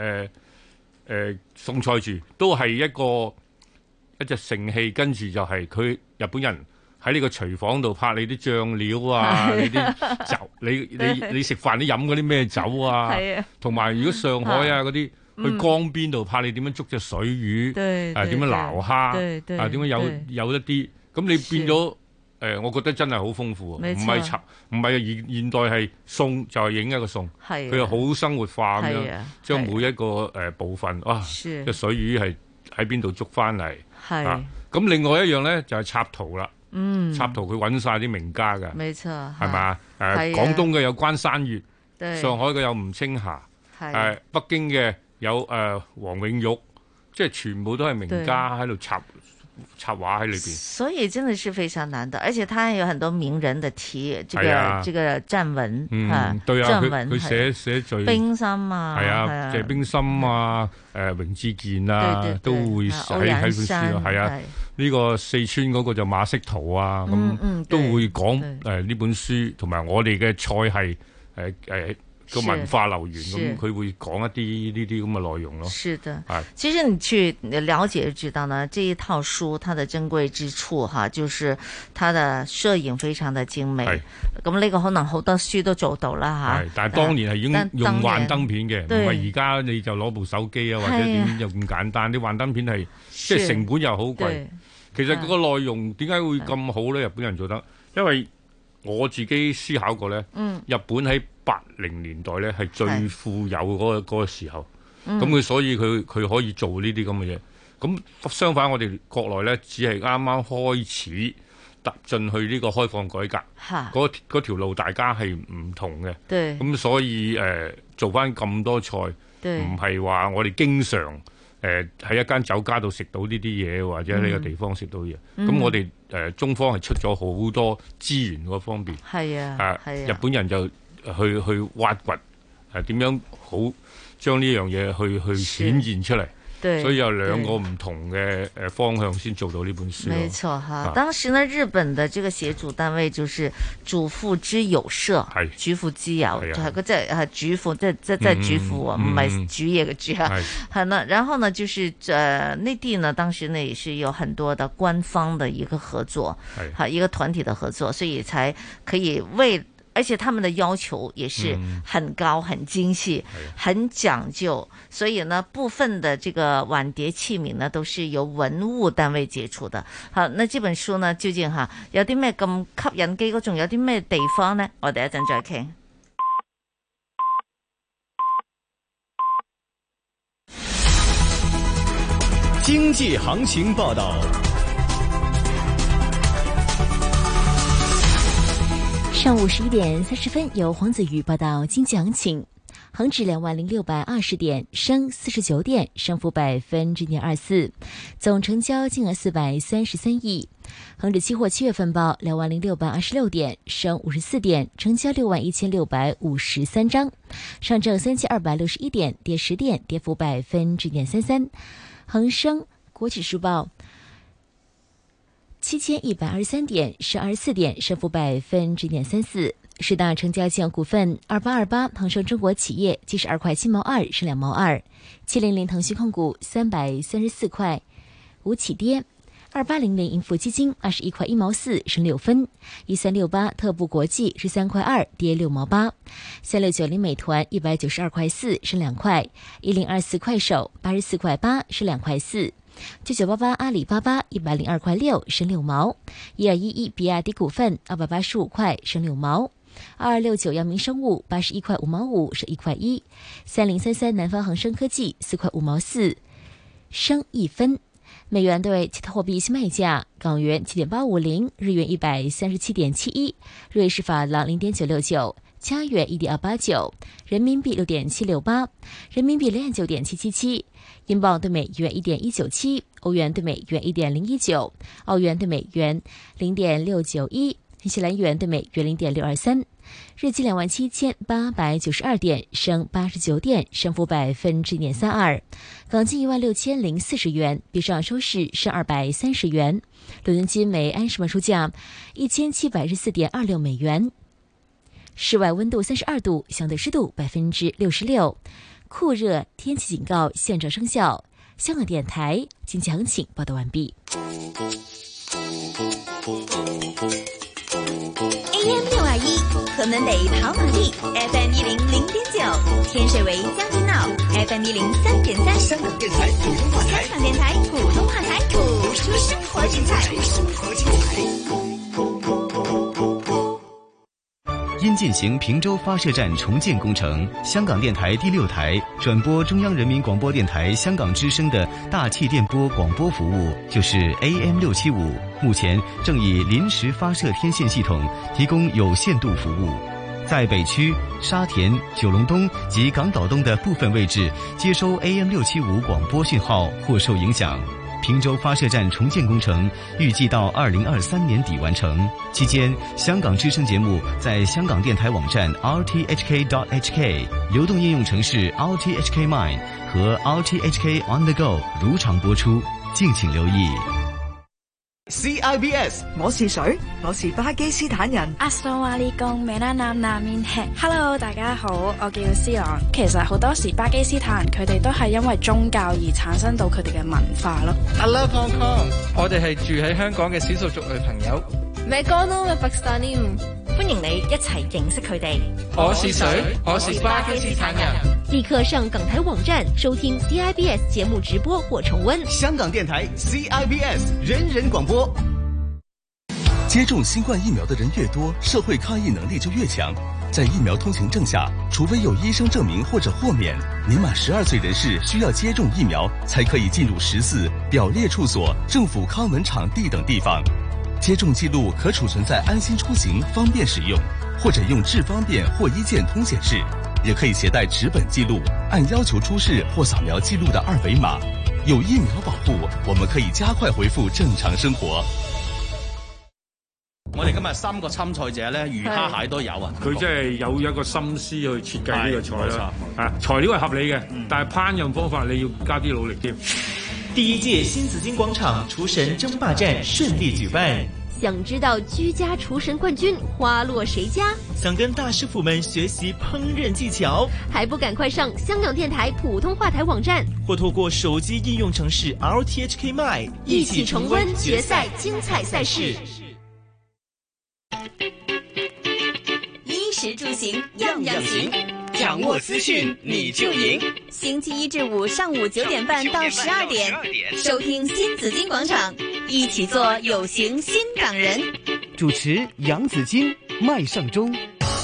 餸菜住，都係一隻盛器，跟住就係佢日本人喺呢個廚房度拍你啲醬料啊，你啲酒，你食飯你飲嗰啲咩酒啊，同埋如果上海啊嗰啲去江邊度拍你點樣捉隻水魚，點樣撈蝦，點樣有一啲，咁你變咗。我覺得真係好豐富，唔係現代係餸就係影一個餸，佢又好生活化咁樣，將每一個部分，隻水魚係喺邊度捉翻嚟，咁另外一樣咧就係插圖啦，插圖佢揾晒啲名家㗎， 冇錯， 係嘛？廣東嘅有關山月，上海嘅有吳青霞， 北京嘅有黃永玉，即係全部都係名家喺度插畫喺裏邊， 所以真的是非常難得，而且他還有很多名人的這個撰文， 對啊， 撰文佢寫序， 冰心啊， 係啊，謝冰心啊，榮志健啊，都會喺本書，係啊，呢個四川嗰個就馬識途啊，咁都會講呢本書，同埋我哋嘅菜係個文化留源，咁佢會講一啲呢啲咁嘅內容咯。 是的，其實你去了解就知道呢，這一套書它的珍貴之處哈，就是它的攝影非常的精美。咁呢個可能好多書都做到啦嚇。 但係當年係已經用幻燈片嘅，唔係而家你就攞部手機啊或者點又咁簡單。啲幻燈片係即係成本又好貴。其實個內容點解會咁好咧？日本人做得，因為我自己思考過咧，日本喺80年代咧係最富有嗰個時候，咁佢所以佢可以做呢啲咁嘅嘢。咁相反，我哋國內咧只係啱啱開始踏進去呢個開放改革，嗰條路大家係唔同嘅。咁所以做翻咁多菜，唔係話我哋經常喺一間酒家度食到呢啲嘢，或者呢個地方食到嘢。咁我哋中方係出咗好多資源嗰方面，日本人就去挖掘點樣好將呢樣嘢去顯現出嚟，所以有兩個唔同嘅方向先做到呢本書。 沒錯哈，當時呢日本的這個協助單位就是主婦之友社，主婦之友，就係嗰隻主婦，即係主婦啊，唔係煮嘢嘅煮啊。係呢，然後呢就是內地呢當時呢也是有很多的官方的一個合作，一個團體的合作，所以才可以而且他們的要求也是很高、很精細、很講究，所以呢，部分的這個碗碟器皿呢，都是由文物單位接觸的。好，那這本書呢，究竟有啲咩咁吸引機？仲有啲咩地方呢？我哋一陣再傾。 經濟行情報道。 上午11點30分，由黃子瑜報道經濟行情。恒指20,620點，升49點，升幅0.24%，總成交金額433億。恒指期貨7月份報20,626點，升54點，成交61,653張。上證3261點，跌10點，跌幅0.33%。恒生國指數報7123點，升24點，升幅0.34%。十大成交金額股份：2828恒生中國企業72塊7毛2，升2毛2；700騰訊控股334塊5起跌；2800盈富基金21塊1毛4，升6分；1368特步國際13塊2，跌6毛8；3690美團192塊4，升2塊；1024快手84塊8，升2塊4；9988阿里巴巴102塊6，升6毛；1211比亞迪股份285塊，升6毛；2269陽明生物81塊5毛5，升1塊1；3033南方恒生科技4塊5毛4，升1分。美元對其他貨幣新賣價：港元7.850，日元137.71，瑞士法郎0.969，加元1.289，人民幣6.768，人民幣0.977，英鎊對美元1.197，歐元對美元1.019，澳元對美元0.691，新西蘭元對美元0.623。日經27892點，升89點，升幅1.32%。港金16040元，比上收市升230元。倫敦金每安士賣出價1714.26美元。室外溫度32度，相對濕度66%，酷熱天氣警告現正生效。香港電台經濟行情報道完畢。 AM621河門北跑馬地 FM100.9，天水圍將軍澳 FM103.3， 香港電台普通話台， 香港電台普通話台，播出生活精彩。 因進行平洲發射站重建工程，香港電台第6台轉播中央人民廣播電台香港之聲的大氣電波廣播服務，就是 AM675，目前正以臨時發射天線系統提供有限度服務。 在北区、沙田、九龙东及港岛东的部分位置接收 AM675 广播讯号或受影响。平洲发射站重建工程预计到2023年底完成，期间香港之声节目在香港电台网站 rthk.hk、 流动应用程式 rthk Mine 和 rthk On The Go 如常播出，敬請留意。 CIBS， 我是誰？我是巴基斯坦人。 Hello， 大家好，我叫思朗。其實好多時巴基斯坦人佢哋都係因為宗教而產生到佢哋嘅文化咯。 I love Hong Kong， 我哋係住喺香港嘅少數族裔朋友。 歡迎你一齊認識佢哋。 我是誰？我是巴基斯坦人。 立刻上港台網站收聽 CIBS 節目直播或重溫。 香港電台 CIBS 人人廣播。 接種新冠疫苗的人越多，社會抗疫能力就越強。在疫苗通行證下，除非有醫生證明或者豁免，年滿12歲人士需要接種疫苗，才可以進入14表列處所、政府康文場地等地方。接種記錄可儲存在安心出行，方便使用，或者用智方便或一鍵通顯示，也可以攜帶紙本記錄，按要求出示或掃描記錄的二維碼。有疫苗保護，我們可以加快恢復正常生活。 我哋今日3個參賽者咧，魚蝦蟹都有啊！ 佢真係有一個心思去設計呢個菜啦。材料係合理嘅，但係烹飪方法你要加啲努力添。 第一屆新紫荊廣場廚神爭霸戰順利舉辦。 想知道居家廚神冠軍花落誰家？ 想跟大師傅們學習烹飪技巧， 還不趕快上香港電台普通話台網站， 或透過手機應用程式 RTHK Mine， 一起重溫決賽精彩賽事。衣食住行樣樣行， 掌握資訊你就贏。 星期一至5上午9點半到12點，收聽新紫荊廣場，一起做有型新港人。 主持楊子矜、麥尚中。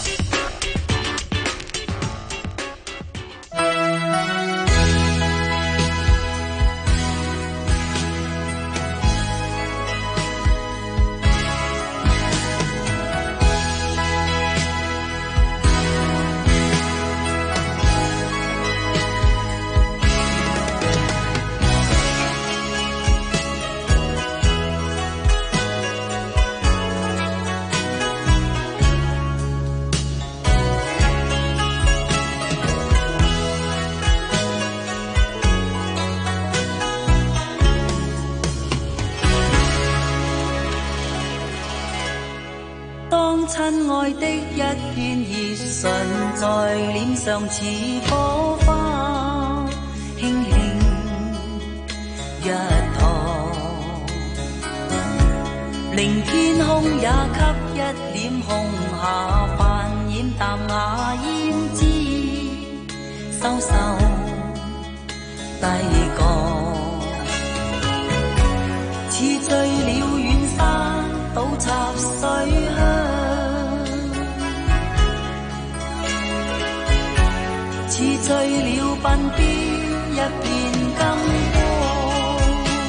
親愛的一片熱唇在臉上似火花，輕輕一趟，令天空也給一臉紅霞，繁染淡雅胭脂，收收低降，似醉了遠山倒插水鄉。似醉了鬢邊一片金光，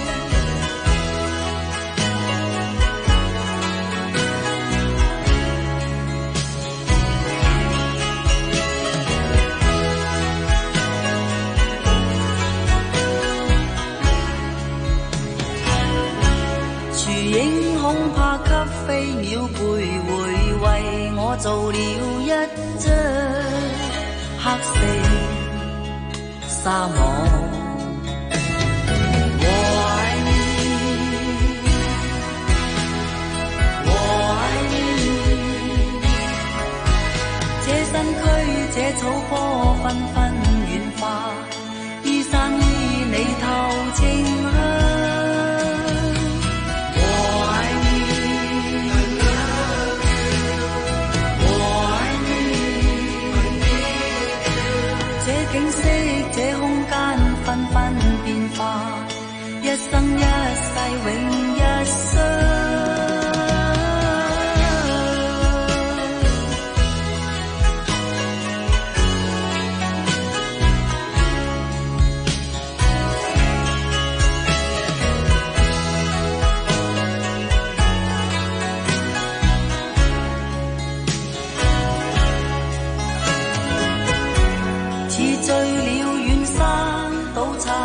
樹影恐怕給飛鳥徘徊，為我做了一張黑色沙漠，我愛你，我愛你。這身軀，這草坡紛紛軟化，衣衫衣你透清香。景色這空間紛紛變化，一生一世永一雙。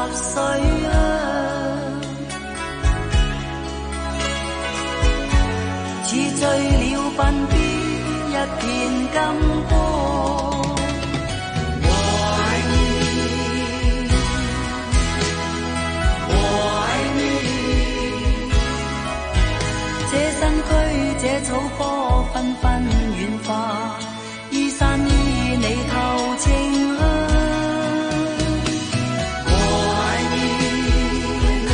水鄉，似醉了鬢邊一片金光。這草坡紛紛軟化，依山依你透清香。我愛你，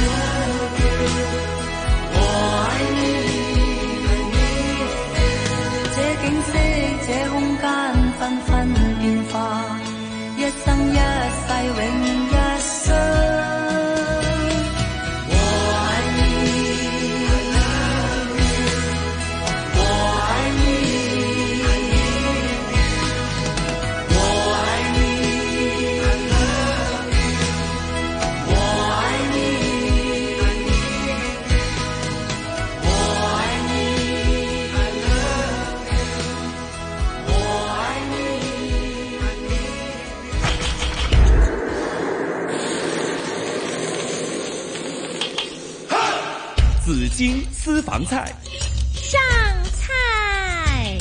我愛你，這景色這空間紛紛變化，一生一世永一雙。 紫金私房菜上菜。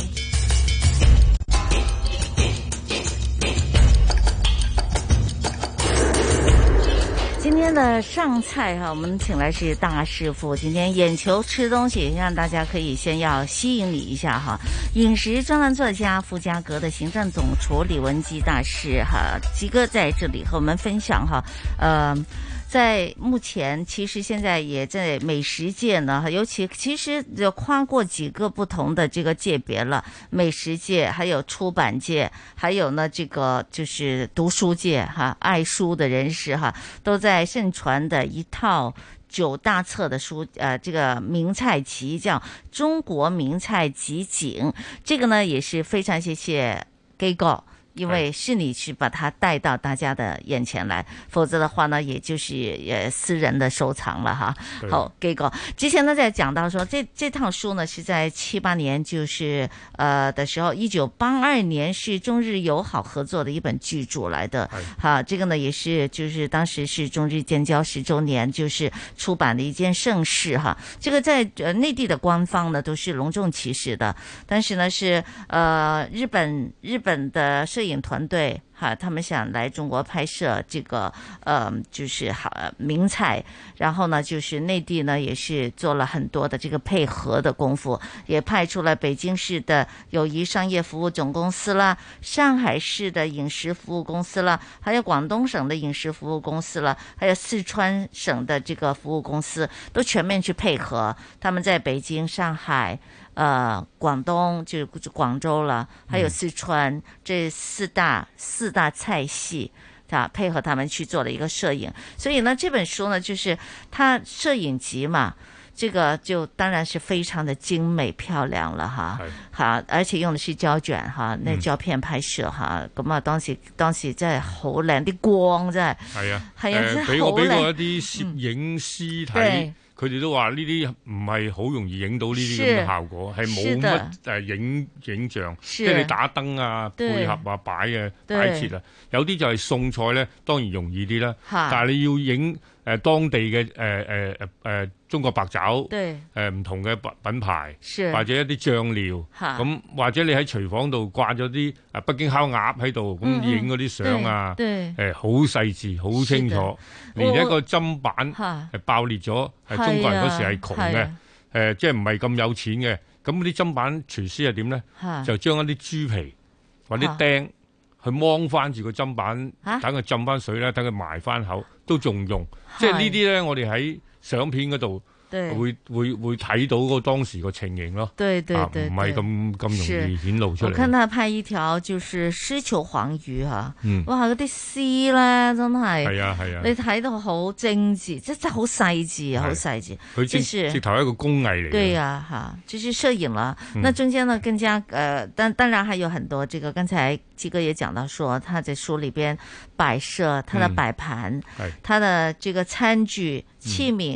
今天的上菜哈，我们请来是大师傅。今天眼球吃东西，让大家可以先要吸引你一下哈。饮食专栏作家傅家阁的行政总厨李文基大师哈，基哥在这里和我们分享哈，在目前，其实现在也在美食界呢，尤其其实有跨过几个不同的这个界别了，美食界，还有出版界，还有呢这个就是读书界哈，爱书的人士哈，都在盛传的一套9大册的书，这个名菜集叫《中国名菜集锦》，这个呢也是非常谢谢基哥。因为是你去把它带到大家的眼前来，否则的话呢，也就是私人的收藏了哈。好，基哥，之前呢在讲到说，这套书呢是在78年，就是的时候，1982年是中日友好合作的一本巨著来的。哈，这个呢也是就是当时是中日建交10周年，就是出版的一件盛事哈。这个在内地的官方呢都是隆重其事的，但是呢是日本的摄影团队哈，他们想来中国拍摄这个就是名菜，然后呢就是内地呢也是做了很多的这个配合的功夫，也派出了北京市的友谊商业服务总公司啦，上海市的饮食服务公司啦，还有广东省的饮食服务公司啦，还有四川省的这个服务公司都全面去配合，他们在北京、上海广东就广州了，还有四川这四大菜系配合他们去做了一个摄影。所以呢这本书呢就是它攝影集嘛，這個就當然是非常的精美漂亮了哈，吓，而且用的是膠卷哈，那膠片拍攝哈，咁啊當時真係好靚，啲光真係係啊，真係好靚。俾我一啲攝影師睇。佢哋都話呢啲唔係好容易影到呢啲咁嘅效果，係冇乜影像，即係你打燈啊、配合啊、擺設啊，有啲就係送菜咧，當然容易啲啦。但係你要影當地嘅中國白酒，唔同嘅品牌，或者一啲醬料，咁或者你喺廚房度掛咗啲北京烤鴨喺度，咁影嗰啲相啊，好細緻、好清楚，連一個砧板爆裂咗，中國人嗰時係窮嘅，即係唔係咁有錢嘅，咁啲砧板廚師係點咧？就將一啲豬皮或者釘去掹翻住個砧板，等佢浸翻水咧，等佢埋翻口，都仲用。即係呢啲咧，我哋喺相片嗰度會睇到個當時個情形咯。對，唔係咁容易顯露出嚟。我看他拍一條就是獅球黃魚嚇，哇！嗰啲絲咧真係係啊，你睇到好精緻，即係好細緻，好細緻。佢直頭係一個工藝嚟。對呀，哈，就是攝影啦。那中間呢更加當然還有很多這個，剛才基哥也講到說，他在書裏邊擺設他的擺盤，他的這個餐具器皿。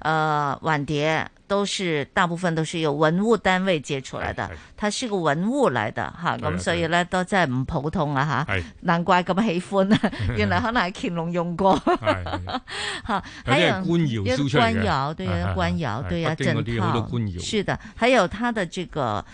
碗碟都是大部分都是由文物單位借出來的，它是個文物嚟的吓，咁所以咧都真係唔普通啊吓，難怪咁喜歡啊，原來可能係乾隆用過吓，還有官窯燒出嚟嘅， 對啊，官窯對啊，整套好多官窯， 是的，還有它的這個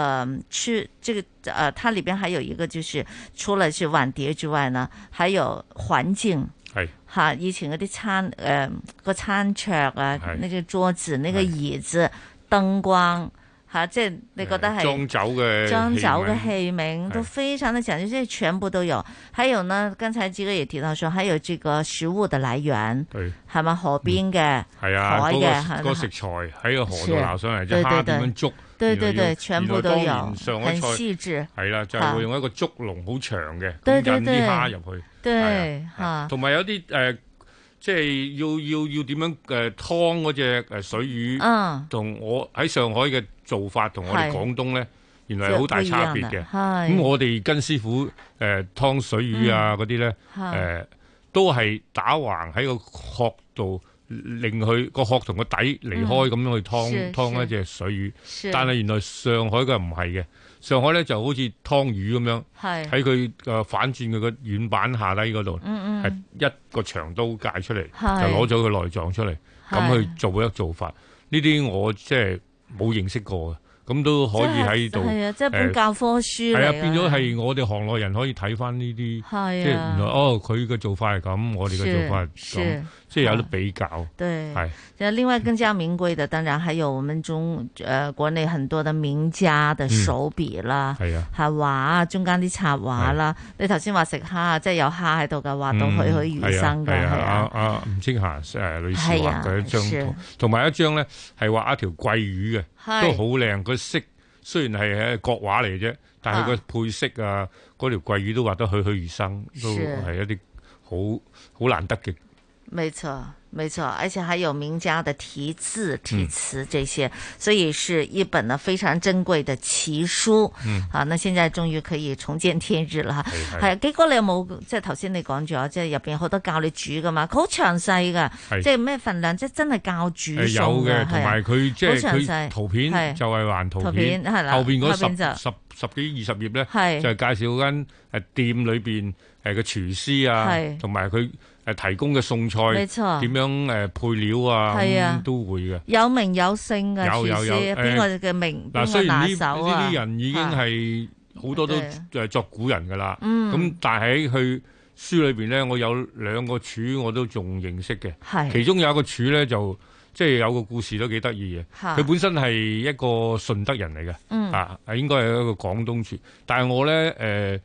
它裏邊還有一個就是除了是碗碟之外呢，還有環境。 係吓，以前嗰啲個餐桌啊，呢個桌子、呢個椅子、燈光吓，即係你覺得係裝酒嘅器皿都非常的講究，即係全部都有。還有呢，剛才幾個也提到說，還有這個食物的來源，係嘛，河邊嘅、海嘅， 個食材喺個河度撈上嚟，即係蝦點樣捉。 對，全部都有，很細緻。 係啦，就係會用一個竹籠好長嘅，咁引啲蝦入去。 對， 同埋有啲即係要點樣劏嗰隻水魚，同我喺上海嘅做法同我哋廣東咧，原來係好大差別嘅。咁我哋跟師傅劏水魚啊嗰啲咧，都係打橫喺個殼度。令佢個殼同個底離開咁樣去劏一隻水魚，但係原來上海嘅唔係嘅，上海咧就好似劏魚咁樣，喺佢反轉佢個軟板下低嗰度，係一個長刀界出嚟，就攞咗佢內臟出嚟，咁去做一個做法。呢啲我即係冇認識過嘅。咁都可以喺度， 係啊，即係本教科書嚟嘅。 係啊，變咗係我哋行內人可以睇翻呢啲，即係原來佢嘅做法係咁，我哋嘅做法係咁，即係有得比較。 對， 係。 另外更加名貴的，當然還有我們國內很多的名家的手筆啦，係啊，係畫中間啲插畫啦。你頭先話食蝦，即係有蝦喺度嘅，畫到栩栩如生嘅，係啊。吳青霞女士畫嘅一張圖，同埋一張咧係畫一條桂魚嘅。都好靚，個色雖然係國畫嚟啫，但係個配色啊，嗰條桂魚都畫得栩栩如生，都係一啲好難得嘅。 沒錯，而且還有名家的題字、題詞這些，所以是一本呢非常珍貴的奇書。好，那現在終於可以重見天日啦。係，基哥你有冇即係頭先你講咗，即係入邊好多教你煮噶嘛？佢好詳細噶，即係咩份量，即係真係教煮餸嘅。 有嘅，同埋佢即係佢圖片就係還圖片，後邊嗰十幾20頁咧，就係介紹間店裏邊嘅廚師啊，同埋佢。提供嘅餸菜，點樣配料啊，都會嘅。 有名有姓嘅廚師，邊個嘅名？ 嗱，雖然呢啲人已經係好多都作古人㗎啦，咁但係喺佢書裏邊咧，我有2個廚我都仲認識嘅。其中有一個廚咧，就即係有個故事都幾得意嘅。佢本身係一個順德人嚟嘅，應該係一個廣東廚。但係我咧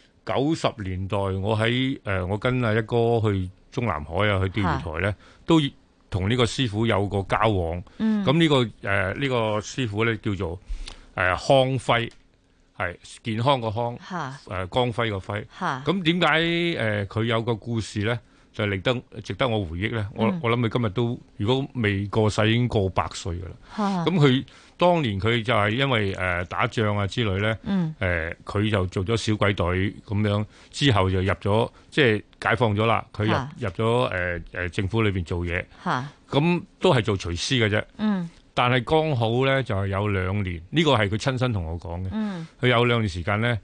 90年代我跟阿一哥去中南海啊，去釣魚台咧，都同呢個師傅有個交往。咁呢個師傅咧叫做康輝，係健康個康，光輝個輝。咁點解佢有個故事咧，就值得我回憶咧？我諗佢今日都如果未過世，已經過100歲噶啦。咁佢當年佢就係因為打仗啊之類咧，佢就做咗小鬼隊咁樣，之後就入咗即係解放咗啦。佢入咗政府裏邊做嘢，咁都係做廚師嘅啫。但係剛好咧就係有2年，呢個係佢親身同我講嘅。佢有2年時間咧，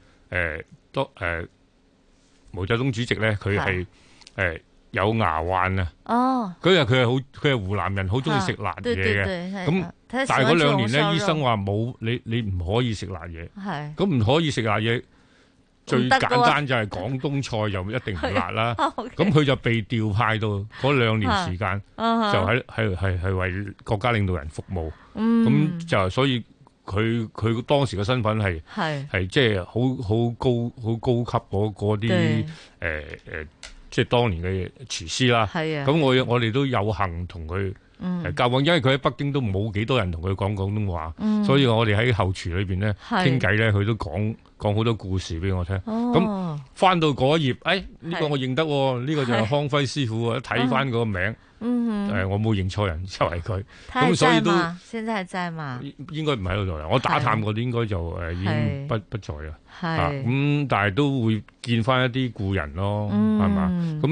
毛澤東主席咧，佢係有牙患啊！佢係湖南人，好中意食辣嘢嘅。咁但係嗰2年咧，醫生話冇你唔可以食辣嘢。咁唔可以食辣嘢，最簡單就係廣東菜又一定唔辣啦。咁佢就被調派到嗰2年時間，就係為國家領導人服務。咁就所以佢當時嘅身份係即係好高級嗰啲即係當年嘅廚師啦，咁我哋都有幸同佢交往，因為佢喺北京都冇幾多人同佢講廣東話，所以我哋喺後廚裏邊咧傾偈咧，佢都講好多故事俾我聽。咁翻到嗰一頁，呢個我認得，呢個就係康輝師傅啊！睇翻個名，我冇認錯人，就係佢。咁所以都現在還在嘛？ 應該唔喺度啦。我打探過啲，應該就已經不在啦。咁但係都會見翻一啲故人咯，係嘛？咁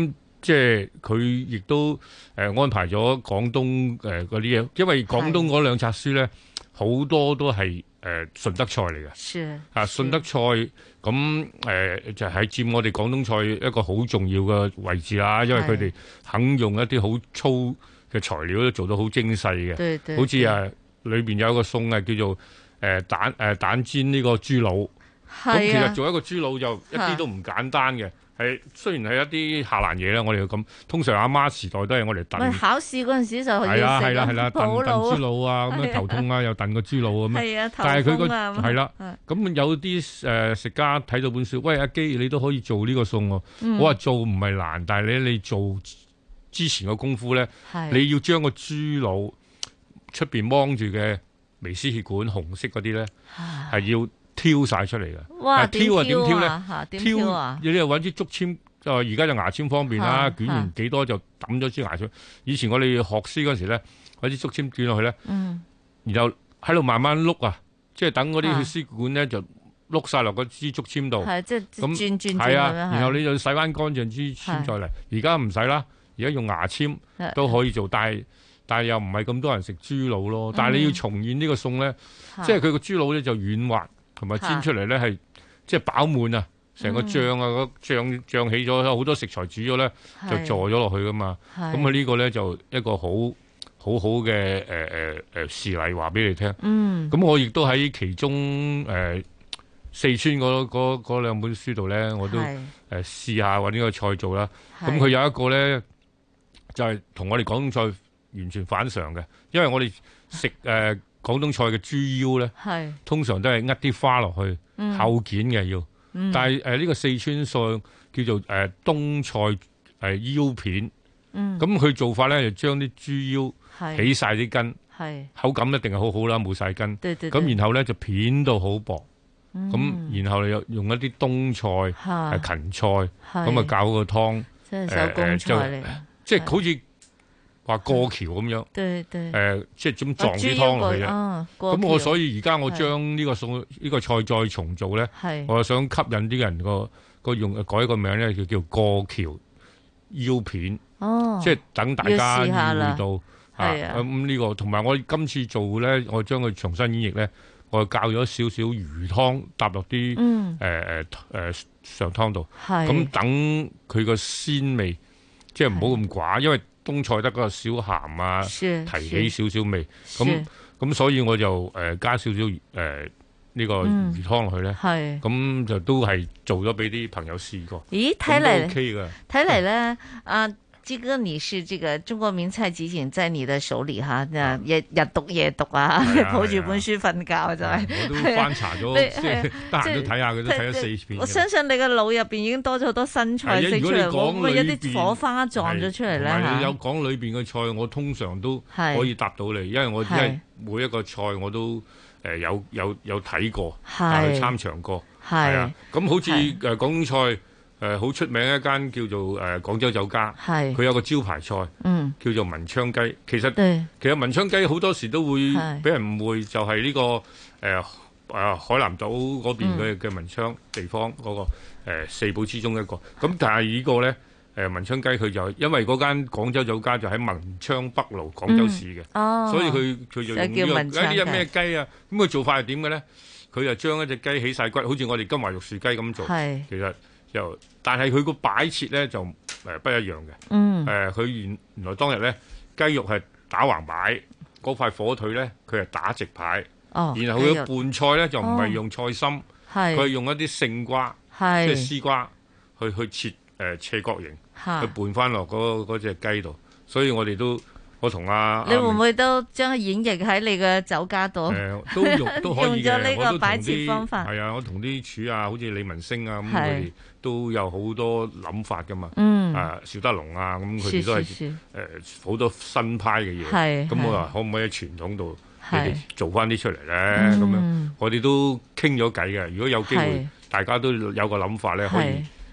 即係佢亦都安排咗廣東嗰啲嘢，因為廣東嗰兩冊書咧好多都係順德菜嚟嘅，順德菜咁就係佔我哋廣東菜一個好重要嘅位置啦，因為佢哋肯用一啲好粗嘅材料都做到好精細嘅，好似裏邊有一個餸係叫做蛋煎呢個豬腦，咁其實做一個豬腦就一啲都唔簡單嘅。係雖然係一啲下欄嘢啦，我哋咁通常阿媽時代都係我哋燉。 考試嗰陣時就要食係啦，燉豬腦啊，咁樣頭痛啊，又燉個豬腦咁樣。係啊，但係佢個係啦，咁有啲食家睇到本書，喂阿基，你都可以做呢個餸喎。我話做唔係難，但係你做之前嘅功夫咧，你要將個豬腦出邊掹住嘅微絲血管紅色嗰啲咧，係要挑晒出嚟嘅。哇！挑啊點挑咧？挑啊！你又揾支竹籤，而家就牙籤方便啦，捲完幾多就揼咗支牙籤。以前我哋學師嗰陣時咧，揾支竹籤捲落去咧，然後喺度慢慢碌啊，即係等嗰啲血絲管咧就碌晒落嗰支竹籤度。係即係轉轉係啊，然後你就洗翻乾淨支籤再嚟。而家唔使啦，而家用牙籤都可以做，但係又唔係咁多人食豬腦咯。但係你要重現呢個餸咧，即係佢個豬腦咧就軟滑。同埋煎出嚟咧係即係飽滿啊！成個醬啊，個醬起咗，好多食材煮咗咧就坐咗落去噶嘛。咁佢呢個咧就一個好嘅事例話俾你聽。咁我亦都喺其中四川嗰兩本書度咧，我都試下揾呢個菜做啦。咁佢有一個咧就係同我哋廣東菜完全反常嘅，因為我哋食廣東菜嘅豬腰咧，通常都係啲花落去厚件嘅要，但係呢個四川菜叫做冬菜腰片，咁佢做法咧就將啲豬腰起晒啲筋，口感一定係好好啦，冇晒筋，咁然後咧就片到好薄，咁然後又用一啲冬菜芹菜，咁啊攪個湯， 即係手工菜嚟， 即係好似話過橋咁樣，即係咁撞啲湯落去嘅。咁我所以而家我將呢個餸呢個菜再重做咧，我想吸引啲人個用改個名咧，叫過橋腰片。即係等大家意會到咁呢個。同埋我今次做咧，我將佢重新演繹咧，我教咗少少魚湯搭落啲上湯度，咁等佢個鮮味，即係唔好咁寡，因為冬菜得嗰個小鹹啊，提起少少味，咁所以我就加少少呢個魚湯落去咧，咁就都係做咗俾啲朋友試過。 咦，睇嚟 OK 㗎， 睇嚟咧基哥，你是這個中國名菜集錦在你的手裏哈，日讀夜讀啊，抱住本書瞓覺就係。 我都翻查咗，即係得閒都睇下佢，都睇咗4遍。 我相信你嘅腦入邊已經多咗好多新菜式出嚟，會唔會有啲火花撞咗出嚟咧？ 你有講裏邊嘅菜，我通常都可以答到你，因為我因為每一個菜我都有睇過，去參詳過，係啊。咁好似廣東菜。好出名一間叫做廣州酒家，佢有個招牌菜，叫做文昌雞。其實文昌雞好多時都會俾人誤會，就係呢個海南島嗰邊嘅文昌地方嗰個四寶之中一個。咁但係呢個咧文昌雞佢就因為嗰間廣州酒家就喺文昌北路廣州市嘅，所以佢就用呢個啲咩雞啊？咁佢做法係點嘅咧？佢就將一隻雞起晒骨，好似我哋金華玉樹雞咁做。其實但係佢個擺設咧就不一樣嘅。佢原來當日咧雞肉係打橫擺，嗰塊火腿咧佢係打直排。然後佢嘅拌菜咧就唔係用菜心，佢係用一啲勝瓜，即係絲瓜去切斜角形，去拌翻落嗰隻雞度。所以我哋我同你會唔會都將佢演繹喺你嘅酒家度？ 都可以嘅。用咗呢個擺設方法。係啊，我同啲廚啊，好似李文星啊，咁佢哋都有好多諗法噶嘛。邵德龍啊，咁佢哋都係好多新派嘅嘢。咁我話可唔可以喺傳統度你哋做翻啲出嚟咧？咁樣我哋都傾咗偈嘅。如果有機會，大家都有個諗法咧，可以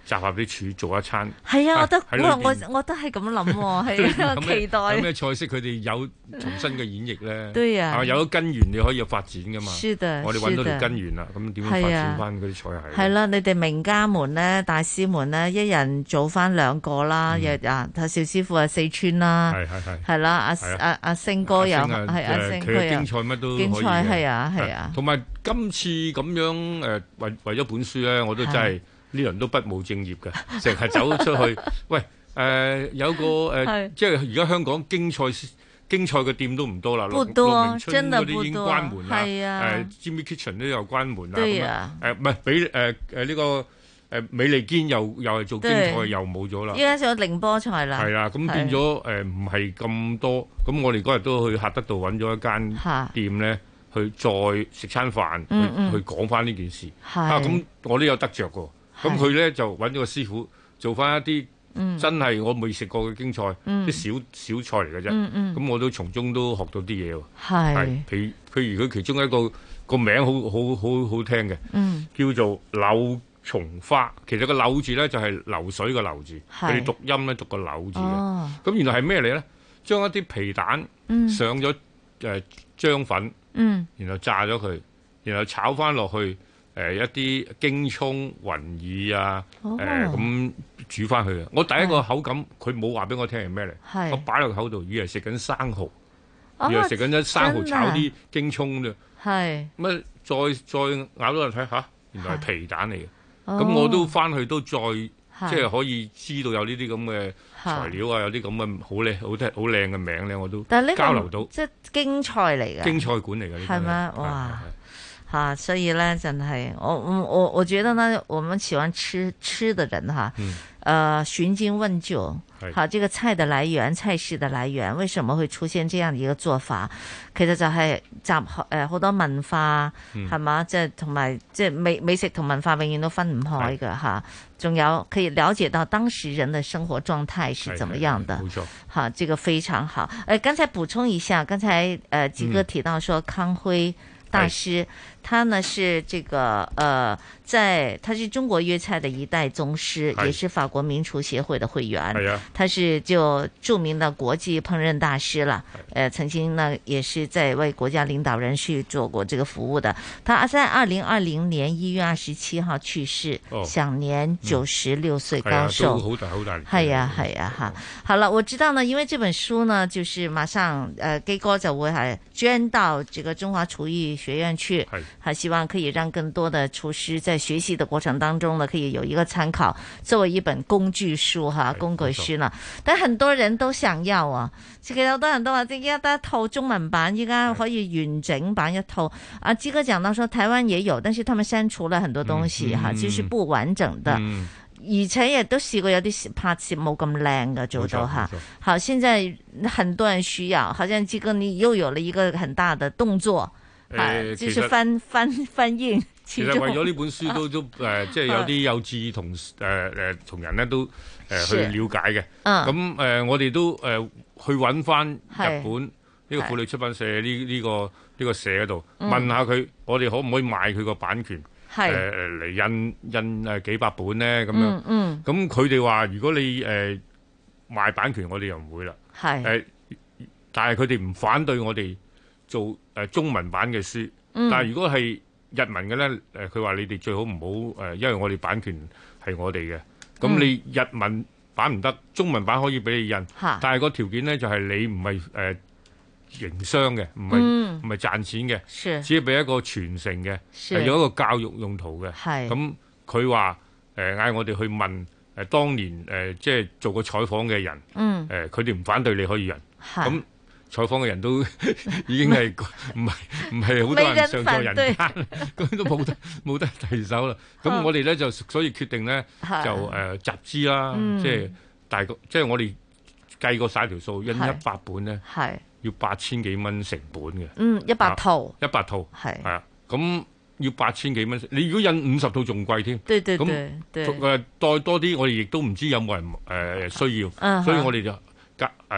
集合啲廚做一餐。 係啊，我都係咁諗喎，係啊，期待。 有咩菜式佢哋有重新嘅演繹咧？ 對啊， 有咗根源你可以有發展噶嘛。 是的， 我哋揾到條根源啦，咁點樣發展翻嗰啲菜系？ 係啦，你哋名家們咧、大師們咧，一人做翻2個啦，阿邵師傅四川啦，係啦，阿星哥又係阿星哥京菜乜都可以嘅。京菜係啊。同埋今次咁樣為咗本書咧，我都真係呢輪都不務正業嘅，成日走出去。喂，有個即係而家香港京菜嘅店都唔多啦， 不多， 樂明春嗰啲已經關門啦。 係啊 ，Jimmy Kitchen 都有關門啦。 對啊， 唔係俾呢個美利堅又係做京菜又冇咗啦。 依家仲有寧波菜啦。 係啦，咁變咗唔係咁多。咁我哋嗰日都去客德道揾咗一間店咧。去再食餐飯，去講翻呢件事。咁我都有得着㗎。咁佢咧就揾咗個師傅做翻一啲真係我未食過嘅京菜，啲小菜嚟嘅啫。咁我都從中都學到啲嘢喎。係，譬如佢其中一個名好聽嘅，叫做柳松花。其實個柳字咧就係流水個流字，佢哋讀音咧讀個柳字嘅。咁原來係咩嚟咧？將一啲皮蛋上咗漿粉。然後炸咗佢，然後炒翻落去一啲京葱、雲耳啊，咁煮翻去嘅。我第一個口感，佢冇話俾我聽係咩嚟，我擺落個口度，以為食緊生蠔，以為食緊一生蠔炒啲京葱啫。係咁再咬到嚟睇下，原來係皮蛋嚟嘅。咁我都翻去都再即係可以知道有呢啲咁嘅材料啊，有啲咁嘅好靚嘅名咧，我都交流到。即係京菜嚟嘅，京菜館嚟嘅，係咩？哇！ 所以咧真係我覺得呢，我們喜歡吃的人尋經問究，這個菜的來源、菜式的來源，為什麼會出現這樣一個做法？其實就係集合好多文化，係嘛？即係同埋即係美食同文化永遠都分唔開嘅嚇。仲有可以了解到當時人的生活狀態是怎麼樣的，冇錯，這個非常好。剛才補充一下，剛才吉哥提到說康輝大師，他呢是這個他是中國粵菜的一代宗師，也是法國名廚協會的會員。他是就著名的國際烹飪大師了。曾經呢也是在為國家領導人去做過這個服務的。他在2020年1月27號去世，享年96歲高壽。 好大。 係啊哈。好了，我知道呢，因為這本書呢，就是馬上基哥就會係捐到這個中華廚藝學院去，還希望可以讓更多的廚師在學習的過程當中呢，可以有一個參考，作為一本工具書工具書呢。但很多人都想要啊，其實好多人都話，依家得一套中文版，依家可以完整版一套。阿基哥講到說，台灣也有，但是他們刪除了很多東西就是不完整的。而且亦都試過有啲拍攝冇咁靚嘅做到嚇。好，現在很多人需要，好像基哥你又有了一個很大的動作。就是翻譯。 其實為咗呢本書都即係有啲有志同人咧都去了解嘅。咁我哋都去揾翻日本呢個婦女出版社呢個社嗰度問下佢，我哋可唔可以賣佢個版權嚟印幾百本咧？咁樣咁佢哋話如果你賣版權，我哋又唔會啦。但係佢哋唔反對我哋做中文版嘅書，但係如果係日文嘅咧，佢話你哋最好唔好因為我哋版權係我哋嘅，咁你日文版唔得，中文版可以俾你印，但係個條件咧就係你唔係營商嘅，唔係賺錢嘅，只係俾一個傳承嘅，係有一個教育用途嘅。咁佢話嗌我哋去問當年即係做過採訪嘅人，佢哋唔反對你可以印，咁。採訪嘅人都已經係唔係好多人上錯人間，咁都冇得提手啦。咁我哋咧就所以決定咧就集資啦，即係我哋計過晒條數，印100本咧要8000幾蚊成本嘅。 100套 ，100套係啊，咁要8000幾蚊。你如果印50套仲貴添。咁再多啲，我哋亦都唔知有冇人需要，所以我哋就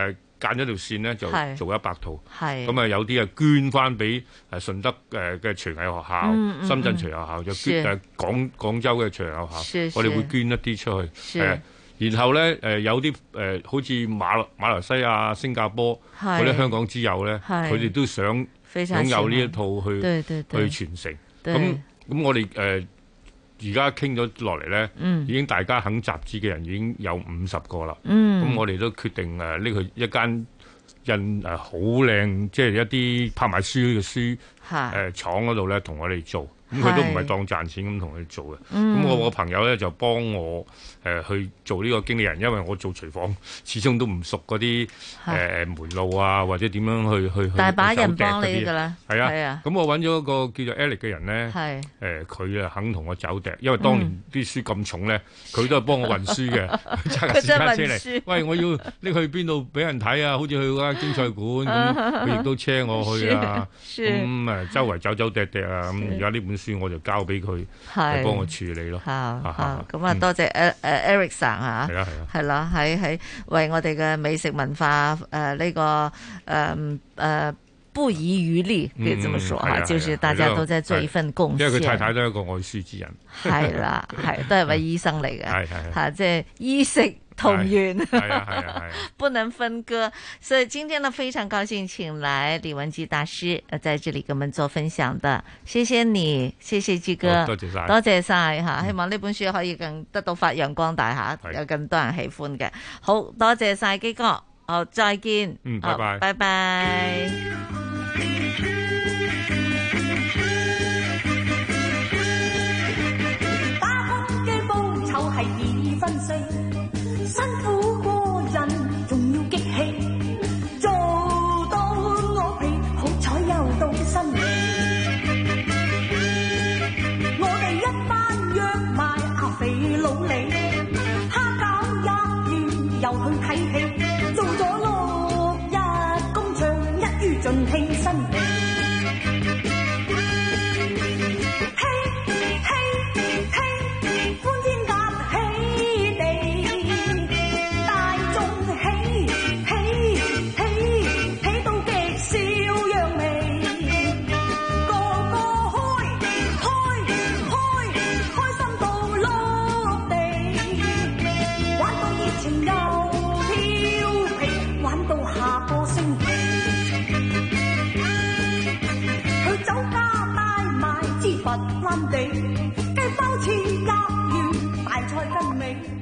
間咗條線咧就做100套， 咁啊有啲啊捐翻俾順德嘅廚藝學校、深圳廚藝學校，就捐廣州嘅廚藝學校，我哋會捐一啲出去。然後咧有啲好似馬來西亞、新加坡嗰啲香港之友咧，佢哋都想擁有呢一套去傳承。咁我哋而家傾咗落嚟咧，已經大家肯集資嘅人已經有50個啦。咁我哋都決定呢個一間印好靚，即係一啲拍賣書嘅書廠嗰度咧，同我哋做。咁佢都唔係當賺錢咁同佢做嘅。咁我個朋友咧就幫我去做呢個經理人，因為我做廚房始終都唔熟嗰啲門路啊，或者點樣去大把人幫你㗎啦。 係啊，咁我揾咗一個叫做 Alex 嘅人咧，佢肯同我走趯，因為當年啲書咁重咧，佢都係幫我運輸嘅，揸架私家車嚟。喂，我要拎去邊度俾人睇啊？好似去嗰間京菜館咁，佢亦都車我去啊。咁周圍走趯啊。咁而家呢本書我就交俾佢，幫我處理咯。 咁啊，多謝Eric 生嚇，係啦，喺為我哋嘅美食文化呢個不遺餘力，可以這麼說嚇，就是大家都在做一份貢獻。 因為佢太太都係一個愛書之人。 係啦，都係位醫生嚟嘅，嚇，即係醫食同源，不能分割。所以今天呢，非常高興請來李文基大師在這裡跟我們做分享的，謝謝你，謝謝基哥，多謝晒嚇，希望呢本書可以更得到發揚光大嚇，有更多人喜歡嘅。好多謝晒基哥，好，再見， 拜拜， 拜拜。 係2分4，辛苦過人仲要激氣，做到我皮，好彩又到新年。我哋一班約埋阿肥佬你，蝦餃1年又去睇戲，做咗6日工場，一於盡興新年。情人。